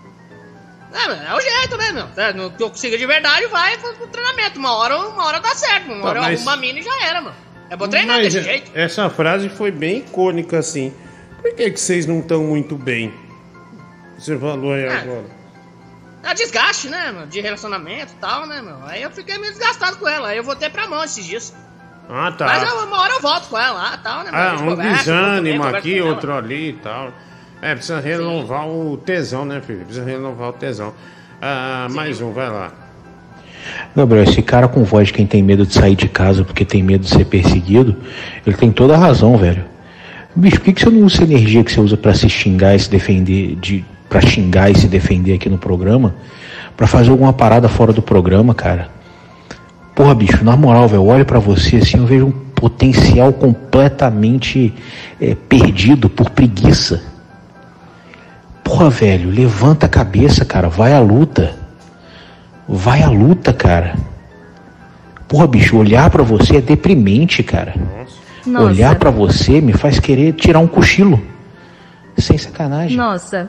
É, meu, é o jeito, né, meu? É, no que eu consiga de verdade, vai pro, pro treinamento. Uma hora, uma hora dá certo, uma Tá, hora mas- uma mina e já era, mano. É bom treinar Mas desse é- jeito. essa frase foi bem icônica, assim. Por que, que vocês não estão muito bem? Você falou aí É. agora. É desgaste, né, meu? De relacionamento e tal, né, meu? Aí eu fiquei meio desgastado com ela. Aí eu voltei pra mão esses dias. Ah, tá. Mas eu- uma hora eu volto com ela lá e tal, né, meu? A Ah, gente um conversa, desânimo conversa aqui, com ela. outro ali e tal. É, precisa renovar o tesão, né, filho? Precisa renovar o tesão. Ah, mais um, vai lá. Gabriel, esse cara com voz de quem tem medo de sair de casa porque tem medo de ser perseguido, ele tem toda a razão, velho. Bicho, por que, que você não usa a energia que você usa pra se xingar e se defender, de, pra xingar e se defender aqui no programa, pra fazer alguma parada fora do programa, cara? Porra, bicho, na moral, velho, eu olho pra você assim, eu vejo um potencial completamente é, perdido por preguiça. Porra, velho, levanta a cabeça, cara, vai à luta. Vai à luta, cara. Porra, bicho, olhar pra você é deprimente, cara. Nossa. Olhar pra você me faz querer tirar um cochilo. Sem sacanagem. Nossa.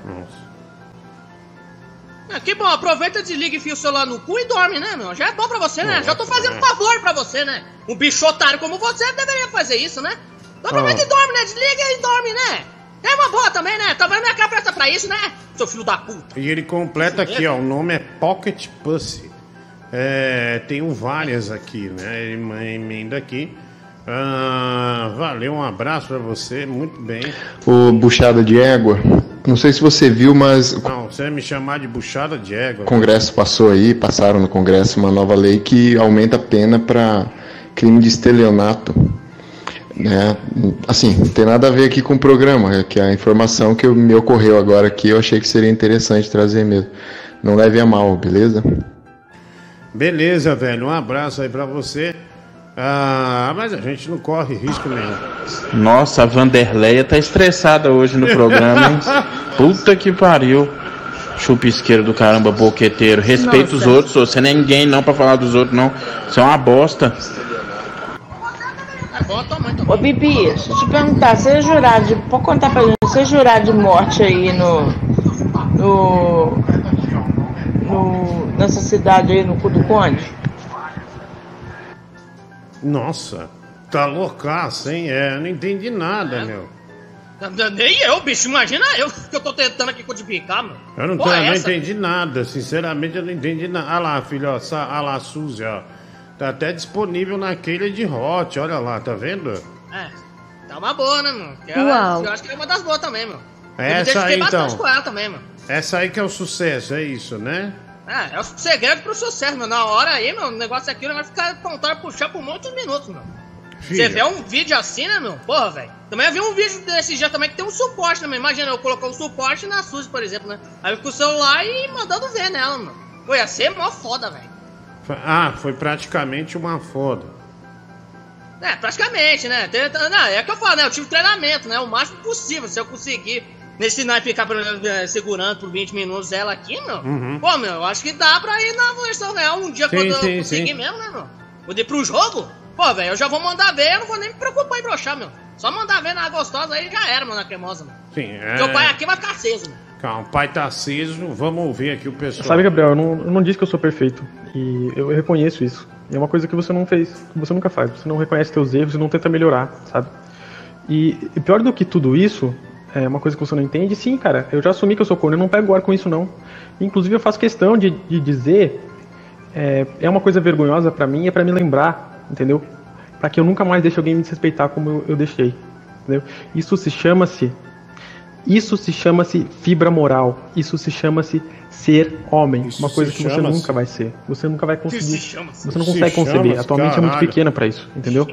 É, que bom, aproveita, desliga e enfia o celular no cu e dorme, né, meu? Já é bom pra você, né? Já tô fazendo um favor pra você, né? Um bicho otário como você deveria fazer isso, né? Então aproveita Ah. e dorme, né? Desliga e dorme, né? É uma boa também, né? Tá vendo minha cara presta pra isso, né? Seu filho da puta. E ele completa aqui, ó, o nome é Pocket Pussy. É, tem várias aqui, né? Ele ma- emenda aqui. Ah, valeu, um abraço pra você, muito bem. Ô, buchada de égua, não sei se você viu, mas o Não, você vai me chamar de buchada de égua. Congresso passou aí, passaram no Congresso uma nova lei que aumenta a pena para crime de estelionato. Né? Assim, não tem nada a ver aqui com o programa, é que a informação que eu- me ocorreu agora aqui, eu achei que seria interessante trazer mesmo. Não leve a mal, beleza? Beleza, velho, um abraço aí pra você. Ah, mas a gente não corre risco nenhum. Nossa, a Vanderleia tá estressada hoje no programa, hein? Puta que pariu. Chupisqueiro do caramba, boqueteiro. Respeita os Nossa. outros, ô. Você não é ninguém não pra falar dos outros, não. Você é uma bosta. Ô Bibi, deixa eu te perguntar, você é jurado de. Pode contar pra gente, você é jurado de morte aí no. no. no nessa cidade aí, no Cu do Conde? Nossa, tá loucaço, hein? É, eu não entendi nada, meu. Nem eu, bicho, imagina eu que eu tô tentando aqui codificar, meu. Eu não, tô, Porra, eu não essa? entendi nada, sinceramente eu não entendi nada. Ah lá, filho, ó, essa- ah lá, Suzy, ó. Tá até disponível naquele de Hot, olha lá, tá vendo? É, tá uma boa, né, meu? Que ela- Uau. Eu acho que é uma das boas também, meu. É eu me essa identifiquei aí, bastante então. com ela também, meu. Essa aí que é o sucesso, é isso, né? É, é o segredo pro sucesso, meu. Na hora aí, meu, o negócio aqui vai ficar contando, puxar por muitos minutos, meu. Você vê um vídeo assim, né, meu? Porra, velho. Também eu vi um vídeo desse dia também que tem um suporte também. Imagina, eu colocar um suporte na Suzy, por exemplo, né? Aí com o celular e mandando ver nela, mano. Pô, ia ser mó foda, velho. Ah, foi praticamente uma foda. É, praticamente, né? Tem, não, é que eu falo, né? Eu tive treinamento, né? O máximo possível. Se eu conseguir nesse naipe ficar segurando por vinte minutos ela aqui, meu. Uhum. Pô, meu, eu acho que dá pra ir na versão real um dia Sim, quando sim, eu conseguir sim. mesmo, né, meu? Poder ir pro jogo. Pô, velho, eu já vou mandar ver, eu não vou nem me preocupar em broxar, meu. Só mandar ver na gostosa aí já era, mano, na cremosa, mano. Sim, é... Seu pai aqui vai ficar aceso, mano. Calma, o pai tá aceso, vamos ouvir aqui o pessoal. Sabe, Gabriel, eu não, eu não disse que eu sou perfeito. E eu reconheço isso. E é uma coisa que você não fez, que você nunca faz. Você não reconhece seus erros e não tenta melhorar, sabe? E, e pior do que tudo isso, é uma coisa que você não entende, sim, cara, eu já assumi que eu sou corno, eu não pego ar com isso, não. Inclusive, eu faço questão de, de dizer, é, é uma coisa vergonhosa pra mim, é pra me lembrar, entendeu? Pra que eu nunca mais deixe alguém me desrespeitar como eu, eu deixei, entendeu? Isso se chama-se... Isso se chama-se fibra moral. Isso se chama-se ser homem. Isso uma coisa que você nunca vai ser. Você nunca vai conseguir. Você não consegue conceber. Atualmente caralho. É muito pequena pra isso, entendeu?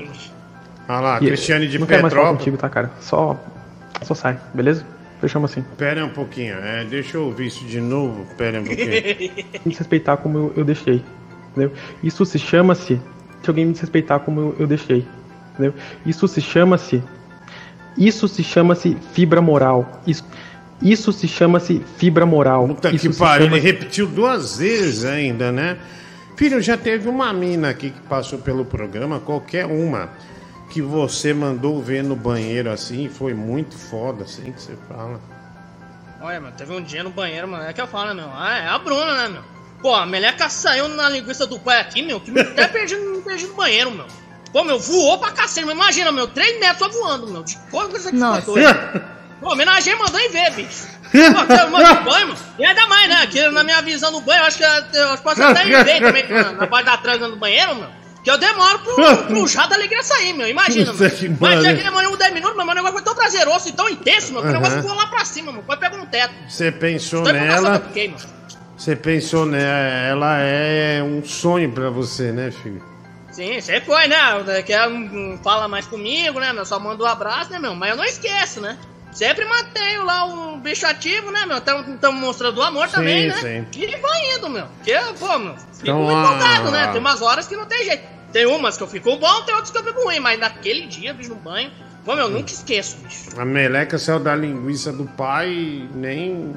Ah lá, e Cristiane de não quero mais falar Petrópolis. contigo, tá, cara? Só, só sai, beleza? Fechamos assim. Pera um pouquinho, é, deixa eu ouvir isso de novo. Pera um pouquinho. Me desrespeitar como eu, eu deixei, entendeu? Isso se chama-se... Se alguém me desrespeitar como eu, eu deixei, entendeu? Isso se chama-se... Isso se chama-se fibra moral. Isso, isso se chama-se fibra moral. Puta isso que pariu, chama... ele repetiu duas vezes ainda, né? Filho, já teve uma mina aqui que passou pelo programa, qualquer uma, que você mandou ver no banheiro assim, foi muito foda, assim, que você fala. Olha, mano, teve um dia no banheiro, mano, é que eu falo, né, meu? Ah, é a Bruna, né, meu? Pô, a meleca saiu na linguiça do pai aqui, meu, que me até perdi, me perdi no banheiro, meu. Pô, meu, voou pra cacete, mas imagina, meu, três metros só voando, meu. De coisa que foi doido. Pô, homenagem mandou em ver, bicho. Pô, que eu mando banho, mano. E ainda mais, né? Que na minha visão no banho, eu acho que eu, eu posso até ir ver também na, na parte da trans do banheiro, meu. Que eu demoro pro, pro jato da alegria sair, meu. Imagina, meu. Imagina que demorei uns dez minutos, mas meu negócio foi tão prazeroso e tão intenso, meu. Que o negócio voou lá pra cima, meu. Quase pegou no teto. Você pensou nela. Você pensou nela, ela é um sonho pra você, né, filho? Sim, você foi, né? Que ela não fala mais comigo, né, meu? Só manda um abraço, né, meu? Mas eu não esqueço, né? Sempre mantenho lá o bicho ativo, né, meu? Estamos mostrando o amor sim, também, né? Sim. E vai indo, meu. Porque, pô, meu, fico então, empolgado, ah... né? Tem umas horas que não tem jeito. Tem umas que eu fico bom, tem outras que eu fico ruim. Mas naquele dia, bicho, no banho, pô, meu, eu nunca esqueço, bicho. A meleca saiu da linguiça do pai e nem...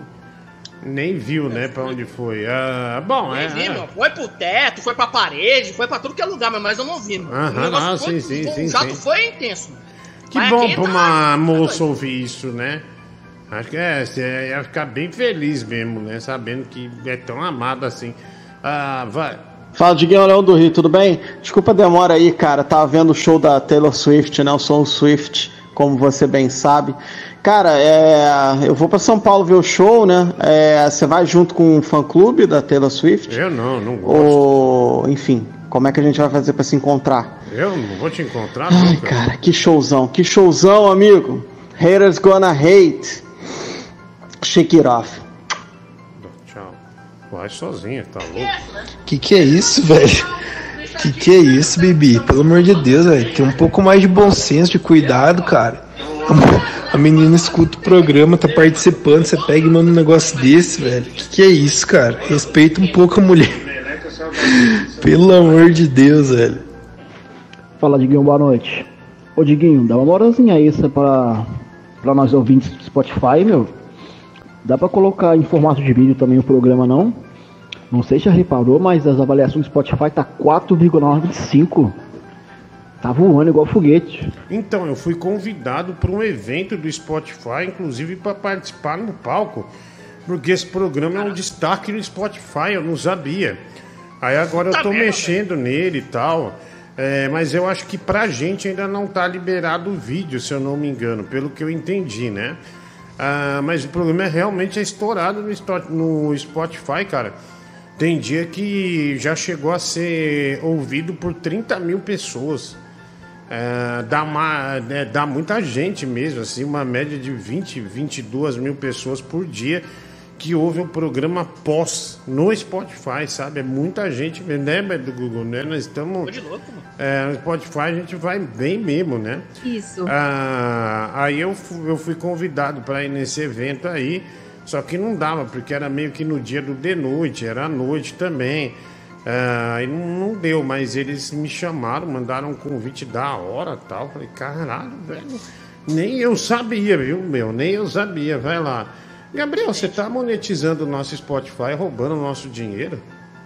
Nem viu, né, pra onde foi. Ah, bom, Nem é. vi, meu. Foi pro teto, foi pra parede, foi pra tudo que é lugar, mas eu não vi, meu. Aham, o negócio não, foi, sim, sim, o sim, jato sim. foi intenso. Que mas bom aqui pra tá- uma moça ouvir isso, né? Acho que é, você ia ficar bem feliz mesmo, né? Sabendo que é tão amado assim. Ah, vai. Fala, Diguinho, Leão do Rio, tudo bem? Desculpa a demora aí, cara. Tava vendo o show da Taylor Swift, né? Eu sou o Swift, como você bem sabe. Cara, é, eu vou pra São Paulo ver o show, né? É, você vai junto com o fã-clube da Taylor Swift? Eu não, não gosto. Ou, enfim, como é que a gente vai fazer pra se encontrar? Eu não vou te encontrar Ai, nunca. cara, que showzão, que showzão, amigo. Haters gonna hate. Shake it off. Tchau. Vai sozinha, tá louco? Que que é isso, velho? Que que é isso, Bibi? Pelo amor de Deus, velho. Tem um pouco mais de bom senso, de cuidado, cara. A menina escuta o programa, tá participando, você pega e manda um negócio desse, velho. Que que é isso, cara? Respeita um pouco a mulher. Pelo amor de Deus, velho. Fala, Diguinho, boa noite. Ô, Diguinho, dá uma moralzinha aí pra, pra nós ouvintes do Spotify, meu. Dá pra colocar em formato de vídeo também o programa, não? Não sei se já reparou, mas as avaliações do Spotify tá quatro vírgula noventa e cinco. Tá voando igual foguete. Então, eu fui convidado para um evento do Spotify, inclusive para participar no palco, porque esse programa é um destaque no Spotify, eu não sabia. Aí agora eu tô mexendo nele e tal, é, mas eu acho que pra gente ainda não tá liberado o vídeo, se eu não me engano, pelo que eu entendi, né? Ah, mas o programa é realmente é estourado no, no Spotify, cara. Tem dia que já chegou a ser ouvido por trinta mil pessoas. É, dá, uma, é, dá muita gente mesmo, assim, uma média de vinte, vinte e duas mil pessoas por dia que ouve o programa pós no Spotify, sabe? É muita gente, né, do Google, né? Nós estamos... de louco, mano. É, no Spotify a gente vai bem mesmo, né? Isso. Ah, aí eu fui, eu fui convidado para ir nesse evento aí, só que não dava, porque era meio que no dia do de noite, era à noite também. Ah, e não, não deu, mas eles me chamaram, mandaram um convite da hora e tal. Falei, caralho, velho, nem eu sabia, viu, meu? Nem eu sabia, vai lá. Gabriel, você tá monetizando o nosso Spotify, roubando o nosso dinheiro?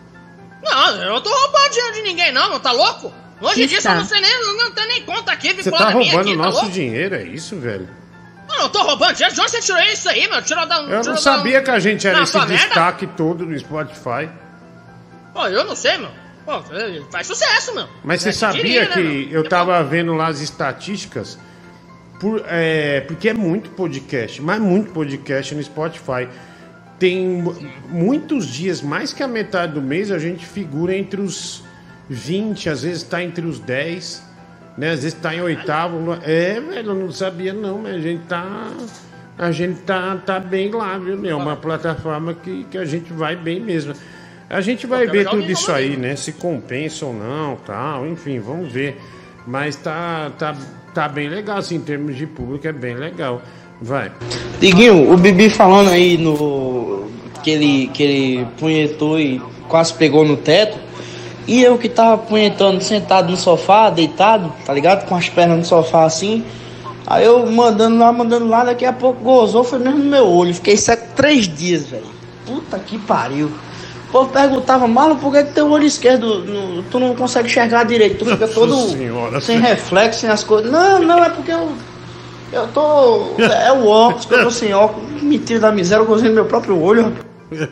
Não, eu não tô roubando dinheiro de ninguém, não, meu, tá louco? Longe Que disso, tá? eu não sei nem, não tenho nem conta aqui, Você conta tá minha roubando aqui, o tá nosso louco? dinheiro, é isso, velho? Eu não tô roubando dinheiro, de onde você tirou isso aí, meu? Tirou da... Eu tirou não da- sabia que a gente era Não, esse sua merda? destaque todo no Spotify. Pô, eu não sei, meu. Pô, faz sucesso, meu. Mas você É, sabia diria, né, que meu? eu tava vendo lá as estatísticas, por, é, porque é muito podcast, mas muito podcast no Spotify. Tem mu- muitos dias, mais que a metade do mês, a gente figura entre os vinte, às vezes tá entre os dez, né? Às vezes tá em oitavo. É, velho, eu não sabia não, mas a gente tá... A gente tá, tá bem lá, viu, meu? Uma plataforma que, que a gente vai bem mesmo. A gente vai Eu ver já tudo ouvi isso falar aí, mesmo. né? Se compensa ou não, tal, enfim, vamos ver. Mas tá, tá, tá bem legal, assim, em termos de público, é bem legal. Vai. Diguinho, o Bibi falando aí no que ele, que ele punhetou e quase pegou no teto. E eu que tava punhetando sentado no sofá, deitado, tá ligado? Com as pernas no sofá assim. Aí eu mandando lá, mandando lá, daqui a pouco gozou, foi mesmo no meu olho. Fiquei seco três dias, velho. Puta que pariu. O povo perguntava, Marlon, por que que teu olho esquerdo, no- tu não consegue enxergar direito? Tu fica todo Senhora. sem reflexo, sem as coisas. Não, não, é porque eu... Eu tô... É o óculos, que eu tô sem óculos. Mentira da miséria, eu gozei no meu próprio olho, rapaz.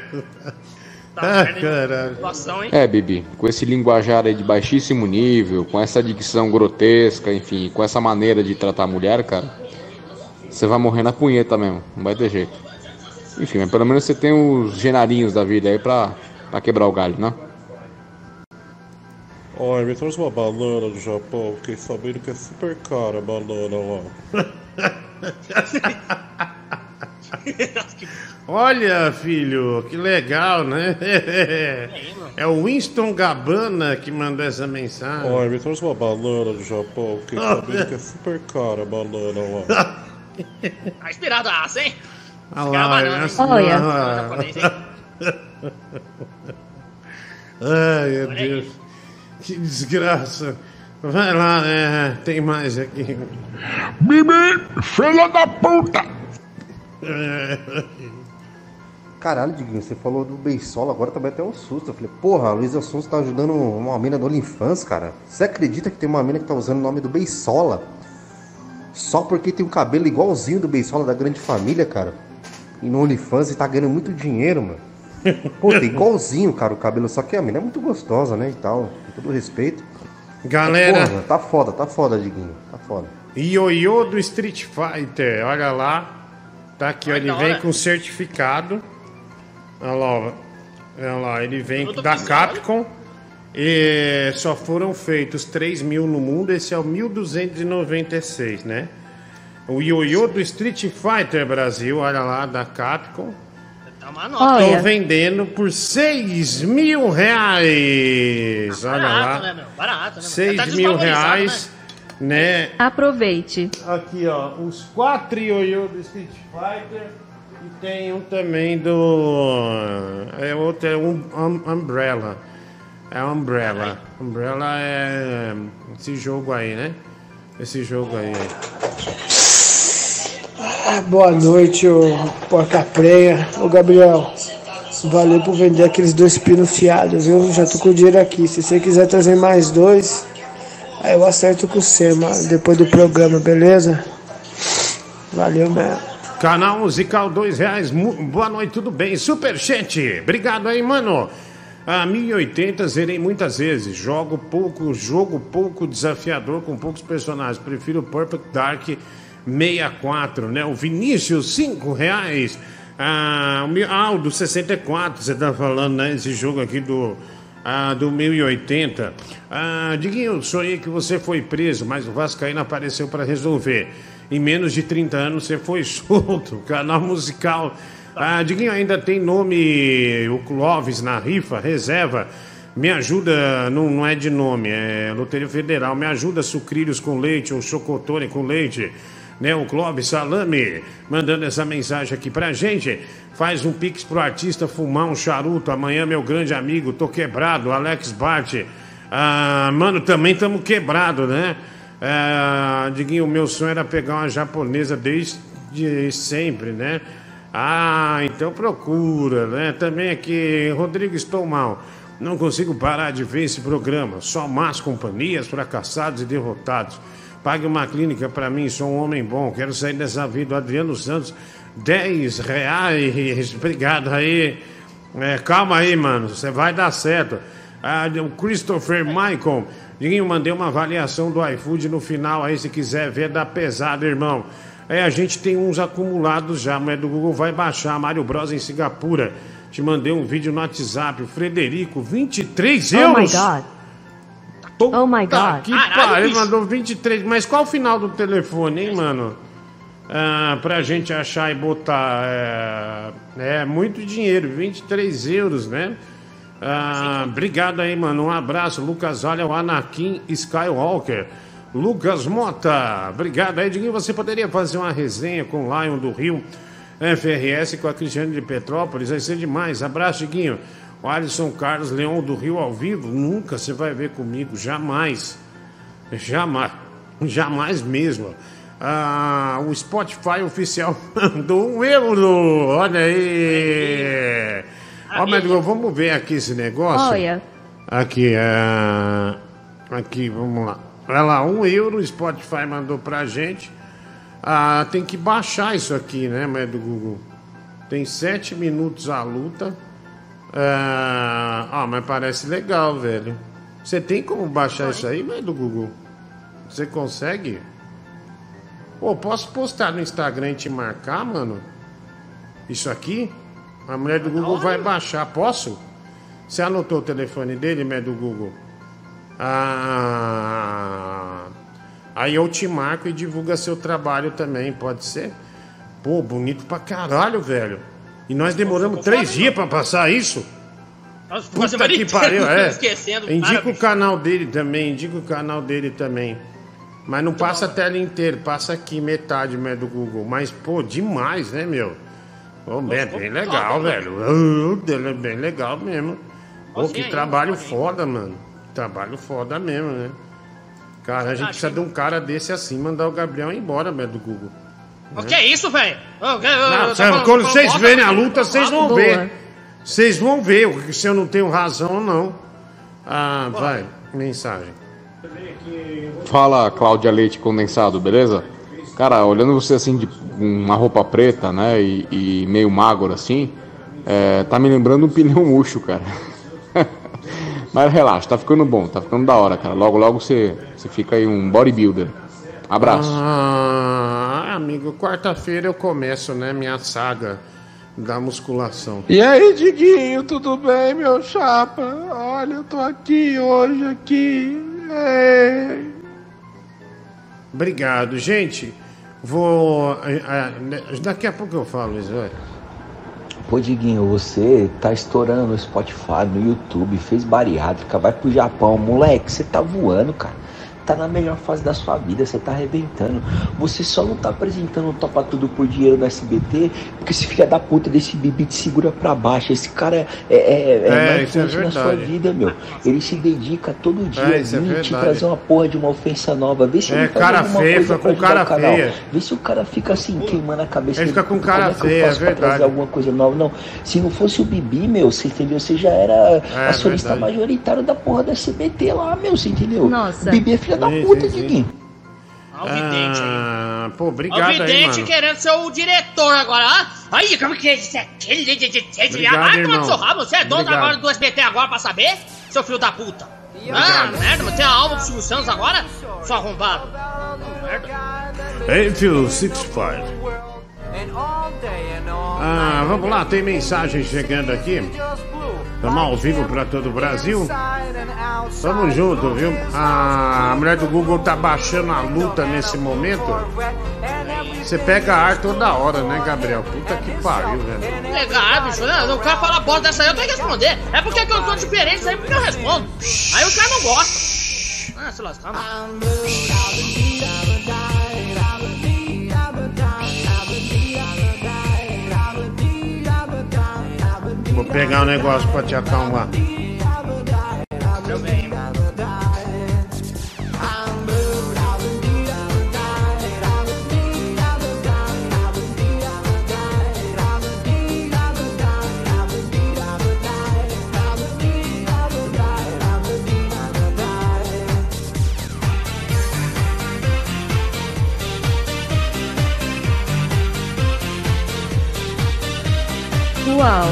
Ah, caralho. Situação, hein? É, Bibi, com esse linguajar aí de baixíssimo nível, com essa dicção grotesca, enfim, com essa maneira de tratar a mulher, cara, você vai morrer na punheta mesmo, não vai ter jeito. Enfim, mas pelo menos você tem os genarinhos da vida aí pra, pra quebrar o galho, né? Ai, me traz uma banana do Japão, fiquei sabendo que é super cara a banana lá. Olha, filho, que legal, né? É o Winston Gabbana que mandou essa mensagem. Ai, me traz uma banana do Japão, fiquei sabendo que é super cara a banana lá. Tá inspirado a aço, hein? Olha Cara, lá, banana, essa- hein? Olha. Ah. Japonês, hein? Ai, meu Deus. Que desgraça. Vai lá, né? Tem mais aqui. Bibi, filha da puta! Caralho, Diguinho, você falou do Beisola, agora também até um susto. Eu falei, porra, a Luísa Sonza tá ajudando uma mina do OnlyFans, cara. Você acredita que tem uma mina que tá usando o nome do Beisola? Só porque tem um cabelo igualzinho do Beisola da Grande Família, cara. E no OnlyFans e tá ganhando muito dinheiro, mano. Pô, tem igualzinho, cara, o cabelo. Só que a mina é muito gostosa, né, e tal. Com todo respeito. Galera. Mas, porra, tá foda, tá foda, Diguinho. Tá foda. Ioiô do Street Fighter, olha lá. Tá aqui, ó, ele vem com certificado. Olha lá, ó. Olha lá, ele vem da Capcom. E só foram feitos três mil no mundo, esse é o mil duzentos e noventa e seis, né? O ioiô do Street Fighter Brasil, olha lá, da Capcom. Tá uma nota. Tô vendendo por seis mil reais. Olha Barato, lá. né, meu? Barato, né, meu? seis Tá mil desvalorizado, reais, né? Aproveite. Aqui, ó, os quatro ioiô do Street Fighter e tem um também do... É outro, é um, um Umbrella. É Umbrella. Umbrella é esse jogo aí, né? Esse jogo aí. Ah, boa noite, ô porca prenha. Ô Gabriel, valeu por vender aqueles dois pinos fiados, viu? Já tô com o dinheiro aqui. Se você quiser trazer mais dois, aí eu acerto com você, mano, depois do programa, beleza? Valeu mesmo. Canal Musical, dois reais. Mu- Boa noite, tudo bem? Superchat. Obrigado aí, mano. A mil e oitenta zerei muitas vezes. Jogo pouco, jogo pouco desafiador com poucos personagens. Prefiro Perfect Dark sessenta e quatro, né? O Vinícius, cinco reais. Ah, o Mi- ah, o do sessenta e quatro, você tá falando, né? Esse jogo aqui do, ah, do mil e oitenta. Ah, Diguinho, sonhei que você foi preso, mas o Vascaíno apareceu para resolver. Em menos de trinta anos você foi solto. Canal Musical, Ah, Diguinho, ainda tem nome, o Clóvis na rifa, reserva. Me ajuda, não, não é de nome, é Loteria Federal. Me ajuda sucrilhos com leite ou chocotone com leite. Né, o Clóvis Salame mandando essa mensagem aqui pra gente. Faz um pix pro artista fumar um charuto. Amanhã, meu grande amigo, tô quebrado, Alex Bart. Ah, mano, também tamo quebrado, né? Ah, Diguinho, o meu sonho era pegar uma japonesa desde sempre, né? Ah, então procura, né? Também aqui, Rodrigo, estou mal. Não consigo parar de ver esse programa. Só más companhias, fracassados e derrotados. Pague uma clínica pra mim, sou um homem bom. Quero sair dessa vida. Adriano Santos, dez reais. Obrigado aí. É, calma aí, mano. Você vai dar certo. Ah, o Christopher Michael. Diguinho, mandei uma avaliação do iFood no final aí. Se quiser ver, dá pesado, irmão. É, a gente tem uns acumulados já, mas do Google vai baixar. Mario Bros em Singapura. Te mandei um vídeo no WhatsApp. O Frederico, vinte e três euros. Oh my God. Oh my God. Que pariu, ele mandou vinte e três. Mas qual o final do telefone, hein, mano? Ah, pra gente achar e botar. É, é muito dinheiro, vinte e três euros, né? Ah, obrigado aí, mano. Um abraço. Lucas, olha o Anakin Skywalker. Lucas Mota, obrigado aí, Diguinho. Você poderia fazer uma resenha com o Lion do Rio F R S com a Cristiane de Petrópolis? Vai ser demais. Abraço, Diguinho. O Alisson Carlos Leão do Rio ao vivo? Nunca você vai ver comigo, jamais. Jamais. Jamais mesmo. Ah, o Spotify oficial mandou um euro. Olha aí. Ó, mas vamos ver aqui esse negócio. Olha. Aqui, ah, aqui, vamos lá. Olha lá, um euro o Spotify mandou pra gente. Ah, tem que baixar isso aqui, né, mas do Google. Tem sete minutos a luta. Ah, ah, mas parece legal, velho. Você tem como baixar isso aí, mas do Google? Você consegue? Pô, posso postar no Instagram e te marcar, mano? Isso aqui? A mulher do Google vai baixar. Posso? Você anotou o telefone dele, mulher do Google? Ah, aí eu te marco e divulga seu trabalho também, pode ser? Pô, bonito pra caralho, velho. E nós demoramos três dias pra passar isso? Puta que pariu, é. Indica o canal dele também, indica o canal dele também. Mas não passa a tela inteira, passa aqui metade, né, do Google. Mas, pô, demais, né, meu? Oh, é bem legal, velho. É bem legal mesmo. Pô, que trabalho foda, mano. Trabalho foda mesmo, né? Cara, a gente precisa de um cara desse assim, mandar o Gabriel embora, velho, do Google. O que é isso, velho? Quando vocês verem a luta, vocês vão ver. Vocês vão ver se eu não tenho razão ou não. Ah, vai, mensagem. Fala, Cláudia Leite Condensado, beleza? Cara, olhando você assim, de uma roupa preta, né, e, e meio magro assim, é, tá me lembrando um pneu murcho, cara. Mas relaxa, tá ficando bom, tá ficando da hora, cara. Logo, logo você, você fica aí um bodybuilder. Abraço. Ah, amigo, quarta-feira eu começo, né, minha saga da musculação. E aí, Diguinho, tudo bem, meu chapa? Olha, eu tô aqui hoje, aqui. É... Obrigado, gente. Vou... Daqui a pouco eu falo isso, velho. Pô, Diguinho, você tá estourando no Spotify, no YouTube, fez bariátrica, vai pro Japão. Moleque, você tá voando, cara. Tá na melhor fase da sua vida, você tá arrebentando. Você só não tá apresentando o Topa Tudo por dinheiro no S B T porque esse filho da puta desse Bibi te segura pra baixo. Esse cara é, é, é, é mais forte na sua vida, meu. Ele se dedica todo dia é, a vir te trazer uma porra de uma ofensa nova. Vê se é, ele faz cara alguma feia, coisa fica com cara feia. Vê se o cara fica assim, queimando a cabeça. Ele fica com cara é feia, é verdade. Trazer alguma coisa nova. Não, se não fosse o Bibi, meu, você entendeu? Você já era é, acionista verdade. majoritário da porra da S B T lá, meu, você entendeu? Nossa. Bibi é filha da sim, puta, sim, sim. Diguinho. Olha o vidente ah, aí. Pô, obrigado o aí, vidente mano. querendo ser o diretor agora. Ah, aí, como que é isso aqui? Vai tomar do seu rabo. Você é dono obrigado. agora do S B T agora pra saber? Seu filho da puta. Ah, merda, mas tem a alma do Silvio Santos agora? Seu arrombado. Hey, Phil, six five. Ah, vamos lá, tem mensagem chegando aqui. Estamos ao vivo para todo o Brasil. Tamo junto, viu? A mulher do Google tá baixando a luta nesse momento. Você pega ar toda hora, né, Gabriel? Puta que pariu, velho. Pegar, bicho, né? O cara fala bosta dessa aí, eu tenho que responder. É porque é que eu tô diferente, isso aí porque eu respondo. Aí o cara não gosta. Ah, se lascar, mano. Vou pegar um negócio pra te acalmar. Eu venho. Uau.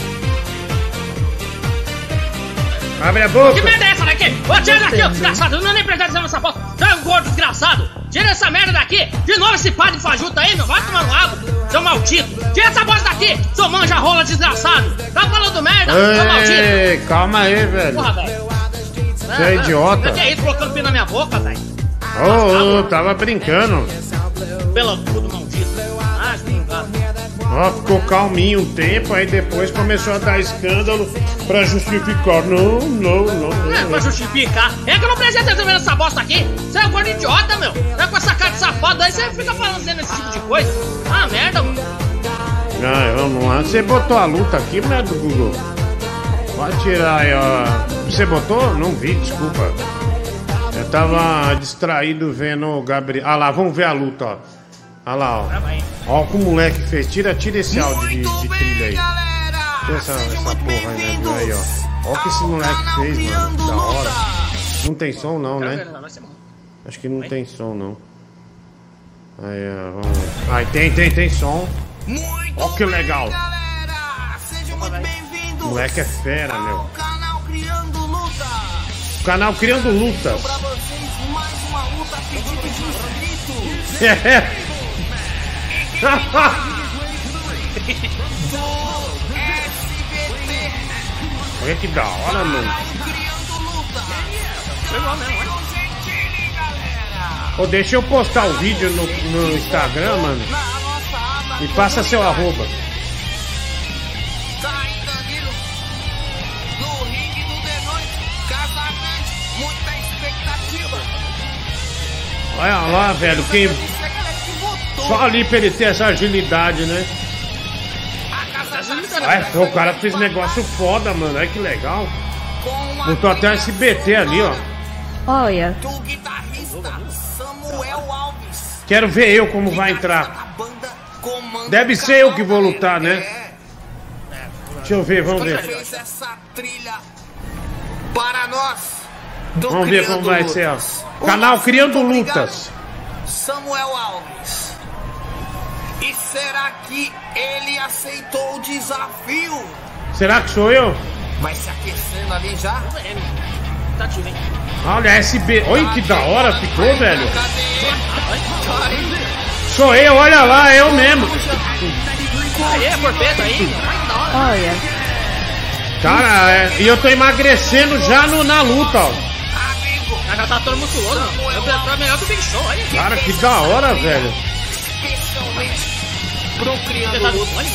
Abre a boca. Que merda é essa daqui? Ô, tira daqui, ô desgraçado. Não é nem precisar essa bosta. Você é um gordo desgraçado. Tira essa merda daqui. De novo esse padre fajuto aí, meu. Vai tomar no água, seu maldito. Tira essa bosta daqui, seu manja rola desgraçado. Tá falando merda, Ei, seu maldito. Calma aí, velho. Porra, velho. Você é idiota. O que é isso colocando pino na minha boca, velho? Ô, ô, tava brincando. Pelancudo maldito. Ah, que engano. Ó, ficou calminho um tempo, aí depois começou a dar escândalo pra justificar. Não, não, não. Não é pra justificar. É que eu não prestei atenção vendo essa bosta aqui. Você é um gordo idiota, meu. É com essa cara de safado aí, você fica fazendo esse tipo de coisa. Ah, merda, mano. Não, eu não. Você botou a luta aqui, mulher do Google? Pode tirar aí, ó. Você botou? Não vi, desculpa. Eu tava distraído vendo o Gabriel. Ah lá, vamos ver a luta, ó. Olha lá, ó. Ó o que o moleque fez. Tira, tira esse áudio de, de trilha aí. Tira essa, essa porra aí, né? Aí, ó. Ó o que esse moleque fez, mano. Que da hora. Não tem som, não, né? Acho que não tem som, não. Aí, ó, vamos ver. Aí, tem, tem, tem som. Ó que legal. O moleque é fera, meu. O canal Criando Lutas. É. Olha que da hora, mano. Ô, deixa eu postar o vídeo no, no Instagram, mano. E passa seu arroba. Olha lá, velho, quem... Só ali pra ele ter essa agilidade, né? Olha, o cara fez negócio foda, mano. Olha que legal. Botou até o S B T ali, ó. Olha. Quero ver eu como vai entrar. Deve ser eu que vou lutar, né? Deixa eu ver, vamos ver. Para nós. Vamos ver como vai ser, ó. Canal Criando Lutas. Samuel Alves. E será que ele aceitou o desafio? Será que sou eu? Vai se aquecendo ali já? Tá tirando, hein? Olha, S B. Olha que da hora ficou, velho. Sou eu, olha lá, eu mesmo. Aí, a porpeta aí. Olha. Cara, é, e eu tô emagrecendo já no, na luta, ó. Já tá todo musculoso, mano. Eu tô melhor que o Big Show, olha. Cara, que da hora, velho. Especialmente pro Criando Lutas.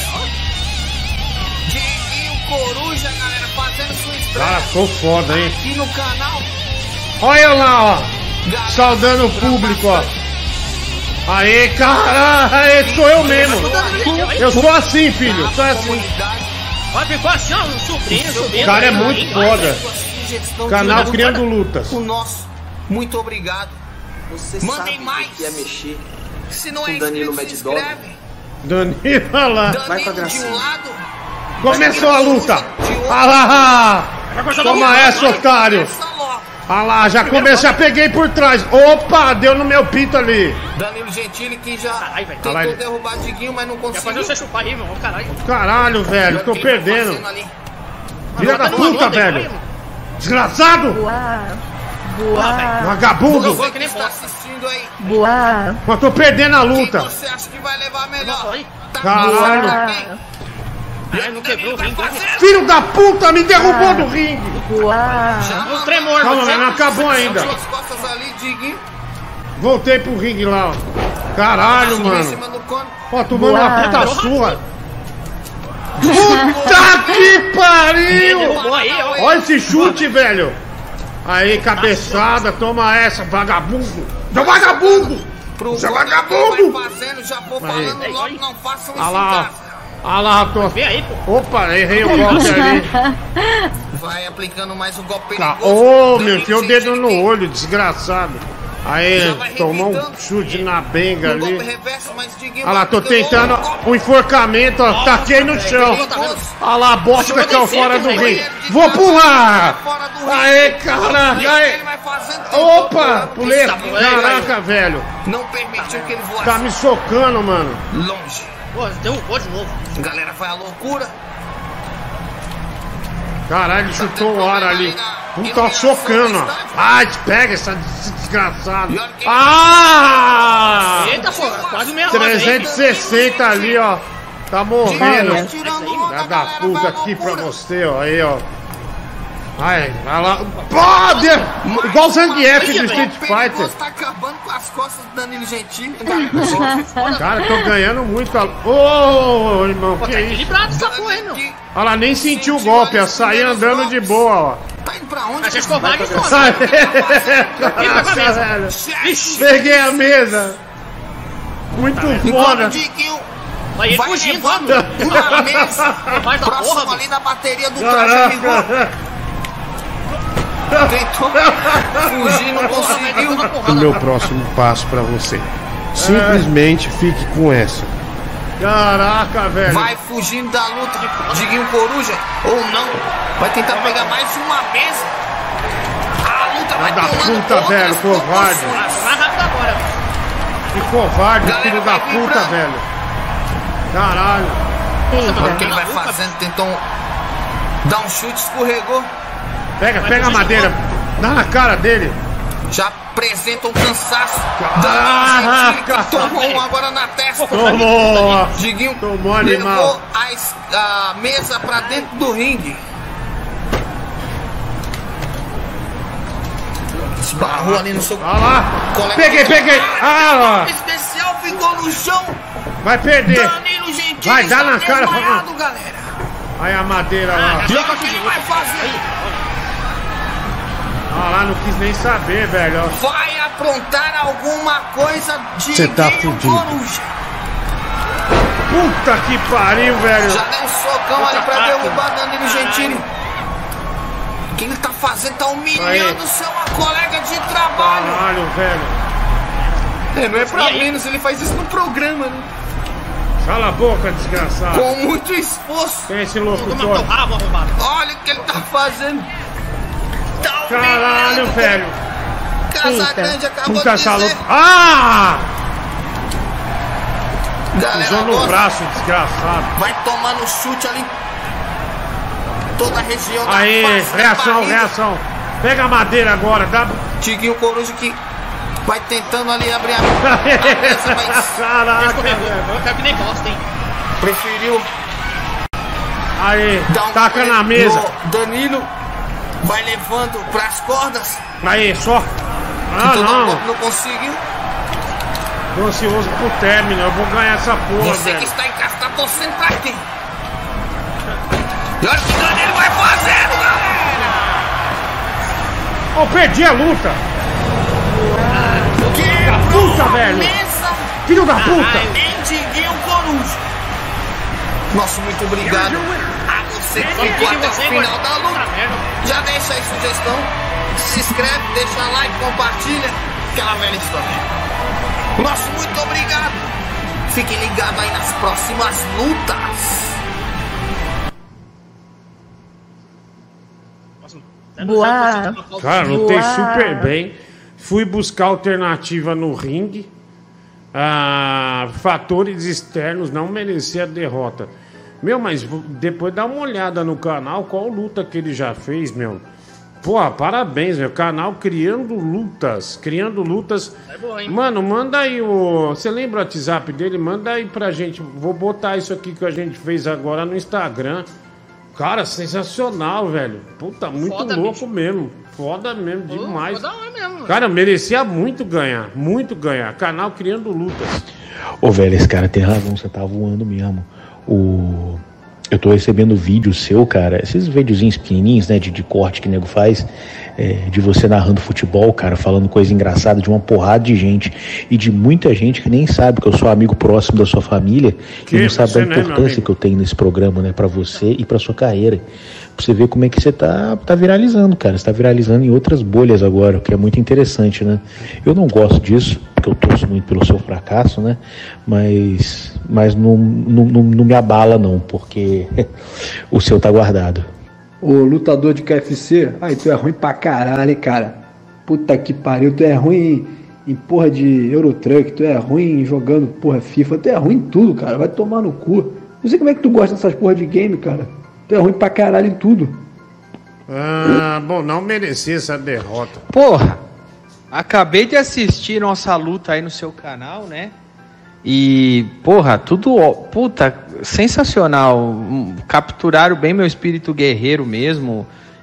Diguinho Coruja, galera, fazendo sua estreia. Cara, ficou foda, hein? Aqui no canal. Olha lá, ó. Saudando o público, ó. Aê, cara, aê, sou eu mesmo. Eu sou assim, filho, sou assim. Olha, ficou assim, ó, um sobrinho, sobrinho. O cara é muito foda. Canal Criando Lutas. O nosso, muito obrigado. Você Mandem sabe mais. que é mexer Se não com é Danilo inscrito, se Mad Dog. inscreve. Danilo, olha lá. Vai com a Danilo de gracinha. um lado. Começou a luta. Olha lá. Toma essa, otário. Olha lá, já comecei, já peguei por trás. Opa, deu no meu pito ali. Danilo Gentili que já Caralho, velho. tentou Caralho. derrubar Diguinho, mas não Quer fazer conseguiu. você chupar aí, meu. Caralho. Caralho, velho, tô perdendo. Fazendo ali. Filha da puta, velho. Desgraçado. Boa. Boa. Vagabundo. Você que está assistindo aí, Boa. Mas tô perdendo a luta. você acha que vai levar melhor? Tá Caralho. Boa. Ai, não quebrou o ringue. Filho da puta, me derrubou do ringue. Boa. Um tremor, Calma, você. mas não acabou ainda. Suas costas ali, Diguinho. Voltei pro ringue lá, ó. Caralho, mano. Ó, tomando uma puta surra. Puta que pariu! Olha esse chute, velho. Aí, cabeçada, toma essa, vagabundo. Seu vagabundo! Seu vagabundo! Aí. Olha lá, olha lá, tô... Opa, errei o golpe ali. Vai aplicando mais um golpe Tá. perigoso. Ô, meu, enfiou o dedo no olho, desgraçado. Aí, tomou um chute na benga ali. Olha lá, tô tentando o enforcamento, ó. Taquei no chão. Olha lá, a bosta caiu fora do ringue. Vou pular! Aê, caraca! Aê. Opa! Pulei! Caraca, velho! Não permitiu que ele voasse. Tá me socando, mano. Longe. Pô, derrubou de novo. Galera, foi a loucura. Caralho, ele chutou o ar ali. Puta, socando, ó. Ai, pega essa desgraçada. Ah! Eita, pô, quase meia hora. trezentos e sessenta ali, ó. Tá morrendo. Dá da puta aqui pra você, ó. Aí, ó. Ai, vai lá. Pode! Igual o Zangief do Street Fighter. Tá acabando com as costas do Danilo Gentili. Cara, tô ganhando muito. Ô, oh, irmão, que tá isso? equilibrado essa porra aí, meu. Olha lá, nem sentiu o golpe, ó. Saí andando de boa, ó. Tá indo pra onde? Vai ser escovado de fora. Sai! Caraca, velho. Peguei a mesa. Muito foda. Vai ele Vai fugindo, ó. levando a mesa. Vai da Próximo porra, ali da bateria do traje rigor. Caraca. Tentou fugir, não conseguiu. O meu próximo passo pra você. Simplesmente fique com essa. Caraca, velho. Vai fugindo da luta de Diguinho Coruja ou não. Vai tentar pegar mais uma mesa. A luta vai da tomando puta, outras velho, covarde. proporções. Mais rápido agora. Que covarde, Galera, filho da vai puta, vibrando. velho. Caralho. Olha o que ele vai fazendo, tentou dar um chute, escorregou. Pega, pega a madeira. Dá na cara dele. Já apresenta um cansaço. Caraca. Tomou um agora na testa. Tomou. Diguinho Tomou, animal. levou a, es- a mesa pra dentro do ringue. Esbarrou ali no seu... Olha lá. colega. Peguei, peguei. Ah, lá. Especial ficou no chão. Vai perder. Danilo Gentili Vai, dá está na cara. desmaiado, galera. Aí a madeira lá. E olha o que ele vai fazer. Olha lá, não quis nem saber, velho. Vai aprontar alguma coisa de Cê tá Diguinho fudido. Coruja. Puta que pariu, velho. Já deu um socão ali pra derrubar Danilo Gentili. O que ele tá fazendo? Tá humilhando Aí. seu colega de trabalho. Caralho, velho. É, não é pra menos, ele faz isso no programa, né? Cala a boca, desgraçado. Com muito esforço. Quem é esse locutor? Olha o que ele tá fazendo. Tá Caralho, humilhando. velho. Casagrande acabou Puta de essa dizer. louca. Ah! Galera, Usou no agora braço, desgraçado. vai tomando chute ali. Toda a região da Aí, face, da reação, barriga. reação. Pega a madeira agora, dá. Diguinho Coruja que vai tentando ali abrir a, a mesa, mas Caraca, velho. Eu quero que nem bosta, hein? preferiu Aí, dar um taca na mesa. no Danilo vai levando pras cordas. Aí, só. Ah, Então, não. não conseguiu. Tô ansioso pro término, eu vou ganhar essa porra, Você que velho. está em casa tá torcendo pra quem? E olha o que o Danilo vai fazendo, galera! Ó, perdi a luta. Que puta, velho. Filho da puta. Em Diguinho Coruja. Nosso muito obrigado a você que ficou até o final da luta. Já deixa aí sugestão, se inscreve, deixa like, compartilha. Aquela velha história. Nosso muito obrigado. Fiquem ligados aí nas próximas lutas. Boa. Cara, lutei Boa. super bem. Fui buscar alternativa no ringue. Ah, fatores externos não merecia a derrota. Meu, mas depois dá uma olhada no canal, qual luta que ele já fez, meu. Pô, parabéns, meu. Canal Criando Lutas. Criando Lutas. Mano, manda aí o... Você lembra o WhatsApp dele? Manda aí pra gente. Vou botar isso aqui que a gente fez agora no Instagram. Cara, sensacional, velho. Puta, muito Foda, louco bicho. mesmo. Foda mesmo, demais. Foda mesmo. Cara, merecia muito ganhar. Muito ganhar. Canal Criando Lutas. Ô, velho, esse cara tem razão, você tá voando mesmo. O... Eu tô recebendo vídeo seu, cara, esses videozinhos pequenininhos, né, de, de corte que o nego faz, é, de você narrando futebol, cara, falando coisa engraçada de uma porrada de gente e de muita gente que nem sabe que eu sou amigo próximo da sua família Que e não sabe você, da né, meu importância amigo? que eu tenho nesse programa, né, pra você e pra sua carreira. Pra você ver como é que você tá, tá viralizando, cara, você tá viralizando em outras bolhas agora, o que é muito interessante, né. Eu não gosto disso, porque eu torço muito pelo seu fracasso, né, mas, mas não, não, não, não me abala não, porque o seu tá guardado. Ô, lutador de K F C, ai, tu é ruim pra caralho, hein, cara. Puta que pariu, tu é ruim em, em porra de Eurotruck, tu é ruim jogando porra FIFA, tu é ruim em tudo, cara, vai tomar no cu. Não sei como é que tu gosta dessas porra de game, cara. Tu é ruim pra caralho em tudo. Ah, bom, não merecia essa derrota. Porra, acabei de assistir nossa luta aí no seu canal, né? E, porra, tudo, ó, puta, sensacional. Hum, Capturaram bem meu espírito guerreiro mesmo.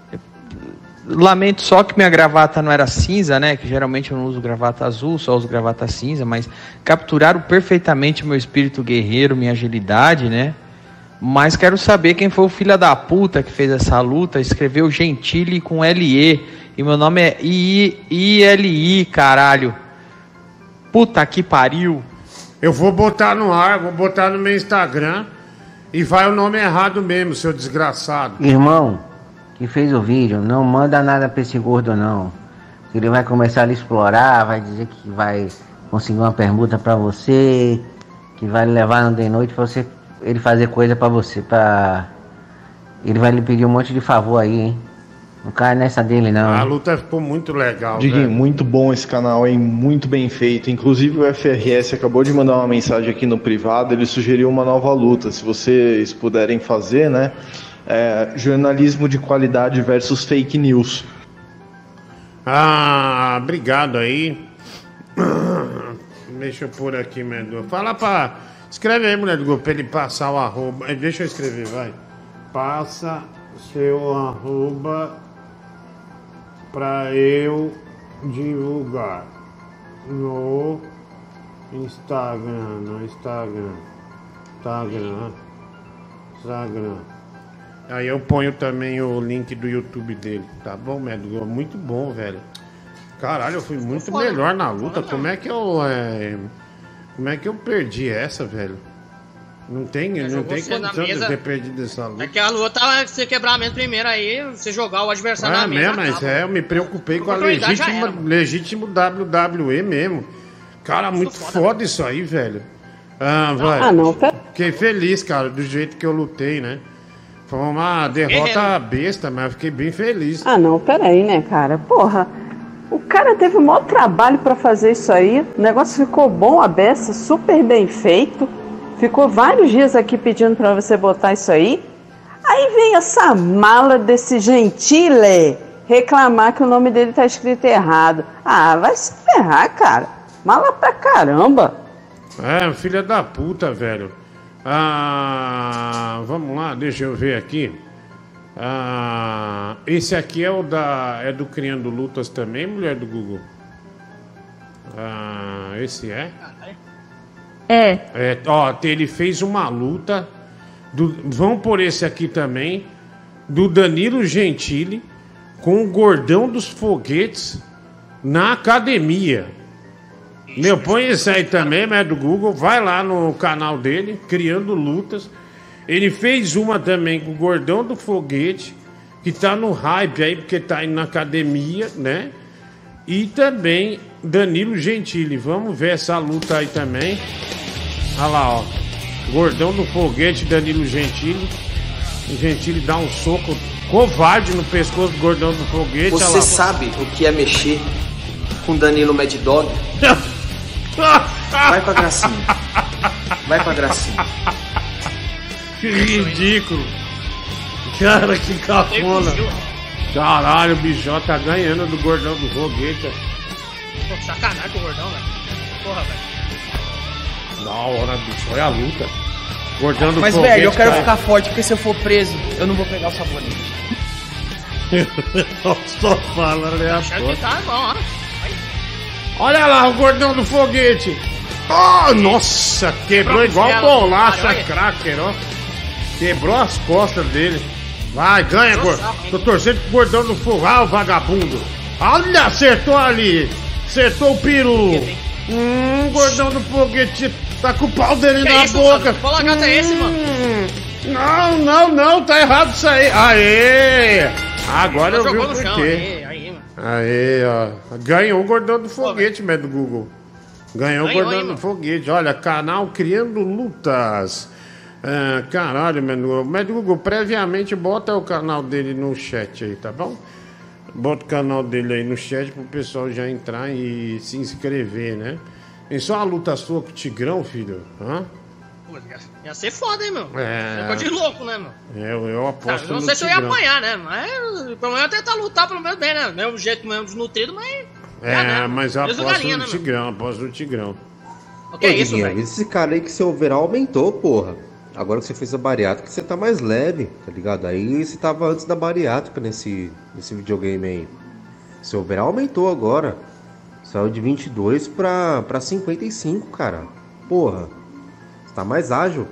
Lamento só que minha gravata não era cinza, né? Que geralmente eu não uso gravata azul, só uso gravata cinza. Mas capturaram perfeitamente meu espírito guerreiro, minha agilidade, né? Mas quero saber quem foi o filho da puta que fez essa luta. Escreveu Gentili com L E. E meu nome é I L I, caralho. Puta que pariu. Eu vou botar no ar, vou botar no meu Instagram e vai o nome errado mesmo, seu desgraçado. Irmão, que fez o vídeo, não manda nada pra esse gordo não. Ele vai começar a lhe explorar, vai dizer que vai conseguir uma permuta pra você, que vai lhe levar no de noite pra você, ele fazer coisa pra você, pra... Ele vai lhe pedir um monte de favor aí, hein? Não cai nessa dele não. A hein? luta ficou muito legal, Diguinho, velho. muito bom esse canal, hein? Muito bem feito. Inclusive o F R S acabou de mandar uma mensagem aqui no privado, ele sugeriu uma nova luta. Se vocês puderem fazer, né? É, jornalismo de qualidade versus fake news. Ah, obrigado aí. Deixa eu pôr aqui, Medu. Fala pra... Escreve aí, mulher do Google, pra ele passar o arroba. Deixa eu escrever, vai. Passa seu arroba pra eu divulgar no Instagram, no Instagram, Instagram, Instagram. Aí eu ponho também o link do YouTube dele, tá bom, Medo? Muito bom, velho. Caralho, eu fui muito melhor na luta. Como é que eu, é... como é que eu perdi essa, velho? Não tem, não tem condição de ter perdido essa luta. É que a luta vai ser quebramento primeiro aí, você jogar o adversário Ah, na mesa. mesmo, mas é, eu me preocupei com a oportunidade já legítima, era, mano. legítimo W W E mesmo. Cara, muito foda isso aí, velho. Ah, vai. Ah, não, tá- Fiquei feliz, cara, do jeito que eu lutei, né? Foi uma derrota besta, mas eu fiquei bem feliz. Ah, não, peraí, né, cara? Porra, o cara teve o maior trabalho pra fazer isso aí. O negócio ficou bom, a beça, super bem feito. Ficou vários dias aqui pedindo pra você botar isso aí. Aí vem essa mala desse Gentile reclamar que o nome dele tá escrito errado. Ah, vai se ferrar, cara. Mala pra caramba. É, filha da puta, velho. Ah, vamos lá, deixa eu ver aqui. Ah, esse aqui é o da é do Criando Lutas também, mulher do Google. Ah, esse é? É. É, ó, ele fez uma luta. Do, vamos por esse aqui também. Do Danilo Gentili com o Gordão dos Foguetes na academia. Meu, põe esse aí também, é do Google. Vai lá no canal dele, Criando Lutas. Ele fez uma também com o Gordão do Foguete, que tá no hype aí, porque tá indo na academia, né? E também Danilo Gentili. Vamos ver essa luta aí também. Olha lá, ó. Gordão do Foguete, Danilo Gentili. O Gentili dá um soco covarde no pescoço do Gordão do Foguete. Você olha lá. sabe o que é mexer com Danilo Mad Dog? Vai pra Gracinha. Vai pra Gracinha. Que ridículo. Cara, que cafona. Caralho, o bichão tá ganhando do Gordão do Foguete. Pô, sacanagem com o gordão, velho. Porra, velho. Da hora, bicho. Olha a luta. Gordão do Mas, foguete, velho, eu quero cara. ficar forte, porque se eu for preso, eu não vou pegar o sabonete. Só fala, Achando que aleatório. tá bom, ó. Olha lá o gordão do foguete. Oh, nossa, quebrou igual bolacha cracker, ó. Quebrou as costas dele. Vai, ganha, gordo. Tô torcendo pro gordão do fogo. Ah, o vagabundo. Olha, acertou ali. Acertou o peru. Hum, gordão do foguete. Tá com o pau dele Que na isso, boca. mano? Qual lagarto é esse, mano? Não, não, não. Tá errado isso aí. Aê. Agora eu vi Jogou o no chão, porquê. aí, aí, mano. Aí, ó. Ganhou o gordão do foguete, médio do Google. Ganhou o Ganhou, gordão hein, do mano? foguete. Olha, canal Criando Lutas. Ah, caralho, médio Google. Médio Google, previamente bota o canal dele no chat aí, tá bom? Bota o canal dele aí no chat pro pessoal já entrar e se inscrever, né? Tem só uma luta sua com o Tigrão, filho? Hã? Pô, ia- Ia ser foda, hein, meu? É. Ficou de louco, né, meu? Eu, eu aposto Cara, eu não no sei se eu ia Tigrão. apanhar, né? Mas pelo menos tentar lutar pelo menos bem, né? Mesmo jeito, mesmo desnutrido, mas. É, já, né? mas eu Mesmo aposto galinha, no né, meu? Tigrão, aposto no Tigrão. O que é isso, Diguinho, velho? esse cara aí que seu overall aumentou, porra. Agora que você fez a bariátrica, você tá mais leve, tá ligado? Aí você tava antes da bariátrica nesse, nesse videogame aí. Seu overall aumentou agora. Saiu de vinte e dois pra, pra cinquenta e cinco, cara. Porra. Você tá mais ágil.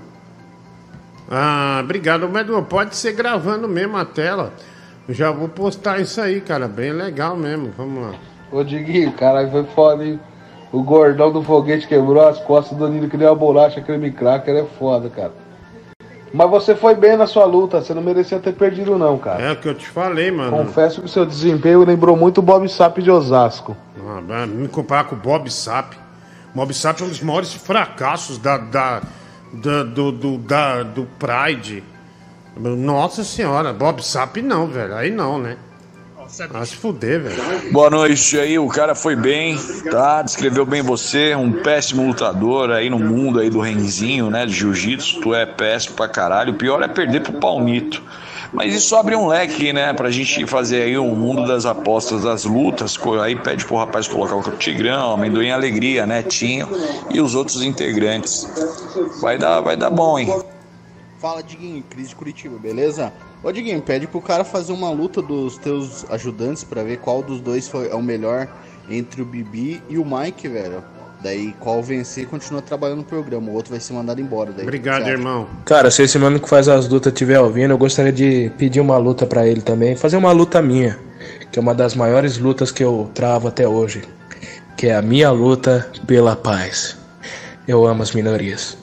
Ah, obrigado, Medu. Pode ser gravando mesmo a tela. Eu já vou postar isso aí, cara. Bem legal mesmo. Vamos lá. Ô Diguinho, caralho, foi foda, hein? O gordão do foguete quebrou as costas do Danilo que nem uma bolacha, creme cracker, é foda, cara. Mas você foi bem na sua luta, você não merecia ter perdido não, cara. É o que eu te falei, mano. Confesso que o seu desempenho lembrou muito o Bob Sapp de Osasco. Ah, vai me comparar com o Bob Sapp. Bob Sapp é um dos maiores fracassos da, da, da- do, do, da, do Pride. Nossa senhora, Bob Sapp não, velho. Aí não, né? Ah, se fuder, velho. Boa noite aí, o cara foi bem, tá? Descreveu bem você, um péssimo lutador aí no mundo aí do ringzinho, né? De jiu-jitsu, tu é péssimo pra caralho. O pior é perder pro Palmito. Mas isso abre um leque, né? Pra gente fazer aí o mundo das apostas, das lutas. Aí pede pro rapaz colocar o Tigrão, Amendoim Alegria, Netinho e os outros integrantes. Vai dar, vai dar bom, hein? Fala, Diguinho, Cris de Curitiba, beleza? Ô, Diguinho, pede pro cara fazer uma luta dos teus ajudantes pra ver qual dos dois foi, é o melhor entre o Bibi e o Mike, velho. Daí, qual vencer, continua trabalhando no programa. O outro vai ser mandado embora. Daí, Obrigado, irmão. Cara, se esse mano que faz as lutas estiver ouvindo, eu gostaria de pedir uma luta pra ele também. Fazer uma luta minha, que é uma das maiores lutas que eu travo até hoje. Que é a minha luta pela paz. Eu amo as minorias.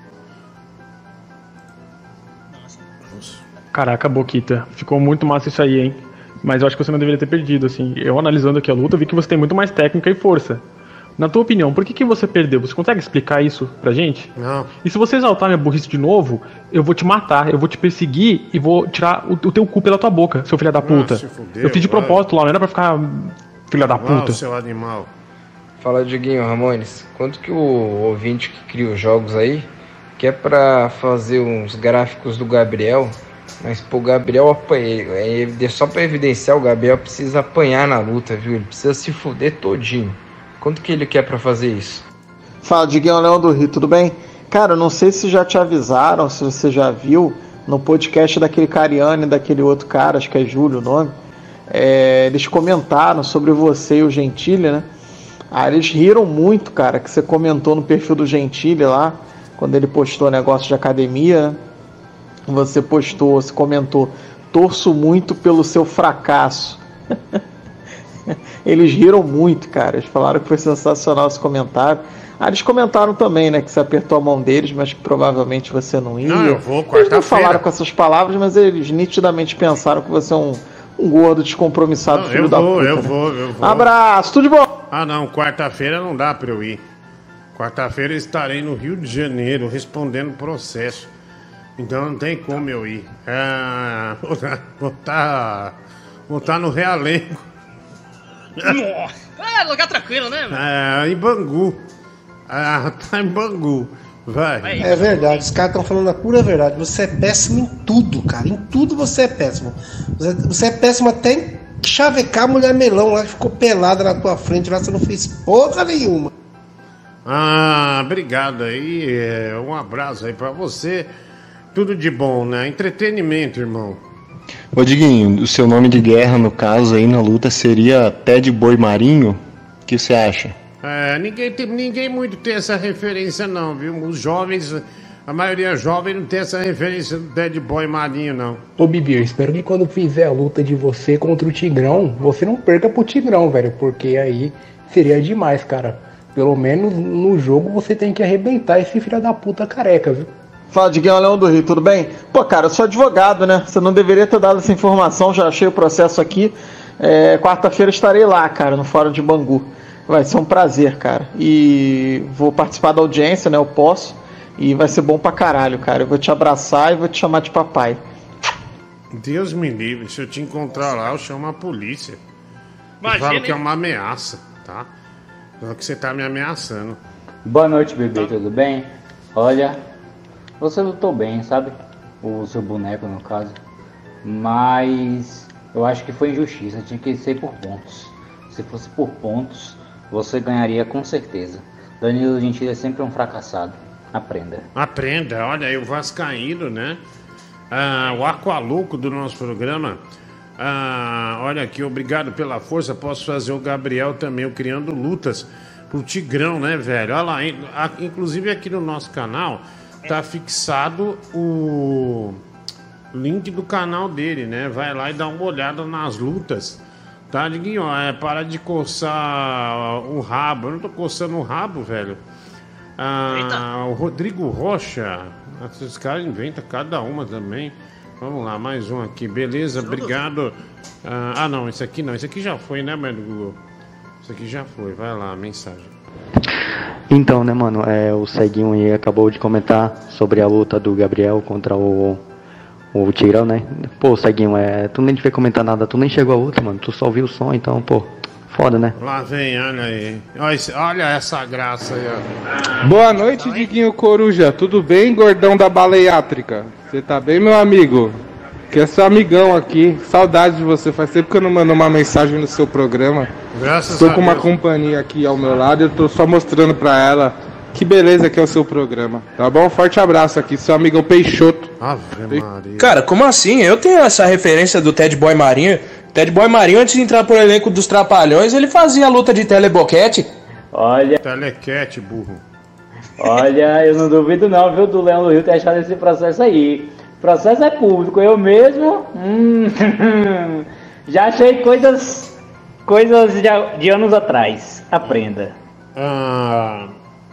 Caraca, Boquita, ficou muito massa isso aí, hein? Mas eu acho que você não deveria ter perdido, assim. Eu analisando aqui a luta, vi que você tem muito mais técnica e força. Na tua opinião, por que, que você perdeu? Você consegue explicar isso pra gente? Não. E se você exaltar minha burrice de novo, eu vou te matar, eu vou te perseguir e vou tirar o, o teu cu pela tua boca, seu filho da puta. se fudeu, eu fiz de vai. propósito lá, não era pra ficar filha da puta. Ah, seu animal. Fala, Diguinho Ramones. Quanto que o ouvinte que cria os jogos aí quer pra fazer uns gráficos do Gabriel? Mas pro Gabriel apanhar, é só pra evidenciar, o Gabriel precisa apanhar na luta, viu? Ele precisa se fuder todinho. Quanto que ele quer pra fazer isso? Fala, Diguinho Leão do Rio, tudo bem? Cara, eu não sei se já te avisaram, se você já viu, no podcast daquele Cariani e daquele outro cara, acho que é Júlio o nome, é, eles comentaram sobre você e o Gentili, né? Ah, eles riram muito, cara, que você comentou no perfil do Gentili lá, quando ele postou negócio de academia, né? Você postou, você comentou, torço muito pelo seu fracasso. Eles riram muito, cara. Eles falaram que foi sensacional esse comentário. Ah, eles comentaram também, né, que você apertou a mão deles, mas que provavelmente você não ia. Não, eu vou, Eles não quarta-feira. falaram com essas palavras, mas eles nitidamente pensaram que você é um, um gordo descompromissado, Não, filho eu da vou, puta. eu né? vou, eu vou. Abraço, tudo de bom! Ah, não, quarta-feira não dá pra eu ir. Quarta-feira eu estarei no Rio de Janeiro respondendo processo. Então não tem como eu ir. Ah, vou estar vou tá, vou tá no Realengo. É, lugar tranquilo, né? meu? É, em Bangu. Ah, tá em Bangu. Vai. É verdade, os caras estão falando a pura verdade. Você é péssimo em tudo, cara. Em tudo você é péssimo. Você, você é péssimo até em chavecar a mulher melão lá que ficou pelada na tua frente lá, você não fez porra nenhuma. Ah, obrigado aí. é, Um abraço aí pra você. Tudo de bom, né? Entretenimento, irmão. Ô Diguinho, o seu nome de guerra, no caso aí na luta, seria Ted Boi Marinho? O que você acha? É, ninguém, tem, ninguém muito tem essa referência não, viu? Os jovens, a maioria jovem não tem essa referência do Ted Boy Marinho, não. Ô Bibi, eu espero que quando fizer a luta de você contra o Tigrão, você não perca pro Tigrão, velho, porque aí seria demais, cara. Pelo menos no jogo você tem que arrebentar esse filho da puta careca, viu? Fala, Diguinho, Leão do Rio, tudo bem? Pô, cara, eu sou advogado, né? Você não deveria ter dado essa informação, já achei o processo aqui. É, quarta-feira estarei lá, cara, no Fórum de Bangu. Vai ser um prazer, cara. E vou participar da audiência, né? Eu posso. E vai ser bom pra caralho, cara. Eu vou te abraçar e vou te chamar de papai. Deus me livre, se eu te encontrar lá, eu chamo a polícia. Eu Imagina, falo que é hein? uma ameaça, tá? Só que você tá me ameaçando. Boa noite, bebê, tudo bem? Olha, você lutou bem, sabe? O seu boneco, no caso. Mas eu acho que foi injustiça, tinha que ser por pontos. Se fosse por pontos, você ganharia com certeza. Danilo Gentili é sempre um fracassado. Aprenda. Aprenda, olha aí o Vascaíno, né? Ah, o Aqualouco do nosso programa. Ah, olha aqui, obrigado pela força. Posso fazer o Gabriel também, o Criando Lutas, pro Tigrão, né, velho? Olha lá, in- a- inclusive aqui no nosso canal tá fixado o link do canal dele, né? Vai lá e dá uma olhada nas lutas. Tá, Diguinho? É, para de coçar o rabo. Eu não tô coçando o rabo, velho. Ah, o Rodrigo Rocha. Esses caras inventam cada uma também. Vamos lá, mais um aqui. Beleza, obrigado. Ah, ah, não, esse aqui não. Esse aqui já foi, né, mano, Google? Esse aqui já foi. Vai lá, mensagem. Então, né, mano, é, o Ceguinho aí acabou de comentar sobre a luta do Gabriel contra o, o Tigrão, né? Pô, Ceguinho, é, tu nem devia comentar nada, tu nem chegou à luta, mano, tu só ouviu o som, então, pô, foda, né? Lá vem, olha aí. Olha, esse- olha essa graça aí, ó. Boa noite, Diguinho Coruja. Tudo bem, gordão da baleiátrica? Você tá bem, meu amigo? Que é seu amigão aqui. Saudade de você. Faz tempo que eu não mando uma mensagem no seu programa. Graças Tô a com uma Deus. companhia aqui ao meu lado. Eu tô só mostrando pra ela que beleza que é o seu programa. Tá bom? Forte abraço aqui, seu amigão Peixoto. Ave Maria. Cara, como assim? Eu tenho essa referência do Ted Boy Marinho. Ted Boy Marinho, antes de entrar pro elenco dos Trapalhões, ele fazia a luta de teleboquete. Olha, Telequete, burro. olha, eu não duvido não, viu, do Leão do Rio ter achado esse processo aí. O processo é público, eu mesmo hum, já achei coisas, coisas de, de anos atrás. Aprenda. Ah,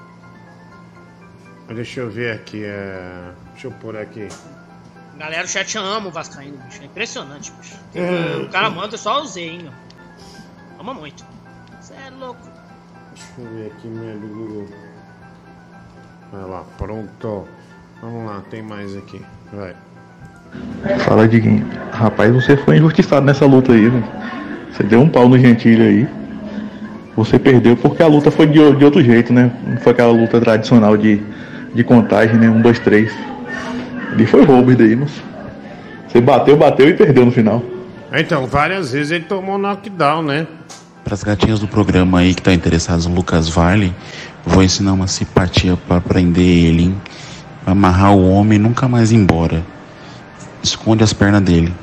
deixa eu ver aqui. É... Deixa eu pôr aqui. Galera, o chat ama o Vascaíno, bicho. É impressionante, bicho. Hum. O cara manda, eu só usei, hein, meu. Ama muito. Você é louco. Deixa eu ver aqui, meu do Google. Vai lá, pronto. Vamos lá, tem mais aqui. Vai. Fala, Diguinho. Rapaz, você foi injustiçado nessa luta aí, né? Você deu um pau no Gentili aí. Você perdeu porque a luta foi de, de outro jeito, né? Não foi aquela luta tradicional de, de contagem, né? Um, dois, três. Ali foi roubo isso daí, moço. Você bateu, bateu e perdeu no final. Então, várias vezes ele tomou knockdown, né? Para as gatinhas do programa aí que tá interessadas no Lucas Varley, vou ensinar uma simpatia para prender ele, hein? Amarrar o homem e nunca mais ir embora. Esconde as pernas dele.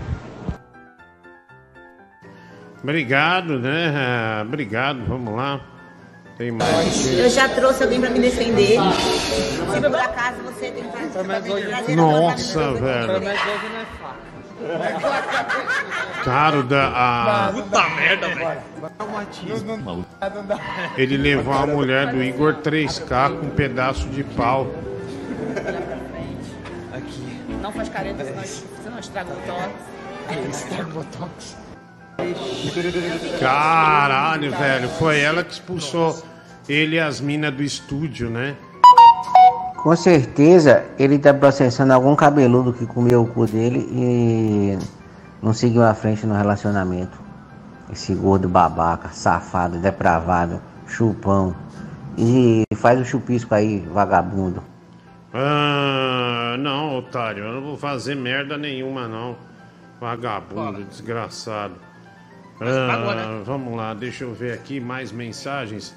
Obrigado, né? Ah, obrigado, vamos lá. Tem mais. Eu já trouxe alguém pra me defender. Se por acaso você tem que trazer Nossa, velho. Caro da. A... Puta merda, velho. Ele levou a mulher do Igor três K com um pedaço de pau. Não faz careta, senão, senão estraga o botox. Estraga o botox. Caralho, velho. Foi ela que expulsou ele e as minas do estúdio, né? Com certeza ele tá processando algum cabeludo que comeu o cu dele e não seguiu à frente no relacionamento. Esse gordo babaca, safado, depravado, chupão. E faz o chupisco aí, vagabundo. Ah, não, otário. Eu não vou fazer merda nenhuma, não. Vagabundo, desgraçado. Ah, vamos lá, deixa eu ver aqui mais mensagens.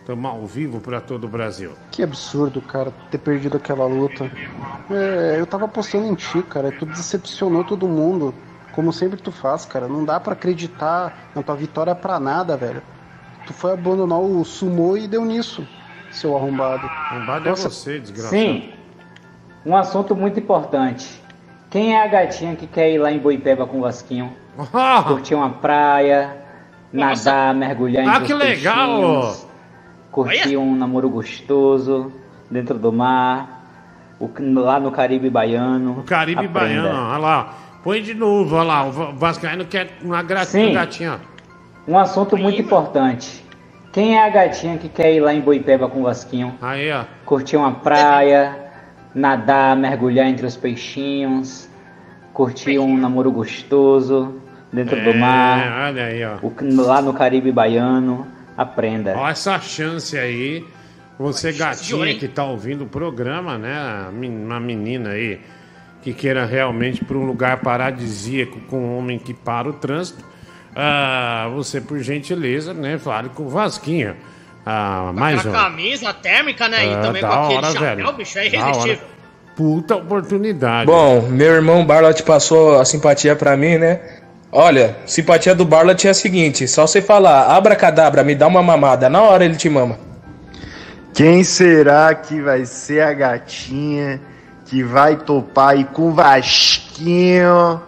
Estamos ao vivo para todo o Brasil. Que absurdo, cara, ter perdido aquela luta. É, eu tava apostando em ti, cara. Tu decepcionou todo mundo. Como sempre tu faz, cara. Não dá pra acreditar na tua vitória pra nada, velho. Tu foi abandonar o sumô e deu nisso, seu arrombado. Arrombado é você, desgraçado. Sim, um assunto muito importante. Quem é a gatinha que quer ir lá em Boipeba com o Vasquinho? Curtir uma praia, nadar, mergulhar em Ah, que legal! Curtir um namoro gostoso dentro do mar, o- lá no Caribe Baiano. O Caribe Aprenda. Baiano, olha lá. Põe de novo, olha lá. O Va- Vascaíno quer uma gracinha, Sim. gatinha. Um assunto muito importante. Quem é a gatinha que quer ir lá em Boipeba com o Vasquinho? Aí, ó. Curtir uma praia, nadar, mergulhar entre os peixinhos, curtir um namoro gostoso dentro do É, mar, olha aí, ó. o- lá no Caribe Baiano. Aprenda. Olha essa chance aí. Você, de ouro, gatinha hein? que tá ouvindo o programa, né? Uma menina aí que queira realmente para um lugar paradisíaco com um homem que para o trânsito. Ah, você, por gentileza, né? Fale com o Vasquinho. Ah, mais um. Aquela camisa térmica, né? E Ah, também da com aquele hora, chapéu, velho. bicho, é Da hora. irresistível. Puta oportunidade. Bom, meu irmão Barlat passou a simpatia pra mim, né? Olha, simpatia do Barlat é a seguinte: só você falar, abracadabra, me dá uma mamada, na hora ele te mama. Quem será que vai ser a gatinha que vai topar aí com o Vasquinho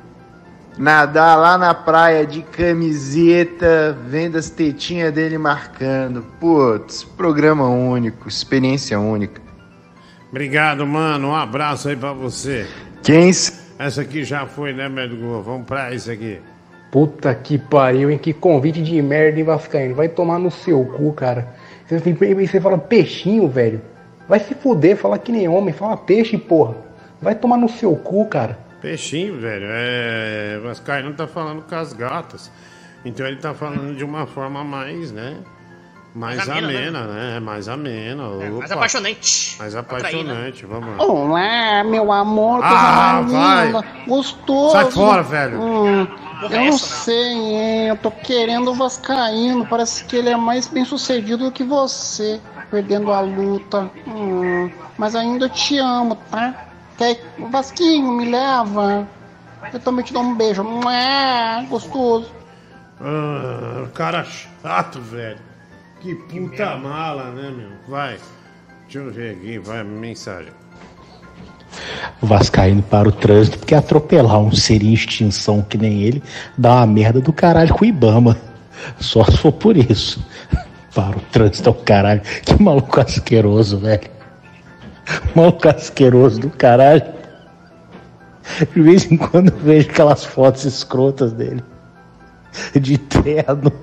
nadar lá na praia de camiseta, vendo as tetinhas dele marcando? Putz, programa único, experiência única. Obrigado, mano. Um abraço aí pra você. Quem... Essa aqui já foi, né, médico? Vamos pra isso aqui. Puta que pariu, hein? Que convite de merda, hein, Vascaíno? Vai tomar no seu cu, cara. Você, você fala peixinho, velho. Vai se fuder, fala que nem homem. Fala peixe, porra. Vai tomar no seu cu, cara. Peixinho, velho. É. O Vascaíno não tá falando com as gatas. Então ele tá falando de uma forma mais, né? Mais, Mais amena, amena, né? Mais amena. É, mais Opa. apaixonante. Mais Atrair, né? apaixonante. Vamos lá. Olá, meu amor, coisa Ah, mais vai. linda, gostoso. Sai fora, velho. Hum, Porra, eu é não essa, sei, hein? Eu tô querendo o Vascaíno. Parece que ele é mais bem sucedido do que você, perdendo a luta. Hum, mas ainda te amo, tá? Quer... Vasquinho, me leva. Eu também te dou um beijo. Mua, gostoso. Ah, cara chato, velho. Que puta mala, né, meu? Vai. Deixa eu ver aqui, vai, mensagem. Vascaíno para o trânsito, porque atropelar um ser em extinção que nem ele dá uma merda do caralho com o Ibama. Só se for por isso. Para o trânsito é o caralho. Que maluco asqueroso, velho. Maluco asqueroso do caralho. De vez em quando eu vejo aquelas fotos escrotas dele. De terno.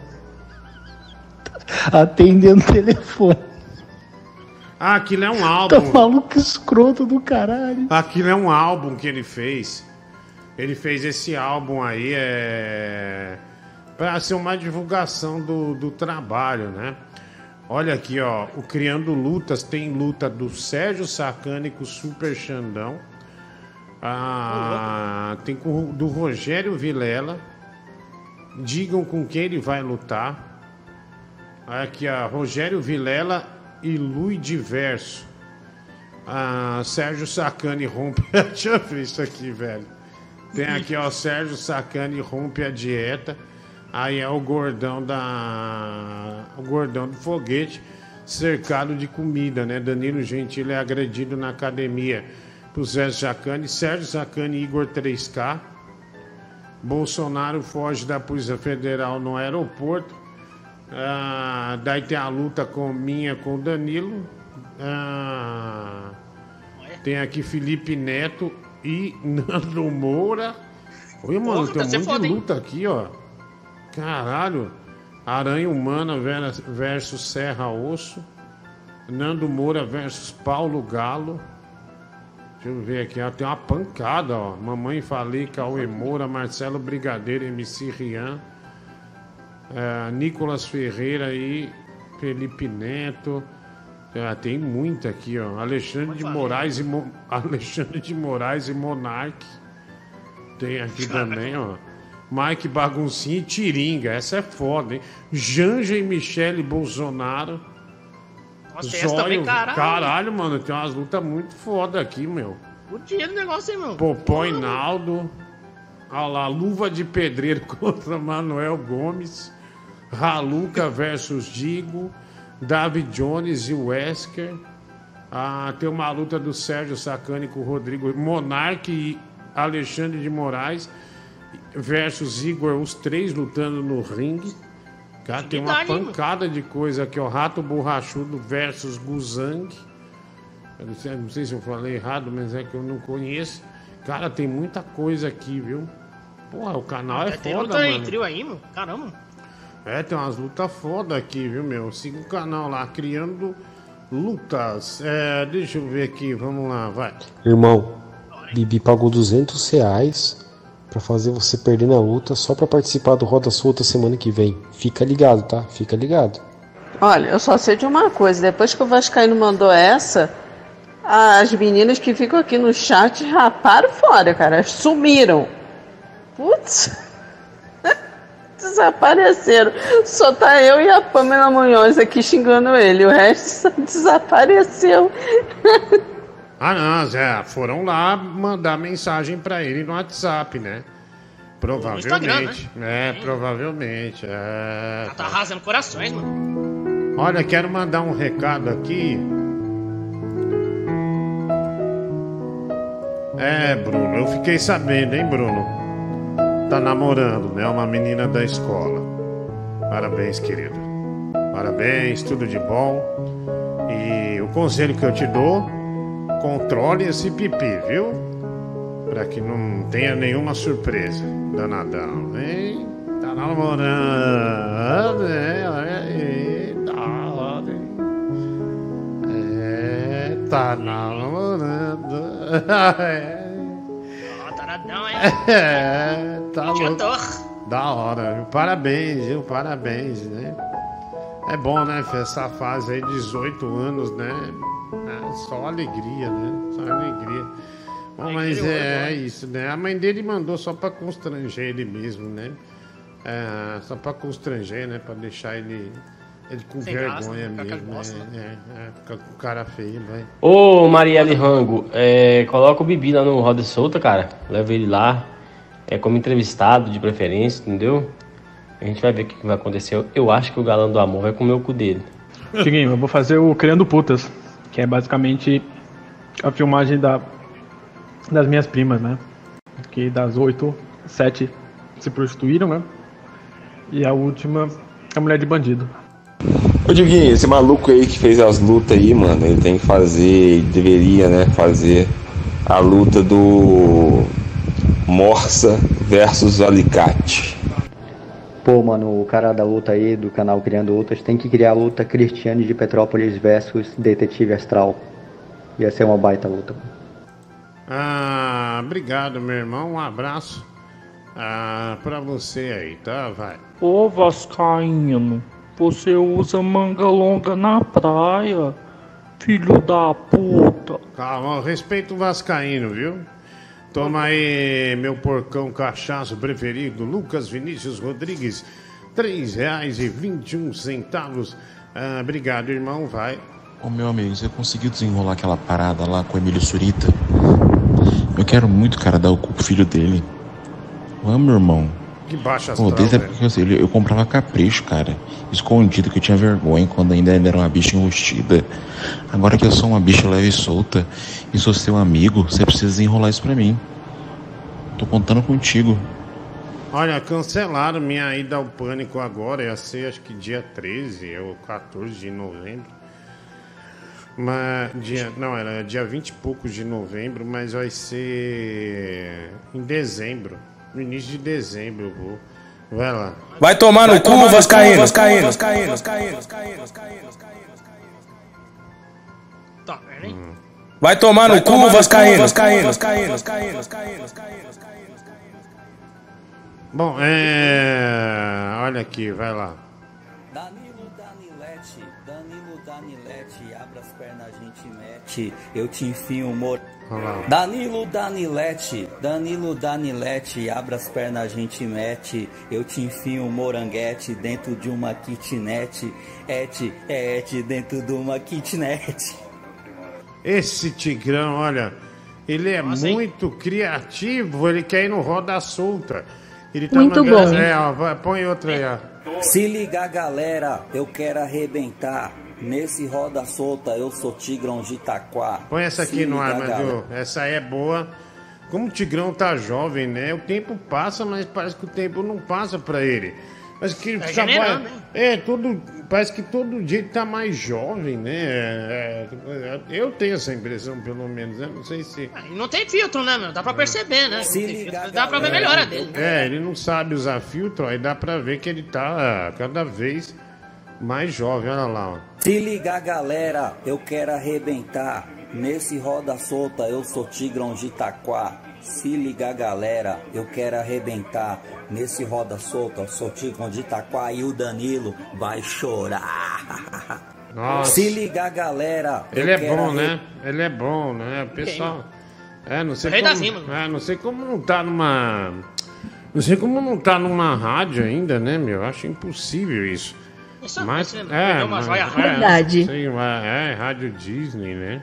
Atendendo o telefone. Ah, aquilo é um álbum. Tá maluco escroto do caralho. Aquilo é um álbum que ele fez. Ele fez esse álbum aí é... para ser uma divulgação do, do trabalho, né? Olha aqui, ó. O Criando Lutas tem luta do Sérgio Sacani com o Super Xandão. Ah, tem com, do Rogério Vilela. Digam com quem ele vai lutar. Aqui, ó. Rogério Vilela e Luiz Diverso. Ah, Sérgio Sacani rompe. Deixa eu ver isso aqui, velho. Tem aqui, ó. Sérgio Sacani rompe a dieta. Aí é o gordão da. O gordão do foguete cercado de comida, né? Danilo Gentili é agredido na academia pro Sérgio Sacani. Sérgio Sacani e Igor três K. Bolsonaro foge da Polícia Federal no aeroporto. Ah, daí tem a luta com minha com o Danilo. Ah, tem aqui Felipe Neto e Nando Moura. Oi, mano, Porra, tem um tá monte foda, de hein? luta aqui, ó. Caralho. Aranha Humana versus Serra Osso. Nando Moura versus Paulo Galo. Deixa eu ver aqui, ó. Tem uma pancada, ó. Mamãe Falei, Cauê Moura, Marcelo Brigadeiro, M C Rian. É, Nicolas Ferreira e Felipe Neto. É, tem muita aqui, ó. Alexandre de Moraes e Mo... Alexandre de Moraes e Monark. Tem aqui também, ó. Mike Baguncinha e Tiringa. Essa é foda, hein? Janja e Michele Bolsonaro. Vocês também, caralho. Caralho, mano, tem umas lutas muito foda aqui, meu. O dinheiro do negócio, hein, meu? Popó e Naldo. Olha lá, Luva de Pedreiro contra Manuel Gomes. Raluca versus Digo. David Jones e Wesker. Ah, tem uma luta do Sérgio Sacani com o Rodrigo Monark e Alexandre de Moraes versus Igor, os três lutando no ringue. Cara, tem uma pancada de coisa aqui, ó. Rato Borrachudo versus Guzang. Eu não sei, não sei se eu falei errado, mas é que eu não conheço. Cara, tem muita coisa aqui, viu? Porra, o canal é, é tem foda, luta mano. Em trio aí, mano. Caramba. É, tem umas lutas foda aqui, viu, meu? Siga o canal lá, Criando Lutas. É, deixa eu ver aqui, vamos lá, vai. Irmão, Bibi pagou duzentos reais pra fazer você perder na luta só pra participar do Roda Solta semana que vem. Fica ligado, tá? Fica ligado. Olha, eu só sei de uma coisa. Depois que o Vascaíno mandou essa, as meninas que ficam aqui no chat raparam fora, cara. Sumiram. Putz. Desapareceram. Só tá eu e a Pamela Munhoz aqui xingando ele. O resto desapareceu. Ah, não, Zé, foram lá mandar mensagem pra ele no WhatsApp, né? Provavelmente. Instagram, né? É, provavelmente. É. Ela tá arrasando corações, mano. Olha, quero mandar um recado aqui. É, Bruno, eu fiquei sabendo, hein, Bruno? Tá namorando, né? Uma menina da escola. Parabéns, querido. Parabéns, tudo de bom. E o conselho que eu te dou, controle esse pipi, viu? Pra que não tenha nenhuma surpresa. Danadão, hein? Tá namorando, é, olha aí, da hora, hein? É, tá namorando. É. Ó, taradão, hein? É, tá louco. Adiantou. Da hora, viu? Parabéns, viu? Parabéns, né? É bom, né? Essa fase aí, dezoito anos, né? É só alegria, né? Só alegria. Bom, mas é, é isso, né? A mãe dele mandou só pra constranger ele mesmo, né? É, só pra constranger, né? Pra deixar ele, ele com Sem vergonha graça, mesmo. bosta, É, é, é, fica com cara feio, vai. Ô, Marielle Rango, é, coloca o Bibi lá no Roda Solta, cara. Leva ele lá. É como entrevistado, de preferência, entendeu? A gente vai ver o que vai acontecer. Eu acho que o galã do amor vai comer o cu dele. Tiguinho, eu vou fazer o Criando Putas, que é basicamente a filmagem da, das minhas primas, né? Que das oito, sete se prostituíram, né? E a última é a mulher de bandido. Ô Diguinho, esse maluco aí que fez as lutas aí, mano, ele tem que fazer, deveria, né, fazer a luta do Morsa versus Alicate. Pô, mano, o cara da luta aí, do canal Criando Lutas, tem que criar a luta Cristiane de Petrópolis versus Detetive Astral. Ia ser uma baita luta. Ah, obrigado, meu irmão. Um abraço ah, pra você aí, tá? Vai. Ô Vascaíno, você usa manga longa na praia, filho da puta. Calma, respeita o Vascaíno, viu? Toma aí, meu porcão cachaço preferido, Lucas Vinícius Rodrigues, três reais e vinte e um centavos. Ah, obrigado, irmão, vai. Ô meu amigo, você conseguiu desenrolar aquela parada lá com o Emílio Surita? Eu quero muito, cara, dar o cu pro filho dele. Vamos, irmão. Que baixa Pô, astral, desde a velho. época que eu, eu, eu comprava capricho, cara. Escondido, que eu tinha vergonha quando ainda era uma bicha enrustida. Agora que eu sou uma bicha leve e solta e sou seu amigo, você precisa desenrolar isso pra mim. Tô contando contigo. Olha, cancelaram minha ida ao Pânico agora, ia ser acho que dia treze ou quatorze de novembro. Mas, dia, não, era dia vinte e poucos de novembro, mas vai ser em dezembro. No início de dezembro eu vou. Vai lá. Vai tomar no Vai cu, tomar no Vascaíno. cu, Vascaíno. Vascaíno. Tá, vendo, hein? Vai tomar no Vai cu, tomar no cu, Vascaíno. Vascaíno. Bom, é. Olha aqui, vai lá. Danilo Danilete, Danilo Danilete, abre as pernas, a gente mete. Eu te enfio, mor... Danilo Danilete, Danilo Danilete, abre as pernas, a gente mete. Eu te enfio um moranguete dentro de uma kitnet. Et, é et dentro de uma kitnet. Esse Tigrão, olha, ele é Nossa, muito hein? criativo, ele quer ir no Roda Solta. Ele tá Muito mandando... bom. É, ó, vai, põe outra aí, ó. Se ligar, galera, eu quero arrebentar. Nesse roda solta, eu sou Tigrão de Itaquá. Põe essa aqui Se no ar, ligar, mas galera. ô, essa aí é boa. Como o Tigrão tá jovem, né? O tempo passa, mas parece que o tempo não passa pra ele. Mas que É trabalha- generando, hein? é todo, parece que todo dia ele tá mais jovem, né? É, é, eu tenho essa impressão, pelo menos, né? Não sei se. E não tem filtro, né, meu? Dá pra perceber, né? Se Não tem ligar, filtro, dá pra ver melhor a dele. É, ele não sabe usar filtro, aí dá pra ver que ele tá cada vez mais jovem, olha lá, ó. Se ligar, galera, eu quero arrebentar. Nesse roda solta, eu sou Tigrão de Itaquá. Se ligar, galera, eu quero arrebentar. Nesse roda solta, eu sou Tigrão de Itaquá e o Danilo vai chorar. Nossa. Se ligar, galera, eu Ele é quero bom, arre- né? Ele é bom, né? O pessoal. É, não sei Rei das como. rimas. É, não sei como não tá numa. Não sei como não tá numa rádio ainda, né, meu? Acho impossível isso. Isso Mas, você é, perdeu uma mas, joia é, rara. Verdade. Sei, mas é, Rádio Disney, né?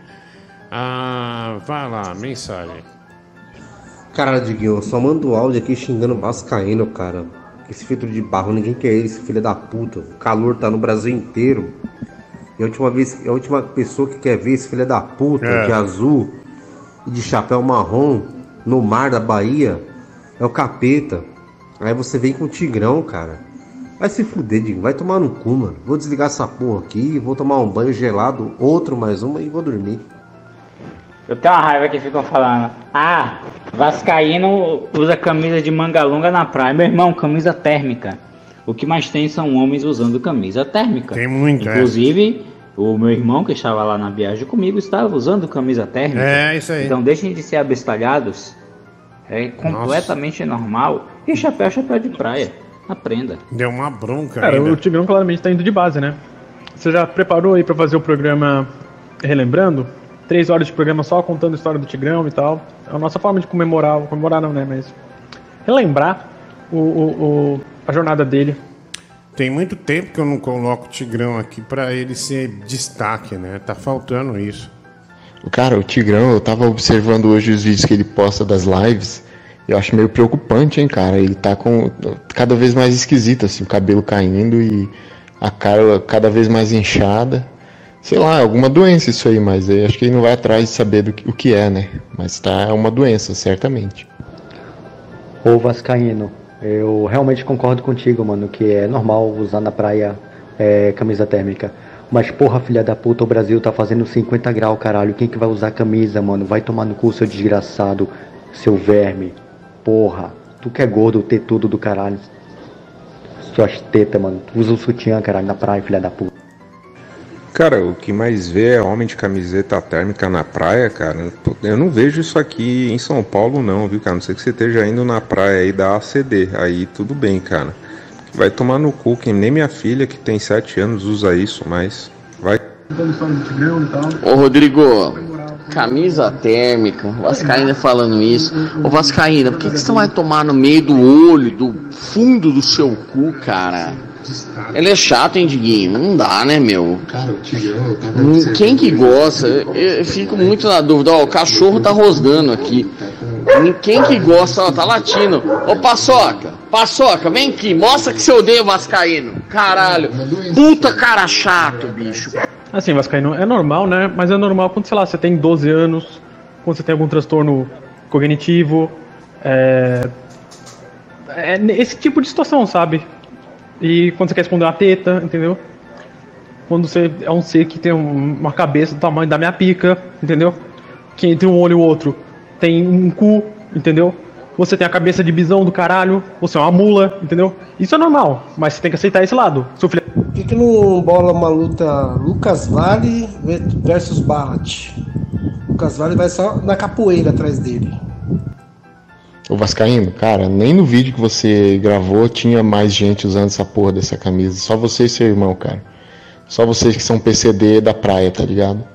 Ah, vai lá, mensagem. Cara, Diguinho, eu só mando áudio aqui xingando o Vascaíno, cara. Esse filtro de barro, ninguém quer ele, esse filho da puta. O calor tá no Brasil inteiro. E a última vez, a última pessoa que quer ver esse filho da puta É. de azul e de chapéu marrom no mar da Bahia é o Capeta. Aí você vem com o Tigrão, cara. Vai se fuder, Diguinho, vai tomar no cu, mano. Vou desligar essa porra aqui, vou tomar um banho gelado, outro mais uma e vou dormir. Eu tenho uma raiva que ficam falando. Ah, Vascaíno usa camisa de manga longa na praia. Meu irmão, camisa térmica. O que mais tem são homens usando camisa térmica. Tem muito, é. Inclusive, o meu irmão que estava lá na viagem comigo estava usando camisa térmica. É, isso aí. Então deixem de ser abestalhados. É completamente normal. E chapéu, chapéu de praia. Aprenda. Deu uma bronca Cara, ainda. o Tigrão claramente tá indo de base, né? Você já preparou aí pra fazer o programa relembrando? Três horas de programa só contando a história do Tigrão e tal. É a nossa forma de comemorar, comemorar não, né? Mas relembrar o, o, o- a jornada dele. Tem muito tempo que eu não coloco o Tigrão aqui pra ele ser destaque, né? Tá faltando isso. Cara, o Tigrão, eu tava observando hoje os vídeos que ele posta das lives. Eu acho meio preocupante, hein, cara. Ele tá com cada vez mais esquisito, assim, o cabelo caindo e a cara cada vez mais inchada. Sei lá, alguma doença isso aí, mas eu acho que ele não vai atrás de saber do que, o que é, né? Mas tá, é uma doença, certamente. Ô Vascaíno, eu realmente concordo contigo, mano, que é normal usar na praia é, camisa térmica. Mas porra, filha da puta, o Brasil tá fazendo cinquenta graus, caralho. Quem que vai usar camisa, mano? Vai tomar no cu, seu desgraçado, seu verme. Porra, tu que é gordo, ter tudo do caralho. Suas tetas, mano. Tu usa o sutiã, caralho, na praia, filha da puta. Cara, o que mais vê é homem de camiseta térmica na praia, cara. Eu não vejo isso aqui em São Paulo não, viu, cara? A não sei que você esteja indo na praia aí da A C D. Aí tudo bem, cara. Vai tomar no cu, que nem minha filha, que tem sete anos, usa isso, mas vai. Ô Rodrigo, camisa térmica, o Vascaína falando isso. Ô Vascaína, por que, que você não vai tomar no meio do olho, do fundo do seu cu, cara? Ele é chato, hein, Diguinho? Não dá, né, meu? Hum, Quem que gosta? Eu eu fico muito na dúvida. Ó, o cachorro tá rosnando aqui. Hum, Quem que gosta? Ó, tá latindo. Ô, Paçoca, Paçoca, vem aqui. Mostra que você odeia o Vascaíno. Caralho. Puta cara chato, bicho. Assim, Vascaíno, é normal, né? Mas é normal quando, sei lá, você tem doze anos, quando você tem algum transtorno cognitivo, é... é esse tipo de situação, sabe? E quando você quer esconder uma teta, entendeu? Quando você é um ser que tem um- uma cabeça do tamanho da minha pica, entendeu? Que entre um olho e o outro tem um cu, entendeu? Você tem a cabeça de bisão do caralho, você é uma mula, entendeu? Isso é normal, mas você tem que aceitar esse lado. Seu filho... Por que, que não bola uma luta Lucas Vale versus Barlat? Lucas Vale vai só na capoeira atrás dele. Ô Vascaíno, cara, nem no vídeo que você gravou tinha mais gente usando essa porra dessa camisa. Só você e seu irmão, cara. Só vocês que são P C D da praia, tá ligado?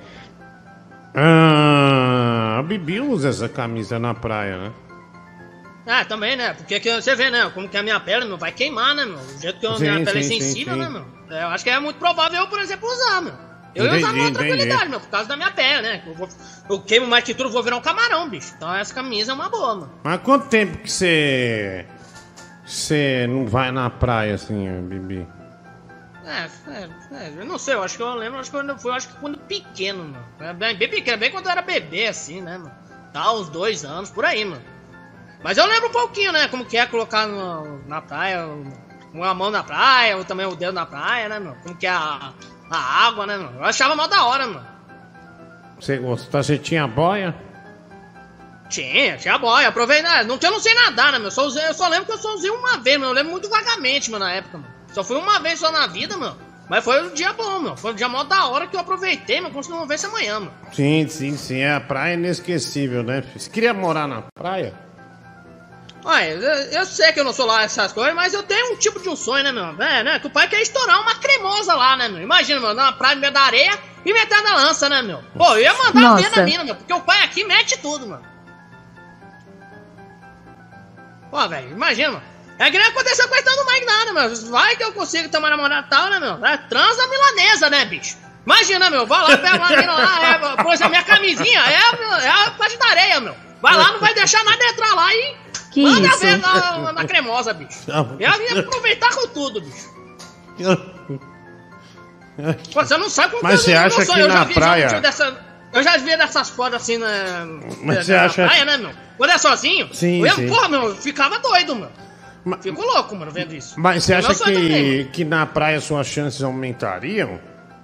Ah, a Bibi usa essa camisa na praia, né? Ah, também, né? Porque que você vê, né? Como que a minha pele, meu, vai queimar, né, meu? Do jeito que a minha Sim, pele sim, é sensível, sim, né, sim. meu? É, eu acho que é muito provável eu, por exemplo, usar, meu. Eu ia usar Entendi, com tranquilidade, entendi. meu, por causa da minha pele, né? Eu, vou, eu queimo mais que tudo, vou virar um camarão, bicho. Então essa camisa é uma boa, mano. Mas quanto tempo que você. Você não vai na praia assim, Bibi? É, é, é, eu não sei, eu acho que eu lembro, acho que quando eu fui, eu acho que quando pequeno, mano. Era bem, bem pequeno, bem quando eu era bebê, assim, né, mano? Tá, uns dois anos, por aí, mano. Mas eu lembro um pouquinho, né, como que é colocar no, na praia, uma mão na praia, ou também o dedo na praia, né, meu? Como que é a, a água, né, meu? Eu achava mal da hora, mano. Você gostou? Você tinha boia? Tinha, tinha boia, aproveitei, não que eu não sei nadar, né, meu? Só usei, eu só lembro que eu só usei uma vez, meu. Eu lembro muito vagamente, mano, na época, mano. Só fui uma vez só na vida, meu. Mas foi um dia bom, meu. Foi um dia mó da hora que eu aproveitei, meu. Como se não houvesse amanhã, mano. Sim, sim, sim. A praia é inesquecível, né? Você queria morar na praia? Olha, eu, eu sei que eu não sou lá essas coisas, mas eu tenho um tipo de um sonho, né, meu? É, né? Que o pai quer estourar uma cremosa lá, né, meu? Imagina, meu, na praia no meio da areia e meter na lança, né, meu? Pô, eu ia mandar Nossa. ver na mina, meu. Porque o pai aqui mete tudo, mano. Pô, velho, imagina, mano. É que nem aconteceu com esse do Mike nada, meu. Vai que eu consigo ter uma namorada tal, né, meu? É transa milanesa, né, bicho? Imagina, meu. Vai lá, pega uma mina lá, é, pôs a minha camisinha, é, é a parte da areia, meu. Vai lá, não vai deixar nada entrar lá e Que manda isso? ver na, na cremosa, bicho. Eu ia aproveitar com tudo, bicho. Pô, você não sabe como Mas que eu- você eu acha não sou, que eu já na vi- praia- já vi dessa- eu já vi dessas fotos assim na, Mas na, você na acha- praia, né, meu? Quando é sozinho, Sim, eu ia, sim. porra, meu, eu ficava doido, meu. Fico louco, mano, vendo isso. Mas você Eu acha não sou também, que, mano. que na praia suas chances aumentariam?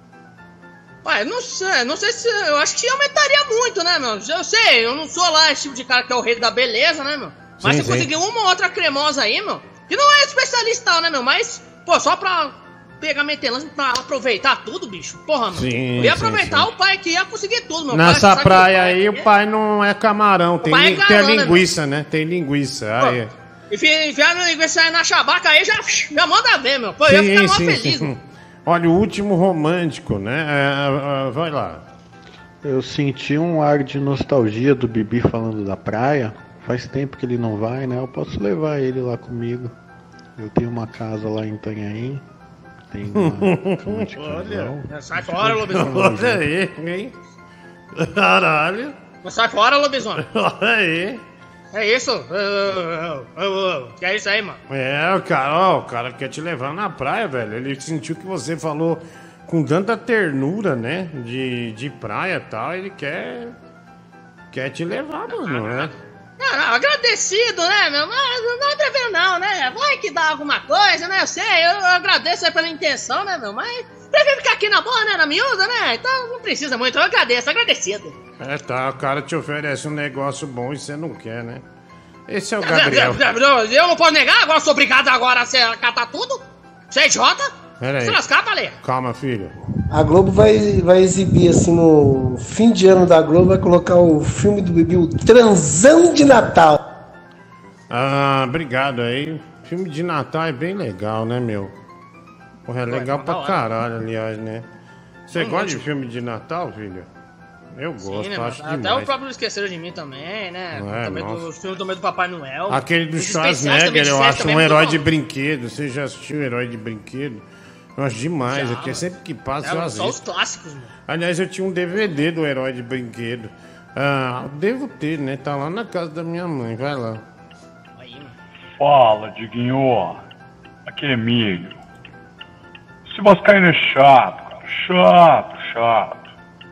Ué, não sei, não sei se. Eu acho que aumentaria muito, né, meu? Eu sei, eu não sou lá esse tipo de cara que é o rei da beleza, né, meu? Mas Sim, se sim. conseguir uma ou outra cremosa aí, meu, que não é especialista, né, meu? Mas, pô, só pra pegar metelã pra aproveitar tudo, bicho. Porra, meu. Sim, eu ia sim, aproveitar sim. o pai aqui ia conseguir tudo, meu. Nessa pai, sabe praia que o pai aí, aqui o pai não é camarão, tem, pai é li- tem galã, né, linguiça, né? Tem linguiça. Aí. é- Enfi- Enfiar minha linguiça aí na chabaca aí já, já manda ver, meu. Pô, eu ia ficar mó feliz, meu. Olha, o último romântico, né? É, é, vai lá. Eu senti um ar de nostalgia do Bibi falando da praia. Faz tempo que ele não vai, né? Eu posso levar ele lá comigo. Eu tenho uma casa lá em Itanhaém. Tem uma cama de casal. Olha, sai fora, lobisomem. Olha aí, hein? Caralho. Sai fora, lobisomem. Olha aí. É isso? Ô, ô, ô, ô, Que é isso aí, mano? É, o cara, ó, o cara quer te levar na praia, velho. Ele sentiu que você falou com tanta ternura, né? De, de praia e tal. Ele quer. Quer te levar, mano, né? Não, não, agradecido, né, meu? Mas não é devendo não, né? Vai que dá alguma coisa, né? Eu sei, eu agradeço aí pela intenção, né, meu? Mas prefiro ficar aqui na boa, né? Na miúda, né? Então não precisa muito, eu agradeço, agradecido. É, tá, o cara te oferece um negócio bom e você não quer, né? Esse é o Gabriel. Eu não posso negar, agora eu sou obrigado agora a se acatar tudo? Você é idiota? Pera aí. Se lascar, Palê. Calma, filho. A Globo vai, vai exibir, assim, no fim de ano da Globo, vai colocar o filme do Bibi, o Transão de Natal. Ah, obrigado aí. Filme de Natal é bem legal, né, meu? Porra, é legal pra caralho, aliás, né? Você Tem um gosta monte. de filme de Natal, filho? Eu gosto, Sim, né, acho mano? Até demais. o próprio Esqueceram de Mim também, né? É, também nossa. do, os filmes também do Papai Noel. Aquele do Os especiais também Schwarzenegger, de eu festa acho também um é muito herói bom. de brinquedo. Você já assistiu Herói de Brinquedo? Eu acho demais, Já, aqui é mano. sempre que passa É, eu só assisto. os clássicos, mano. Aliás, eu tinha um D V D do Herói de Brinquedo. Ah, devo ter, né? Tá lá na casa da minha mãe, vai lá. Fala, Diguinho. Aqui é Emílio. Esse vascaíno é chato, cara. Chato, chato.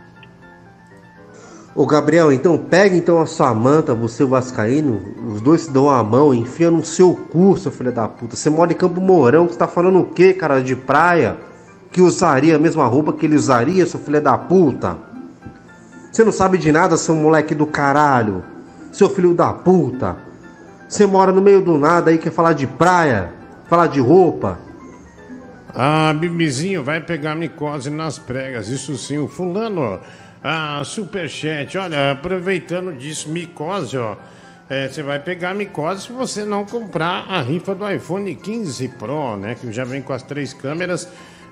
Ô Gabriel, então pega então a sua manta, você e o vascaíno, os dois se dão a mão, enfia no seu cu, seu filho da puta. Você mora em Campo Mourão, você tá falando o quê, cara, de praia? Que usaria a mesma roupa que ele usaria, seu filho da puta? Você não sabe de nada, seu moleque do caralho. Seu filho da puta. Você mora no meio do nada aí, quer falar de praia? Falar de roupa? Ah, Bibizinho vai pegar micose nas pregas, isso sim, o fulano, ah, superchat, olha, aproveitando disso, micose, ó, é, você vai pegar micose se você não comprar a rifa do iPhone quinze Pro, né, que já vem com as três câmeras,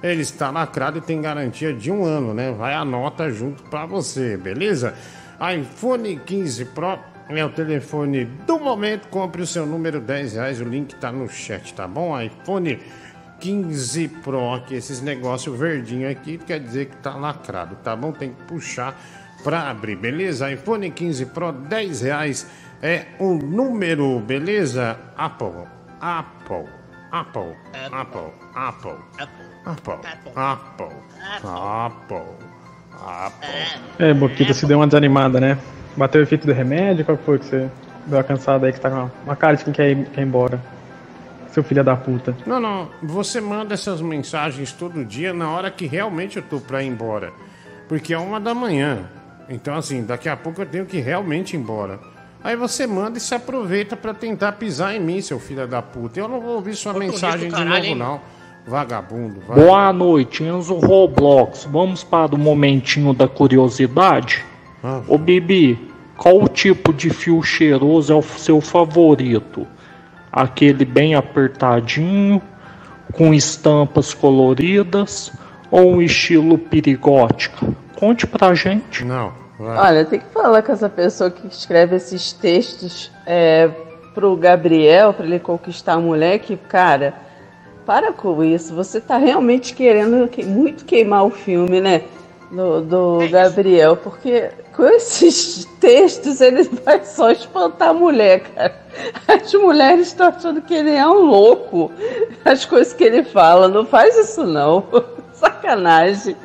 ele está lacrado e tem garantia de um ano, né? Vai a nota junto pra você, beleza? iPhone quinze Pro é o telefone do momento. Compre o seu número, dez reais, o link tá no chat, tá bom? iPhone quinze Pro, que esses negócios verdinhos aqui quer dizer que tá lacrado, tá bom? Tem que puxar pra abrir, beleza? iPhone quinze Pro, dez reais é o número, beleza? Apple, Apple, Apple, Apple, Apple, Apple, Apple, Apple, Apple. É, Boquita, se deu uma desanimada, né? Bateu o efeito do remédio? Qual foi que você deu uma cansada aí que você tá com uma cara de quem quer ir, quer ir embora? Seu filho da puta. Não, não, você manda essas mensagens todo dia na hora que realmente eu tô pra ir embora. Porque é uma da manhã. Então, assim, daqui a pouco eu tenho que realmente ir embora. Aí você manda e se aproveita pra tentar pisar em mim, seu filho da puta. Eu não vou ouvir sua Outro mensagem risco, de caralho, novo, hein? não. Vagabundo. Vai. Boa noite, Enzo Roblox. Vamos para o momentinho da curiosidade? Ah. Ô Bibi, qual o tipo de fio cheiroso é o seu favorito? Aquele bem apertadinho, com estampas coloridas ou um estilo perigótica? Conte pra gente. Não. Olha, tem que falar com essa pessoa que escreve esses textos é, pro Gabriel, pra ele conquistar a mulher, que, cara, para com isso. Você tá realmente querendo que- muito queimar o filme, né? Do, do Gabriel, porque com esses textos ele vai só espantar a mulher, cara. As mulheres estão achando que ele é um louco. As coisas que ele fala, não faz isso não. Sacanagem.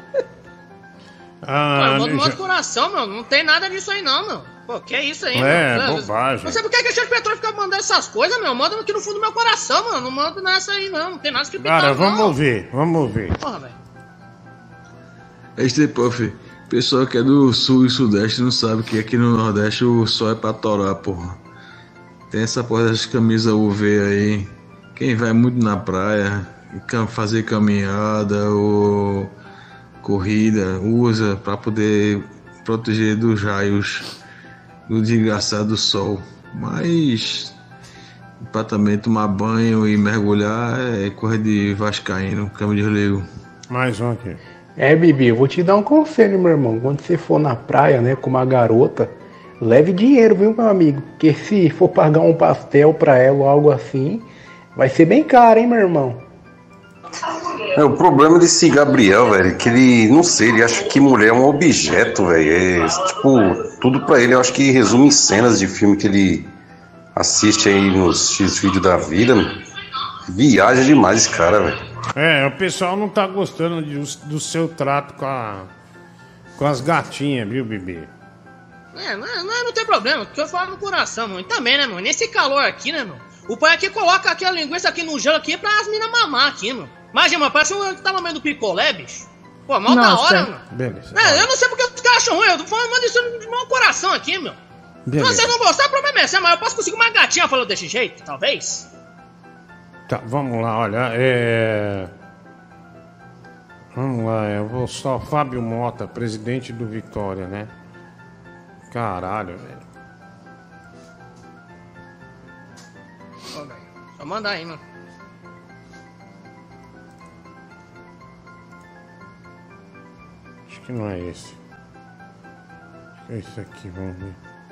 Ah, Pô, eu mando já- mando coração, meu. Não tem nada disso aí, não, meu. Pô, que é isso aí, É, meu? bobagem. Não sei por que que a Chefe Petróleo fica mandando essas coisas, meu. Manda aqui no fundo do meu coração, mano. Não manda nessa aí, não. Não tem nada escrito. Cara, vamos ouvir, vamos ouvir. Porra, velho. Este Puff, pessoal que é do sul e sudeste não sabe que aqui no Nordeste o sol é pra torar, porra. Tem essa porra dessas camisas U V aí. Quem vai muito na praia, cam- fazer caminhada ou corrida, usa pra poder proteger dos raios do desgraçado sol. Mas pra também tomar banho e mergulhar é correr de vascaíno, cama de relevo. Mais um aqui. É, Bibi, eu vou te dar um conselho, meu irmão. Quando você for na praia, né, com uma garota, leve dinheiro, viu, meu amigo? Porque se for pagar um pastel pra ela ou algo assim, vai ser bem caro, hein, meu irmão? É, o problema desse Gabriel, velho, é que ele, não sei, ele acha que mulher é um objeto, velho. É, tipo, tudo pra ele, eu acho que resume em cenas de filme que ele assiste aí nos X-Vídeos da vida, mano. Viaja demais esse cara, velho. É, o pessoal não tá gostando de- do seu trato com, a, com as gatinhas, viu, Bibi? É, não, não, não tem problema, porque eu falo no coração, mano. E também, né, mano? Nesse calor aqui, né, mano? O pai aqui coloca aqui a linguiça aqui no gelo aqui pra as minas mamar aqui, mano. Imagina, mano, parece um que tá mamando picolé, bicho. Pô, mal da hora, mano. Beleza. É, eu não sei porque os caras acham ruim, eu tô falando, manda isso no meu coração aqui, meu. Beleza. Se vocês não gostar, o problema é seu, mas eu posso conseguir uma gatinha falando desse jeito, talvez? Tá, vamos lá, olha, é... Vamos lá, eu vou só... Fábio Mota, presidente do Vitória, né? Caralho, velho. Ô, velho, só mandar aí, mano. Acho que não é esse. Acho que é esse aqui, vamos ver.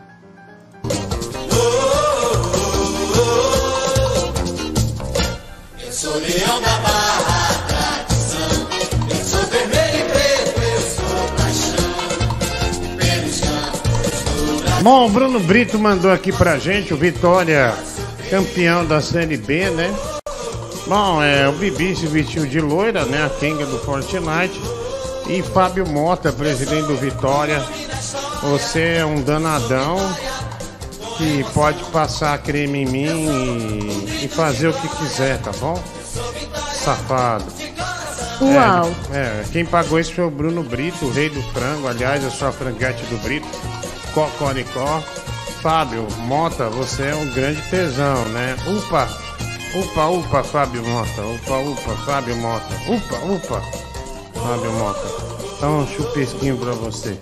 Eu sou leão da barra, tradição. Eu sou vermelho e preto, eu sou paixão. Pelos campos do Brasil. Bom, o Bruno Brito mandou aqui pra gente, o Vitória, campeão da Série B, né? Bom, é, o Bibi se vestiu de loira, né? A Kenga do Fortnite. E Fábio Mota, presidente do Vitória. Você é um danadão que pode passar creme em mim e, e fazer o que quiser, tá bom? Safado. Uau. É, é, quem pagou isso foi o Bruno Brito, o rei do frango. Aliás, eu sou a franguete do Brito. Cocoricó. Fábio Mota, você é um grande tesão, né? Upa, upa, upa, Fábio Mota. Upa, upa, Fábio Mota. Upa, upa, Fábio Mota. Então, um chupisquinho pra você.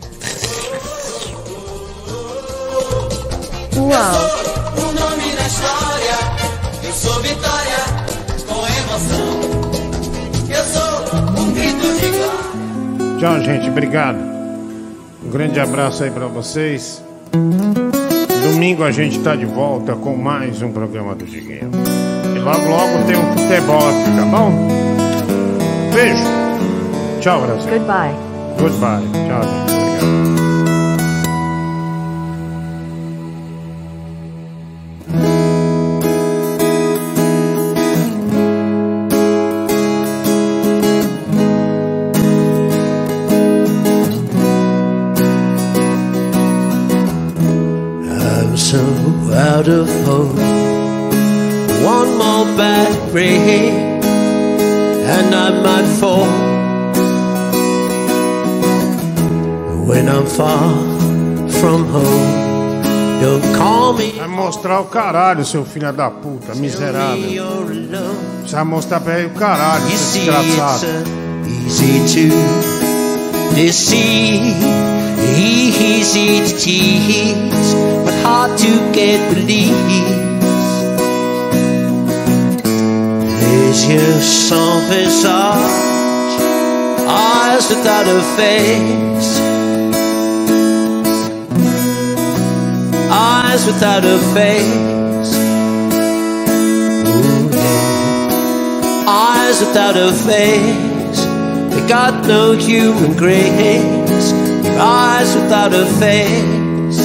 Uau. O nome da história, eu sou Vitória, com emoção. Eu sou um Tchau, gente. Obrigado. Um grande abraço aí pra vocês. Domingo a gente tá de volta com mais um programa do Diguinho. E logo, logo tem um futebol aqui, tá bom? Beijo. Tchau, Brasil. Goodbye. Goodbye. Tchau, gente. Obrigado. Out of hope, one more bad break, and I might fall. When I'm far from home, don't call me. Vai mostrar o caralho, seu filho da puta, miserável. Você vai mostrar pra ele o caralho, seu desgraçado. Easy to deceive, easy to tease, but hard to get released. There's your sans visage, eyes without a face, eyes without a face. Ooh, yeah. Eyes without a face, they got no human grace. Your eyes without a face.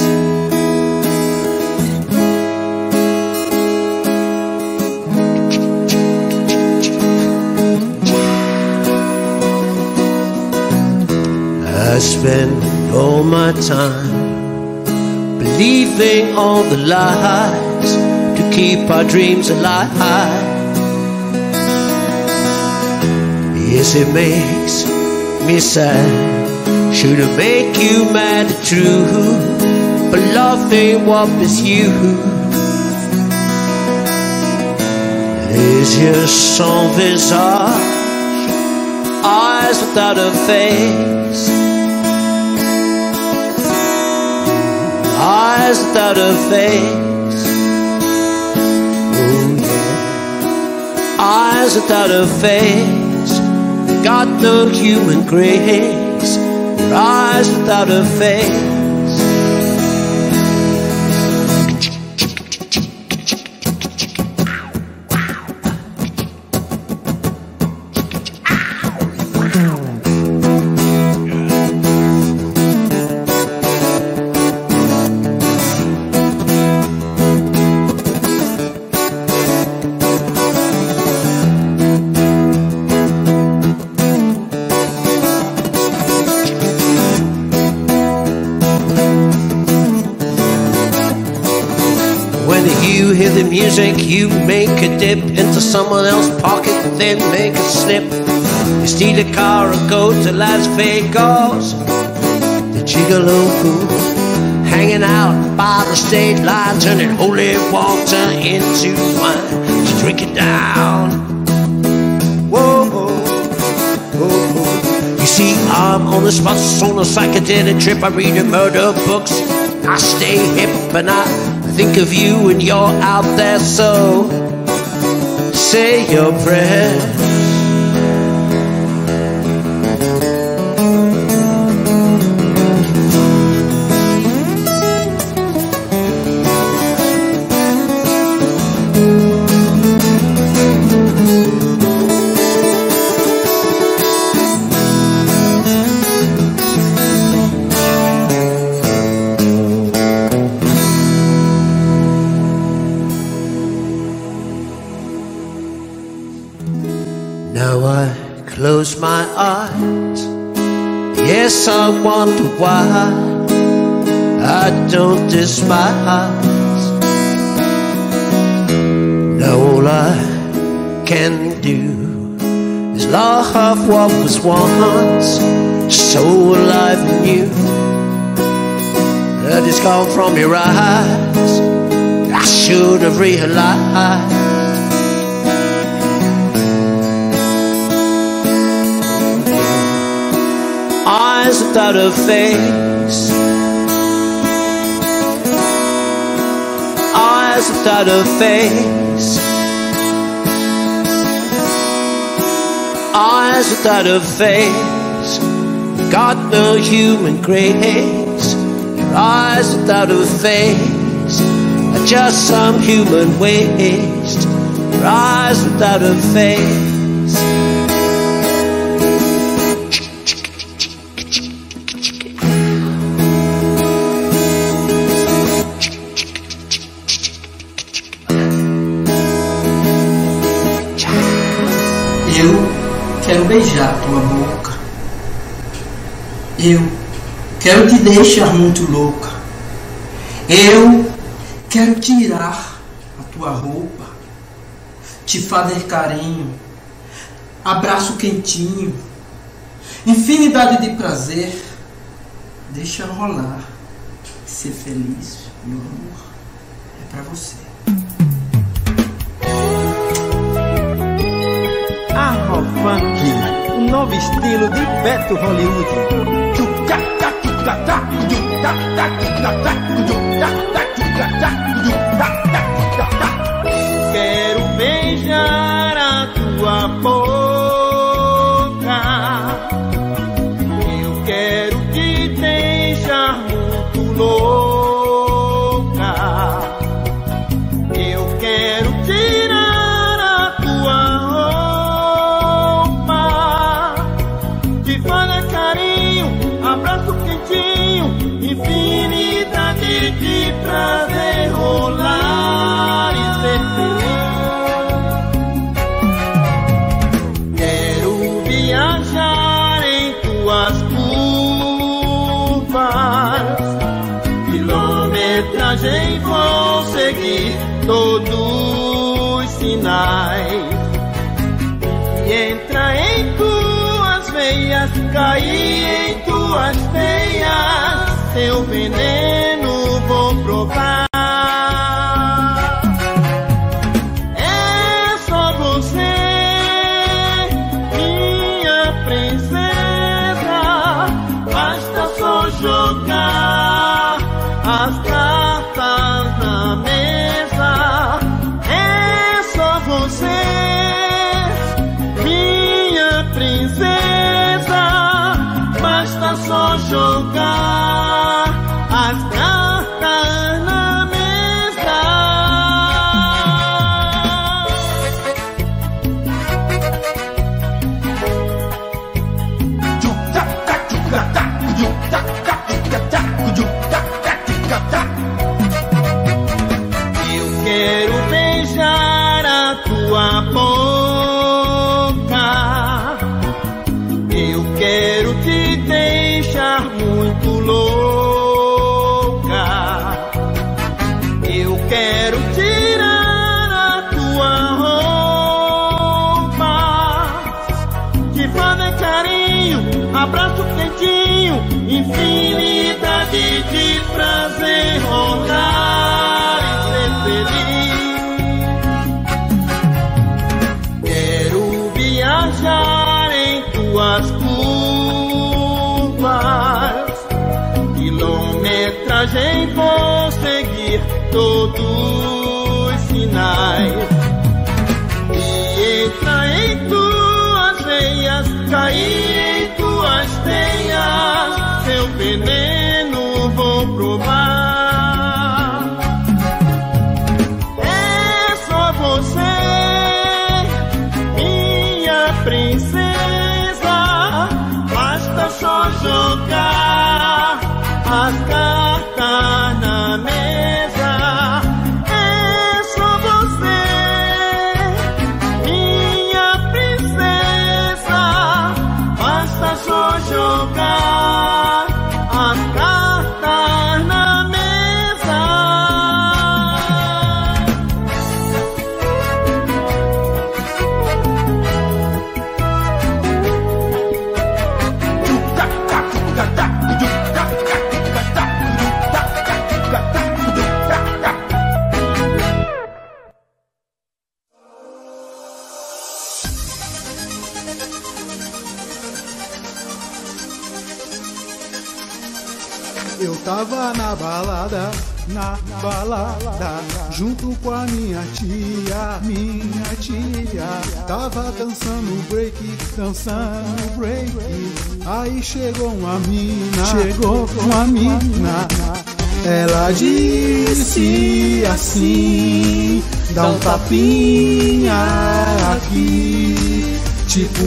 I spend all my time believing all the lies to keep our dreams alive. Yes, it makes me sad. Should've make you mad and true, but love ain't what is you. There's your sans visage, eyes without a face, eyes without a face. Oh yeah. Eyes without a face, got no human grace. Your eyes without a face. Music, you make a dip into someone else's pocket, then make a slip. You steal a car and go to Las Vegas. The gigolo pool, hanging out by the state line, turning holy water into wine. Just drink it down. Whoa, whoa, whoa, whoa. You see, I'm on the spot, on a psychedelic trip. I read the murder books, I stay hip, and I think of you and you're out there, so say your prayers. Close my eyes, yes, I wonder why I don't despise. Now all I can do is love what was once so alive and new. That is gone from your eyes, I should have realized. Eyes without a face, eyes without a face, eyes without a face, got no human grace. Your eyes without a face are just some human waste. Your eyes without a face. Eu quero beijar tua boca. Eu quero te deixar muito louca. Eu quero tirar a tua roupa, te fazer carinho, abraço quentinho, infinidade de prazer. Deixa rolar, ser feliz, meu amor, é pra você. Afro-funk, um novo estilo de Beto Hollywood. Quero beijar a tua boca. Eu quero te deixar muito louca. Eu quero tirar a tua roupa, te fazer carinho, abraço quentinho, infinidade de prazer, rolar e ser feliz. Quero viajar em tuas curvas, quilometragem vou seguir todos os sinais e entrar em tuas veias, cair em tuas veias, seu veneno vou provar. É só você, minha princesa, basta só jogar as cartas na mesa. É só você, minha princesa, basta só jogar as cartas na mesa. Eu quero beijar a tua boca. Eu quero te deixar muito louca. Eu quero tirar a tua roupa, te fazer carinho, abraço quentinho, infinidade de prazer, rolar e ser feliz. Quero viajar em tuas curvas, quilometragem vou seguir todos os sinais e entrar em tuas veias, cair em tuas veias, seu veneno vou provar. É só você, minha princesa, basta só jogar as cartas na mesa. É só você, minha princesa, basta só jogar as cartas na mesa. Eu tava na balada, na balada, junto com a minha tia, minha tia. Tava dançando break, dançando break. Aí chegou uma mina, chegou uma mina. Ela disse assim: dá um tapinha aqui, tipo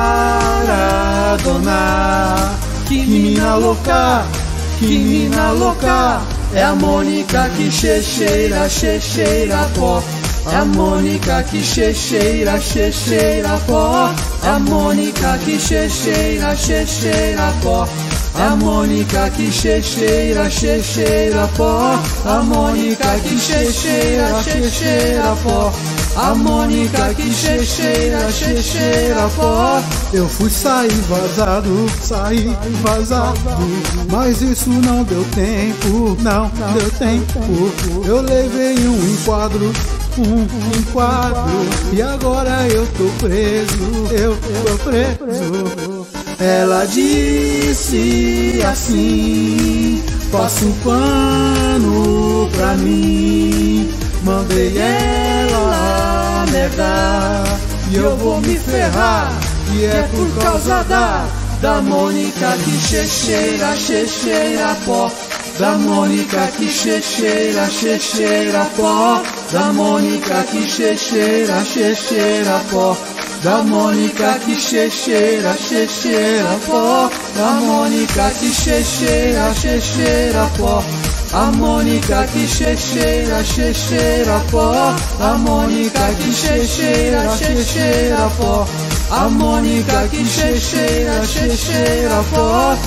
Maradona. Que mina louca, que mina louca. É a Mônica que checheira, checheira pó. É a Mônica que checheira, checheira pó. É a Mônica que checheira, checheira pó. É a Mônica que checheira, checheira pó. A Mônica que checheira, checheira pó. A Mônica que checheira, checheira pó. Eu fui sair vazado, sair vazado, mas isso não deu tempo, não deu tempo. Eu levei um enquadro, um enquadro, e agora eu tô preso, eu tô preso. Ela disse assim: passa um pano pra mim. Mandei ela negar e eu vou me ferrar. E é por causa da da Mônica que checheira, checheira pó. Da Mônica que checheira, checheira pó. Da Mônica que checheira, checheira pó. Da Mônica que checheira, checheira pó. Da Mônica que checheira, checheira pó. A Mônica que checheira, checheira pó. A Mônica que checheira, checheira pó. A Mônica que checheira, checheira pó.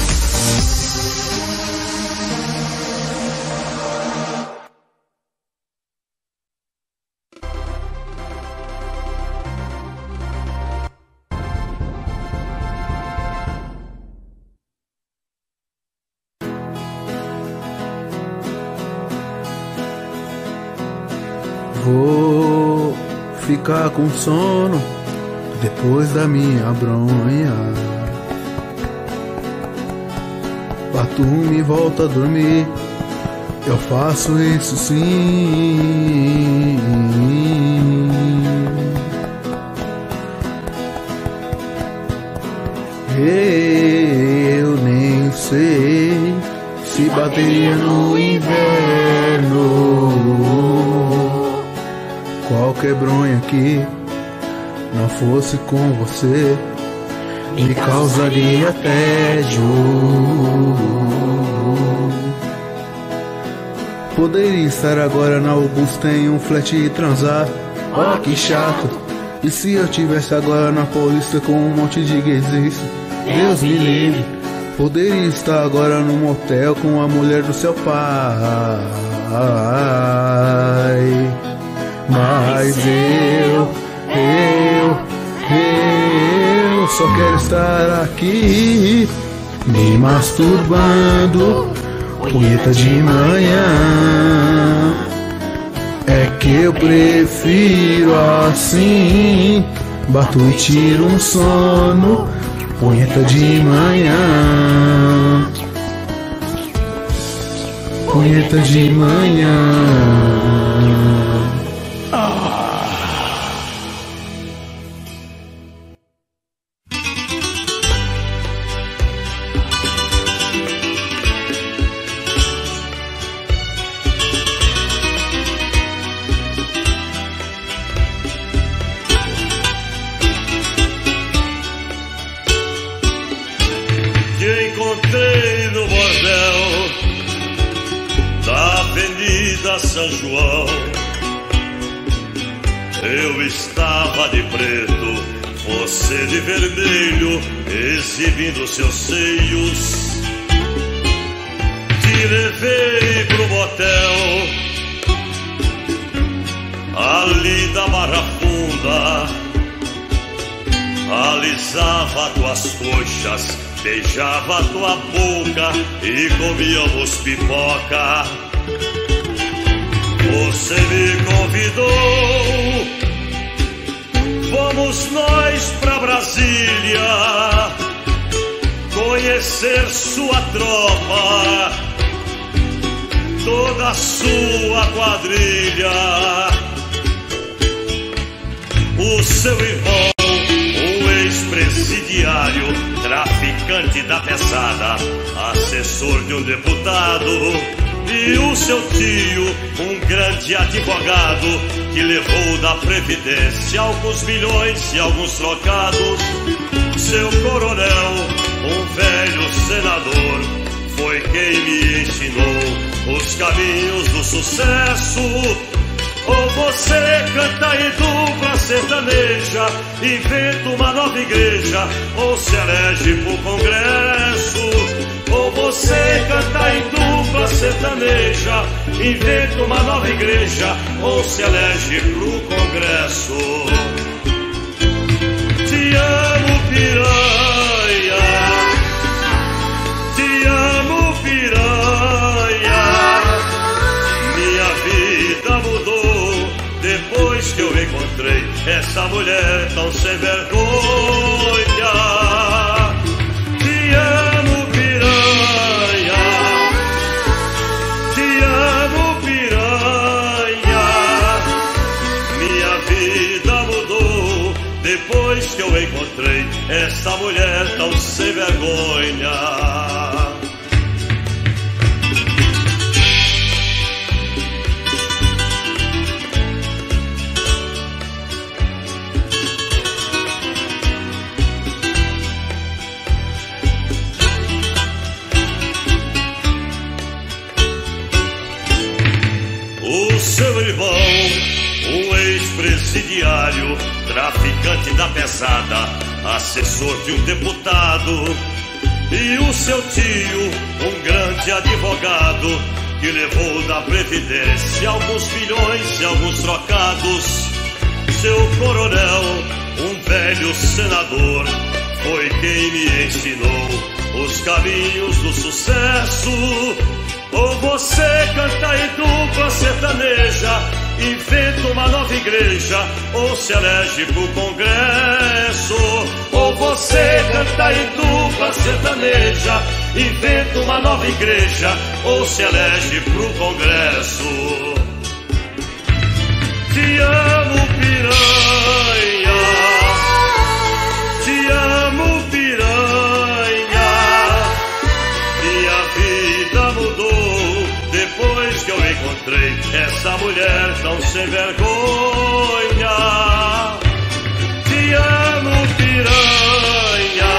Vou ficar com sono depois da minha bronha. Bato-me e volto a dormir. Eu faço isso sim. Eu nem sei se bateria no inverno. Qualquer bronha que não fosse com você me causaria tédio. Poderia estar agora na Augusta em um flat e transar. Oh, que chato. E se eu tivesse agora na Paulista com um monte de gays? Isso, Deus me livre. Poderia estar agora num motel com a mulher do seu pai. Mas eu, eu, eu só quero estar aqui me masturbando, punheta de manhã. É que eu prefiro assim, bato e tiro um sono, punheta de manhã. Punheta de manhã. São João, eu estava de preto, você de vermelho, exibindo seus seios. Te levei pro motel, ali da Barra Funda, alisava tuas coxas, beijava tua boca e comíamos pipoca. Você me convidou, vamos nós pra Brasília conhecer sua tropa. toda a sua quadrilha. O seu irmão, um ex-presidiário, traficante da pesada, assessor de um deputado. E o seu tio, um grande advogado, que levou da Previdência alguns milhões e alguns trocados. Seu coronel, um velho senador, foi quem me ensinou os caminhos do sucesso. Ou você canta em dupla sertaneja, inventa uma nova igreja, ou se elege pro Congresso. Ou você canta em dupla sertaneja, inventa uma nova igreja, ou se elege pro Congresso. Te amo, piranha, te amo, piranha. Minha vida mudou depois que eu encontrei essa mulher tão sem vergonha. Te amo, piranha, te amo, piranha. Minha vida mudou depois que eu encontrei essa mulher tão sem vergonha. O seu irmão, um ex-presidiário, traficante da pesada, assessor de um deputado. E o seu tio, um grande advogado, que levou da Previdência alguns bilhões e alguns trocados. Seu coronel, um velho senador, foi quem me ensinou os caminhos do sucesso. Ou você canta em dupla sertaneja, inventa uma nova igreja, ou se elege pro Congresso. Ou você canta em dupla sertaneja, inventa uma nova igreja, ou se elege pro Congresso. Te amo, piranha, te amo, piranha. Minha vida mudou depois que eu encontrei essa mulher tão sem vergonha. Te amo, piranha,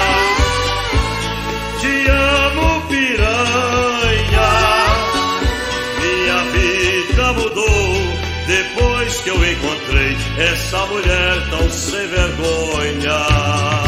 te amo, piranha. Minha vida mudou depois que eu encontrei essa mulher tão sem vergonha.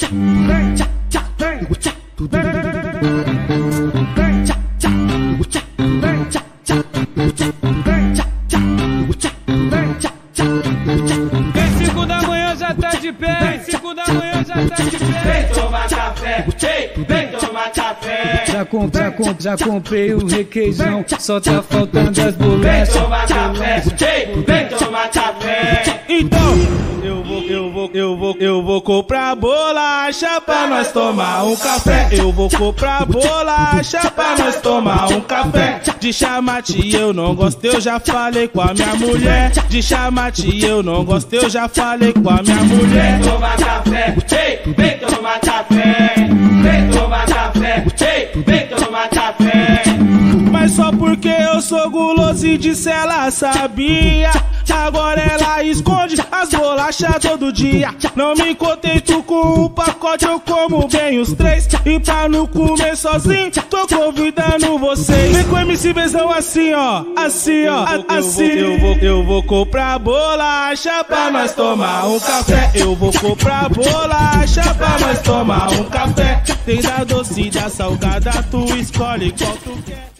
Vem cinco da manhã já tá de pé, vem cinco da manhã já tá de pé. Vem tomar café, vem, vem tomar café. Já, comp, já, comp, já comprei o requeijão, só tá faltando as bolachas. Vem tomar café, vem, vem tomar café. Então, eu vou, eu vou, eu vou, eu vou comprar bolacha pra nós tomar um café. Eu vou comprar bolacha pra nós tomar um café. De chamate eu não gosto, eu já falei com a minha mulher. De chamate eu não gosto, eu já falei com a minha mulher. Vem tomar café, vem, vem tomar café. Vem tomar café, vem, vem tomar café. Mas só porque eu sou guloso e disse ela sabia. Agora ela esconde as bolachas todo dia. Não me contento com o pacote, eu como bem os três. E pra não comer sozinho, tô convidando vocês. Vem com M C Bezão assim ó, assim ó, assim. Eu vou, eu vou, eu vou comprar bolacha pra nós tomar um café. Eu vou comprar bolacha pra nós tomar um café. Tem da doce, da salgada, tu escolhe qual tu quer.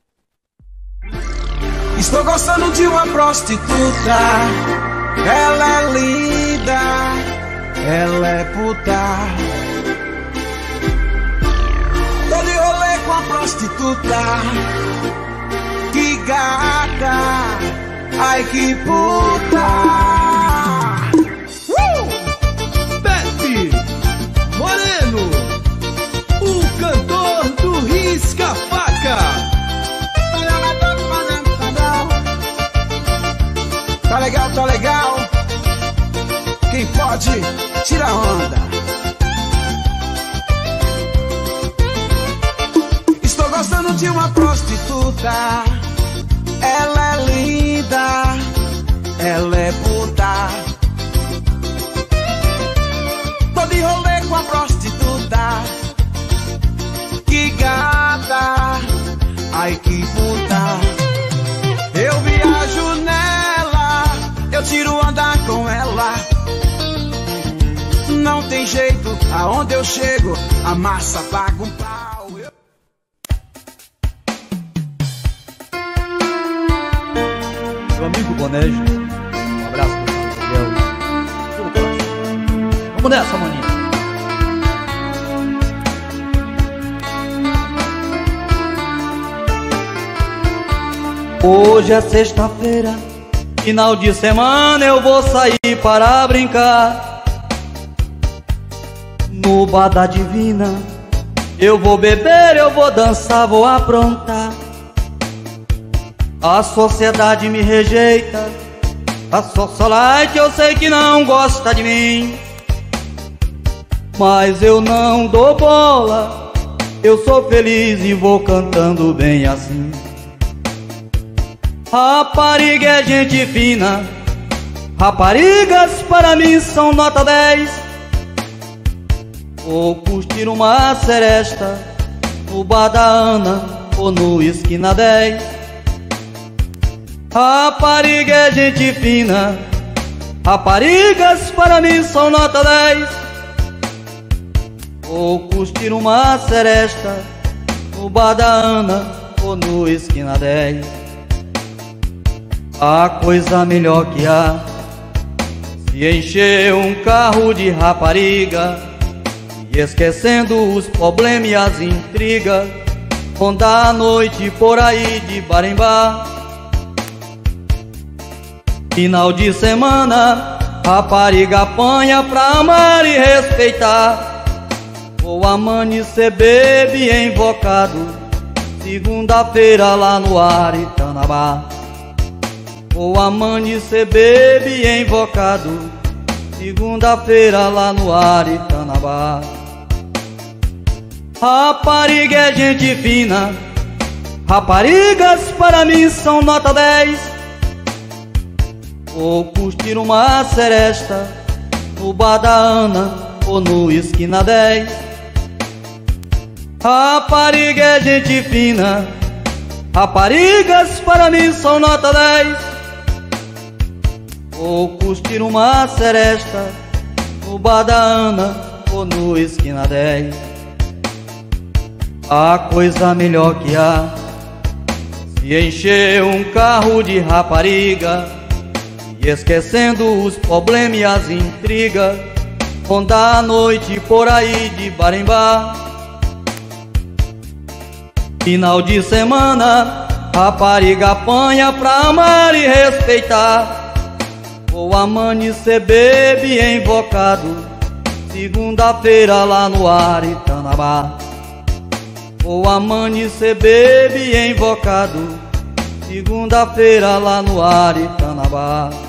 Estou gostando de uma prostituta. Ela é linda, ela é puta. Tô de rolê com a prostituta. Que gata, ai que puta. uh! Pepe Moreno, o cantor do Risca-Faca. Tá legal, tá legal. Quem pode, tira a onda. Estou gostando de uma prostituta. Ela é linda, ela é puta. Tô de rolê com a prostituta. Que gata, ai que puta. Eu viajo nela, eu tiro andar com ela. Não tem jeito, aonde eu chego, a massa paga um pau. Eu... Meu amigo Bonejo, um abraço pro Gabriel. Vamos nessa, maninho. Hoje é sexta-feira, final de semana eu vou sair para brincar. No bar da Divina eu vou beber, eu vou dançar, vou aprontar. A sociedade me rejeita, a socialite eu sei que não gosta de mim. Mas eu não dou bola, eu sou feliz e vou cantando bem assim. Rapariga é gente fina, raparigas para mim são nota dez. Vou curtir uma seresta no bar da Ana ou no esquina dez. Rapariga é gente fina, raparigas para mim são nota dez. Vou curtir uma seresta no bar da Ana ou no esquina dez. A coisa melhor que há, se encher um carro de rapariga e esquecendo os problemas e as intrigas, rondar a noite por aí de bar em bar. Final de semana, rapariga apanha pra amar e respeitar. Vou amanhecer bebe invocado, segunda-feira lá no Aritanabá. Vou amanhecer bebe invocado, segunda-feira lá no Aritanabá. Rapariga é gente fina, raparigas para mim são nota dez. Vou curtir uma seresta no bar da Ana ou no esquina dez. Rapariga é gente fina, raparigas para mim são nota dez. Vou curtir uma seresta no bar da Ana ou no esquina dez. A coisa melhor que há, se encher um carro de rapariga, e esquecendo os problemas e as intrigas, rondar a noite por aí de bar em bar. Final de semana, rapariga apanha pra amar e respeitar. Vou amanhecer bebe invocado, segunda-feira lá no Aritanabá. Vou amanhecer bebe invocado, segunda-feira lá no Aritanabá.